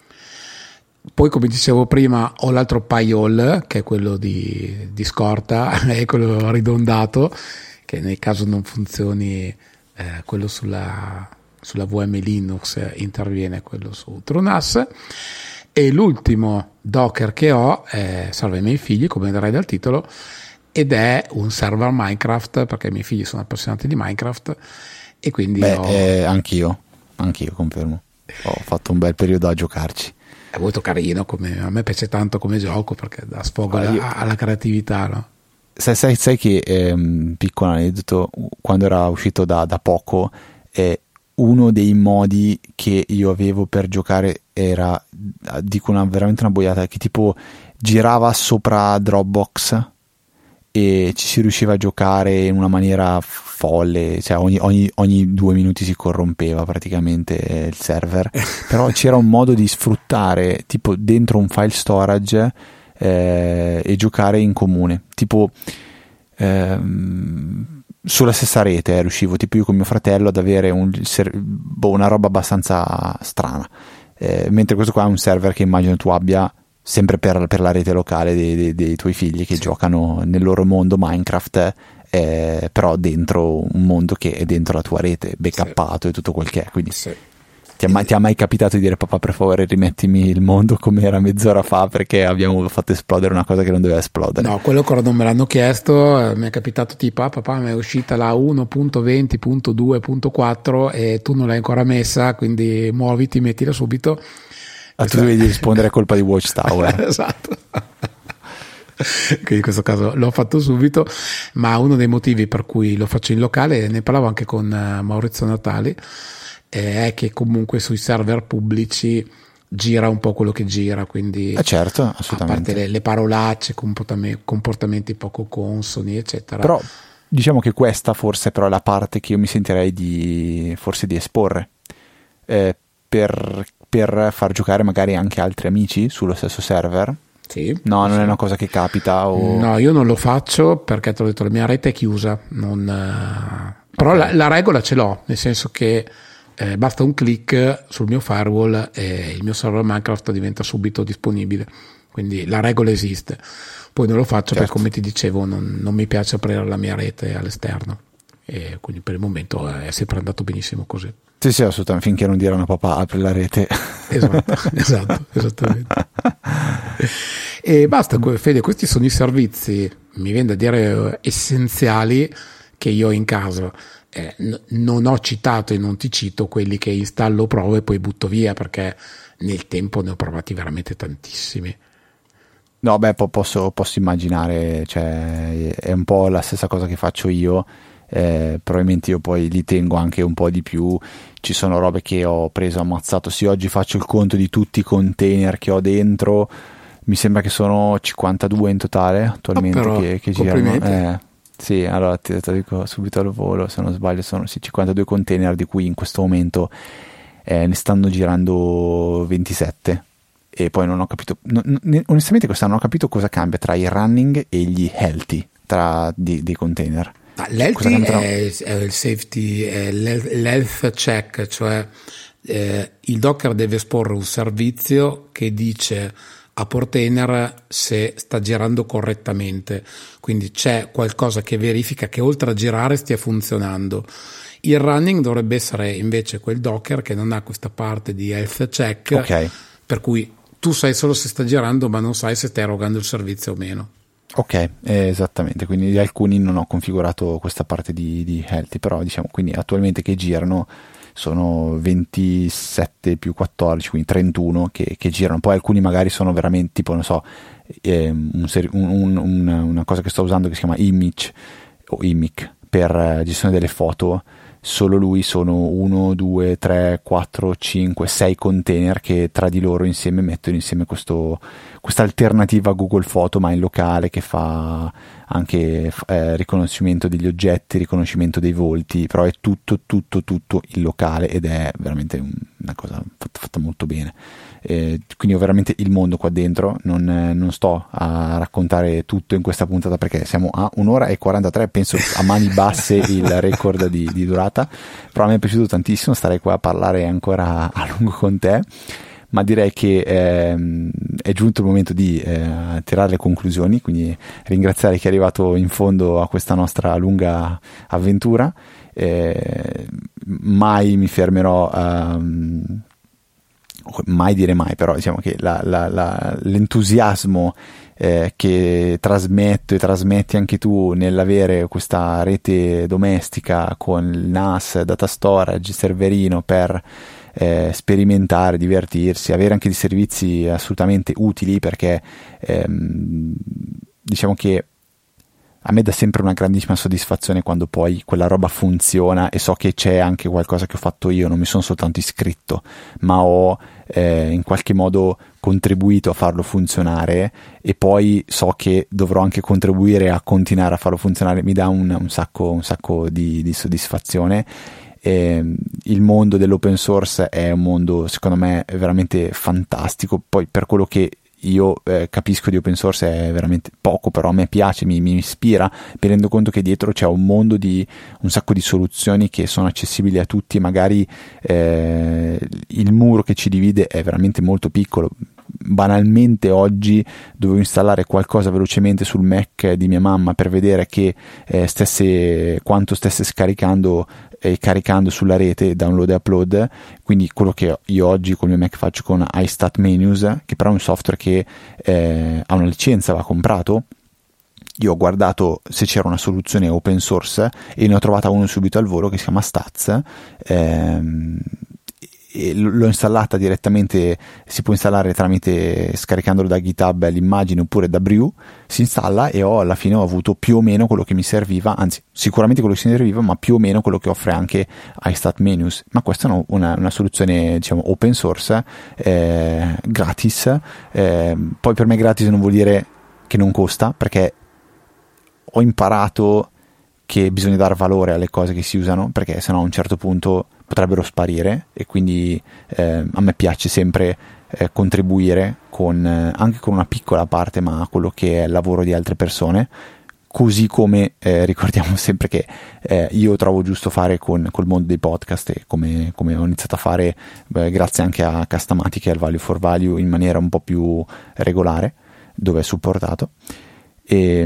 Speaker 2: Poi, come dicevo prima, ho l'altro Pi-hole, che è quello di, di scorta, è quello ridondato, che nel caso non funzioni eh, quello sulla, sulla V M Linux eh, interviene quello su TrueNAS. E l'ultimo Docker che ho eh, salva i miei figli, come vedrai dal titolo, ed è un server Minecraft, perché i miei figli sono appassionati di Minecraft e quindi
Speaker 1: Beh,
Speaker 2: ho...
Speaker 1: eh, anch'io anch'io confermo, ho fatto un bel periodo a giocarci.
Speaker 2: È molto carino, come, a me piace tanto come gioco perché dà sfogo
Speaker 1: ah,
Speaker 2: alla,
Speaker 1: io...
Speaker 2: alla creatività, no?
Speaker 1: Sai, sai, sai che, ehm, piccolo aneddoto, quando era uscito da, da poco, eh, uno dei modi che io avevo per giocare era, dico una, veramente una boiata, che tipo girava sopra Dropbox e ci si riusciva a giocare in una maniera folle, cioè ogni, ogni, ogni due minuti si corrompeva praticamente il server, però c'era un modo di sfruttare tipo dentro un file storage eh, e giocare in comune, tipo ehm, sulla stessa rete eh, riuscivo tipo io con mio fratello ad avere un, boh, una roba abbastanza strana, eh, mentre questo qua è un server che immagino tu abbia sempre per, per la rete locale dei, dei, dei tuoi figli che sì. giocano nel loro mondo Minecraft, eh, però dentro un mondo che è dentro la tua rete, backuppato sì. e tutto quel che è, quindi sì. ti, è mai, ti è mai capitato di dire papà per favore rimettimi il mondo come era mezz'ora fa perché abbiamo fatto esplodere una cosa che non doveva esplodere?
Speaker 2: No, quello ancora non me l'hanno chiesto, eh, mi è capitato tipo ah, papà mi è uscita la uno punto venti punto due punto quattro e tu non l'hai ancora messa, quindi muoviti, mettila subito.
Speaker 1: Ah, tu devi rispondere a colpa di Watchtower.
Speaker 2: Esatto. Quindi in questo caso l'ho fatto subito, ma uno dei motivi per cui lo faccio in locale, ne parlavo anche con Maurizio Natali, eh, è che comunque sui server pubblici gira un po' quello che gira, quindi
Speaker 1: eh certo, assolutamente.
Speaker 2: A parte le, le parolacce, comportamenti, comportamenti poco consoni, eccetera.
Speaker 1: Però diciamo che questa forse però è la parte che io mi sentirei di forse di esporre, eh, per per far giocare magari anche altri amici sullo stesso server.
Speaker 2: Sì,
Speaker 1: no, non
Speaker 2: sì.
Speaker 1: è una cosa che capita o...
Speaker 2: No, io non lo faccio perché ti ho detto la mia rete è chiusa, non... però okay. la, la regola ce l'ho, nel senso che eh, basta un click sul mio firewall e il mio server Minecraft diventa subito disponibile, quindi la regola esiste. Poi non lo faccio certo. perché come ti dicevo non, non mi piace aprire la mia rete all'esterno e quindi per il momento è sempre andato benissimo così.
Speaker 1: Sì, sì, assolutamente, finché non diranno papà apri la rete.
Speaker 2: Esatto, esatto, esattamente. E basta, Fede, questi sono i servizi, mi viene da dire, essenziali che io ho in casa. Eh, n- non ho citato e non ti cito quelli che installo, provo e poi butto via, perché nel tempo ne ho provati veramente tantissimi.
Speaker 1: No, beh, po- posso, posso immaginare, cioè, è un po' la stessa cosa che faccio io. Eh, probabilmente io poi li tengo anche un po' di più, ci sono robe che ho preso ammazzato, sì oggi faccio il conto di tutti i container che ho dentro, mi sembra che sono cinquantadue in totale attualmente oh, però, che, che girano eh, sì, allora ti, ti dico subito al volo se non sbaglio sono sì, cinquantadue container di cui in questo momento eh, ne stanno girando ventisette e poi non ho capito no, n- onestamente quest'anno non ho capito cosa cambia tra i running e gli healthy tra di, dei container.
Speaker 2: L'healthy è, è il safety, è l'health check, cioè eh, il Docker deve esporre un servizio che dice a Portainer se sta girando correttamente, quindi c'è qualcosa che verifica che oltre a girare stia funzionando. Il running dovrebbe essere invece quel Docker che non ha questa parte di health check,
Speaker 1: okay.
Speaker 2: per cui tu sai solo se sta girando ma non sai se stai erogando il servizio o meno.
Speaker 1: Ok, eh, esattamente, quindi di alcuni non ho configurato questa parte di, di healthy, però diciamo quindi attualmente che girano sono ventisette più quattordici, quindi trentuno che, che girano, poi alcuni magari sono veramente tipo non so eh, un seri- un, un, una cosa che sto usando che si chiama Image o Imic per gestione delle foto, solo lui sono uno, due, tre, quattro, cinque, sei container che tra di loro insieme mettono insieme questo, questa alternativa a Google Foto ma in locale che fa anche eh, riconoscimento degli oggetti, riconoscimento dei volti, però è tutto tutto tutto in locale ed è veramente una cosa fatta, fatta molto bene. Eh, quindi ho veramente il mondo qua dentro, non, eh, non sto a raccontare tutto in questa puntata perché siamo a un'ora e quarantatré, penso a mani basse il record di, di durata, però mi è piaciuto tantissimo stare qua a parlare ancora a lungo con te, ma direi che ehm, è giunto il momento di eh, tirare le conclusioni, quindi ringraziare chi è arrivato in fondo a questa nostra lunga avventura. Eh, mai mi fermerò a mai dire mai, però diciamo che la, la, la, l'entusiasmo eh, che trasmetto e trasmetti anche tu nell'avere questa rete domestica con il N A S, data storage, serverino per eh, sperimentare, divertirsi, avere anche dei servizi assolutamente utili, perché ehm, diciamo che a me dà sempre una grandissima soddisfazione quando poi quella roba funziona e so che c'è anche qualcosa che ho fatto io, non mi sono soltanto iscritto, ma ho eh, in qualche modo contribuito a farlo funzionare, e poi so che dovrò anche contribuire a continuare a farlo funzionare. Mi dà un, un sacco, un sacco di, di soddisfazione. Eh, il mondo dell'open source è un mondo, secondo me, veramente fantastico. Poi, per quello che io eh, capisco di open source è veramente poco, però a me piace, mi, mi ispira, mi rendo conto che dietro c'è un mondo di un sacco di soluzioni che sono accessibili a tutti. Magari eh, il muro che ci divide è veramente molto piccolo. Banalmente oggi dovevo installare qualcosa velocemente sul Mac di mia mamma per vedere che eh, stesse quanto stesse scaricando e caricando sulla rete, download e upload. Quindi quello che io oggi con il mio Mac faccio con iStatMenus, che però è un software che eh, ha una licenza, va comprato. Io ho guardato se c'era una soluzione open source e ne ho trovata uno subito al volo che si chiama Stats, ehm, e l'ho installata direttamente. Si può installare tramite, scaricandolo da GitHub l'immagine, oppure da Brew, si installa, e ho alla fine ho avuto più o meno quello che mi serviva, anzi sicuramente quello che mi serviva, ma più o meno quello che offre anche iStatMenus. Ma questa è una, una soluzione, diciamo, open source, eh, gratis. Eh, poi per me gratis non vuol dire che non costa, perché ho imparato che bisogna dare valore alle cose che si usano, perché sennò a un certo punto potrebbero sparire, e quindi eh, a me piace sempre eh, contribuire con, eh, anche con una piccola parte, ma a quello che è il lavoro di altre persone. Così come eh, ricordiamo sempre che eh, io trovo giusto fare con col mondo dei podcast, e come, come ho iniziato a fare beh, grazie anche a Castamatic e al Value for Value, in maniera un po' più regolare, dove è supportato. E,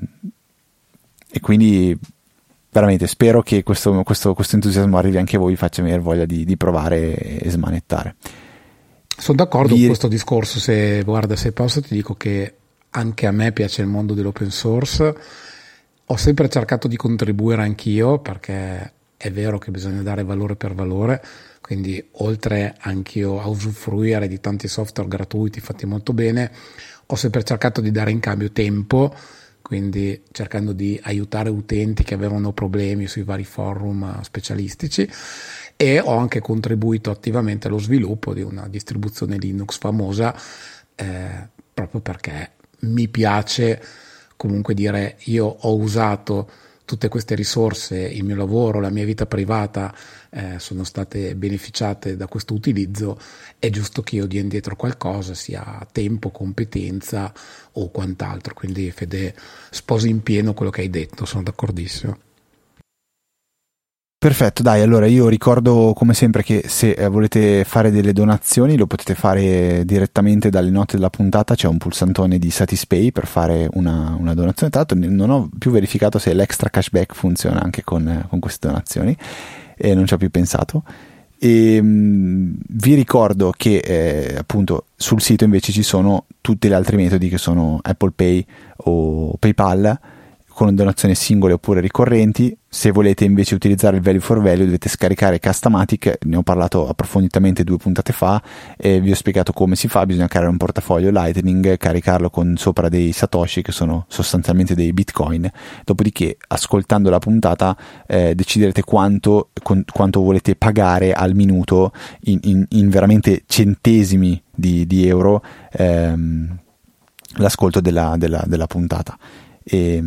Speaker 1: e quindi veramente spero che questo, questo, questo entusiasmo arrivi anche a voi, faccia venire voglia di, di provare e smanettare.
Speaker 2: Sono d'accordo
Speaker 1: Vi...
Speaker 2: con questo discorso. Se guarda, se posso ti dico che anche a me piace il mondo dell'open source. Ho sempre cercato di contribuire anch'io, perché è vero che bisogna dare valore per valore, quindi oltre anch'io a usufruire di tanti software gratuiti fatti molto bene, ho sempre cercato di dare in cambio tempo, quindi cercando di aiutare utenti che avevano problemi sui vari forum specialistici, e ho anche contribuito attivamente allo sviluppo di una distribuzione Linux famosa, eh, proprio perché mi piace comunque dire: io ho usato tutte queste risorse, il mio lavoro, la mia vita privata eh, sono state beneficiate da questo utilizzo, è giusto che io dia indietro qualcosa, sia tempo, competenza o quant'altro. Quindi Fede, sposi in pieno quello che hai detto, sono d'accordissimo.
Speaker 1: Perfetto, dai, allora io ricordo come sempre che se eh, volete fare delle donazioni lo potete fare direttamente dalle note della puntata, c'è un pulsantone di Satispay per fare una, una donazione. Tra l'altro non ho più verificato se l'extra cashback funziona anche con, con queste donazioni, e non ci ho più pensato. E mh, vi ricordo che eh, appunto sul sito invece ci sono tutti gli altri metodi, che sono Apple Pay o PayPal, con donazioni singole oppure ricorrenti. Se volete invece utilizzare il Value for Value dovete scaricare Castamatic, ne ho parlato approfonditamente due puntate fa e vi ho spiegato come si fa. Bisogna creare un portafoglio Lightning, caricarlo con sopra dei Satoshi, che sono sostanzialmente dei Bitcoin, dopodiché ascoltando la puntata eh, deciderete quanto, con, quanto volete pagare al minuto in, in, in veramente centesimi di, di euro ehm, l'ascolto della, della, della puntata. E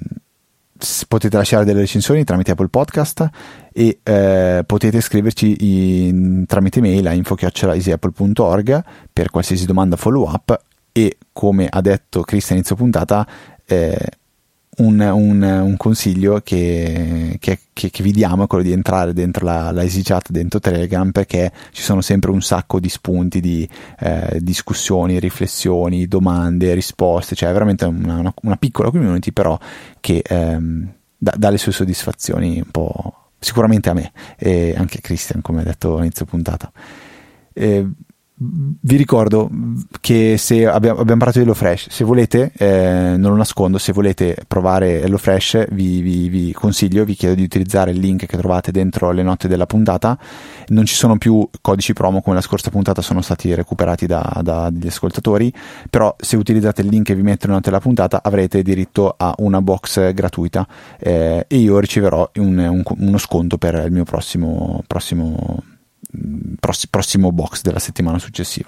Speaker 1: potete lasciare delle recensioni tramite Apple Podcast, e eh, potete scriverci in, tramite mail a info chiocciola easyapple punto org per qualsiasi domanda follow up. E come ha detto Chris a inizio puntata, eh, un, un, un consiglio che, che, che, che vi diamo è quello di entrare dentro la, la EasyChat, dentro Telegram, perché ci sono sempre un sacco di spunti, di eh, discussioni, riflessioni, domande, risposte, cioè è veramente una, una, una piccola community, però che ehm, dà, dà le sue soddisfazioni un po', sicuramente a me e anche a Christian, come ha detto all'inizio puntata. Eh, vi ricordo che se abbiamo, abbiamo parlato di HelloFresh, se volete, eh, non lo nascondo, se volete provare HelloFresh vi, vi, vi consiglio, vi chiedo di utilizzare il link che trovate dentro le note della puntata. Non ci sono più codici promo come la scorsa puntata, sono stati recuperati da, da degli ascoltatori, però se utilizzate il link che vi metto nelle note della puntata avrete diritto a una box gratuita, eh, e io riceverò un, un, uno sconto per il mio prossimo prossimo prossimo box della settimana successiva.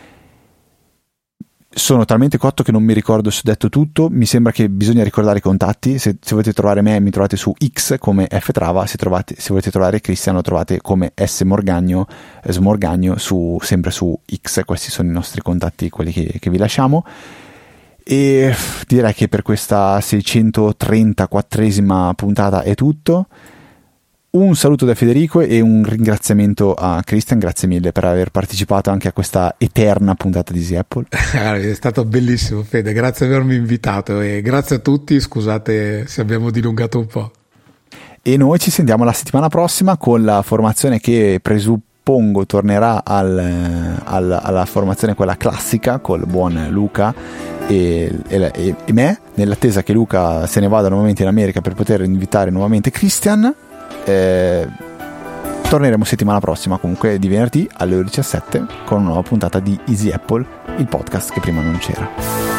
Speaker 1: Sono talmente cotto che non mi ricordo se ho detto tutto. Mi sembra che bisogna ricordare i contatti. Se, se volete trovare me, mi trovate su X come ftrava. Se, trovate, se volete trovare Christian, lo trovate come smorgagno, smorgagno su, sempre su X. Questi sono i nostri contatti, quelli che, che vi lasciamo. E direi che per questa seicentotrentaquattresima puntata è tutto. Un saluto da Federico e un ringraziamento a Christian, grazie mille per aver partecipato anche a questa eterna puntata di Easy Apple.
Speaker 2: È stato bellissimo, Fede, grazie di avermi invitato e grazie a tutti, scusate se abbiamo dilungato un po'.
Speaker 1: E noi ci sentiamo la settimana prossima con la formazione che presuppongo tornerà al, al, alla formazione quella classica col buon Luca e, e, e me, nell'attesa che Luca se ne vada nuovamente in America per poter invitare nuovamente Christian. Eh, torneremo settimana prossima, comunque di venerdì alle ore diciassette, con una nuova puntata di Easy Apple, il podcast che prima non c'era.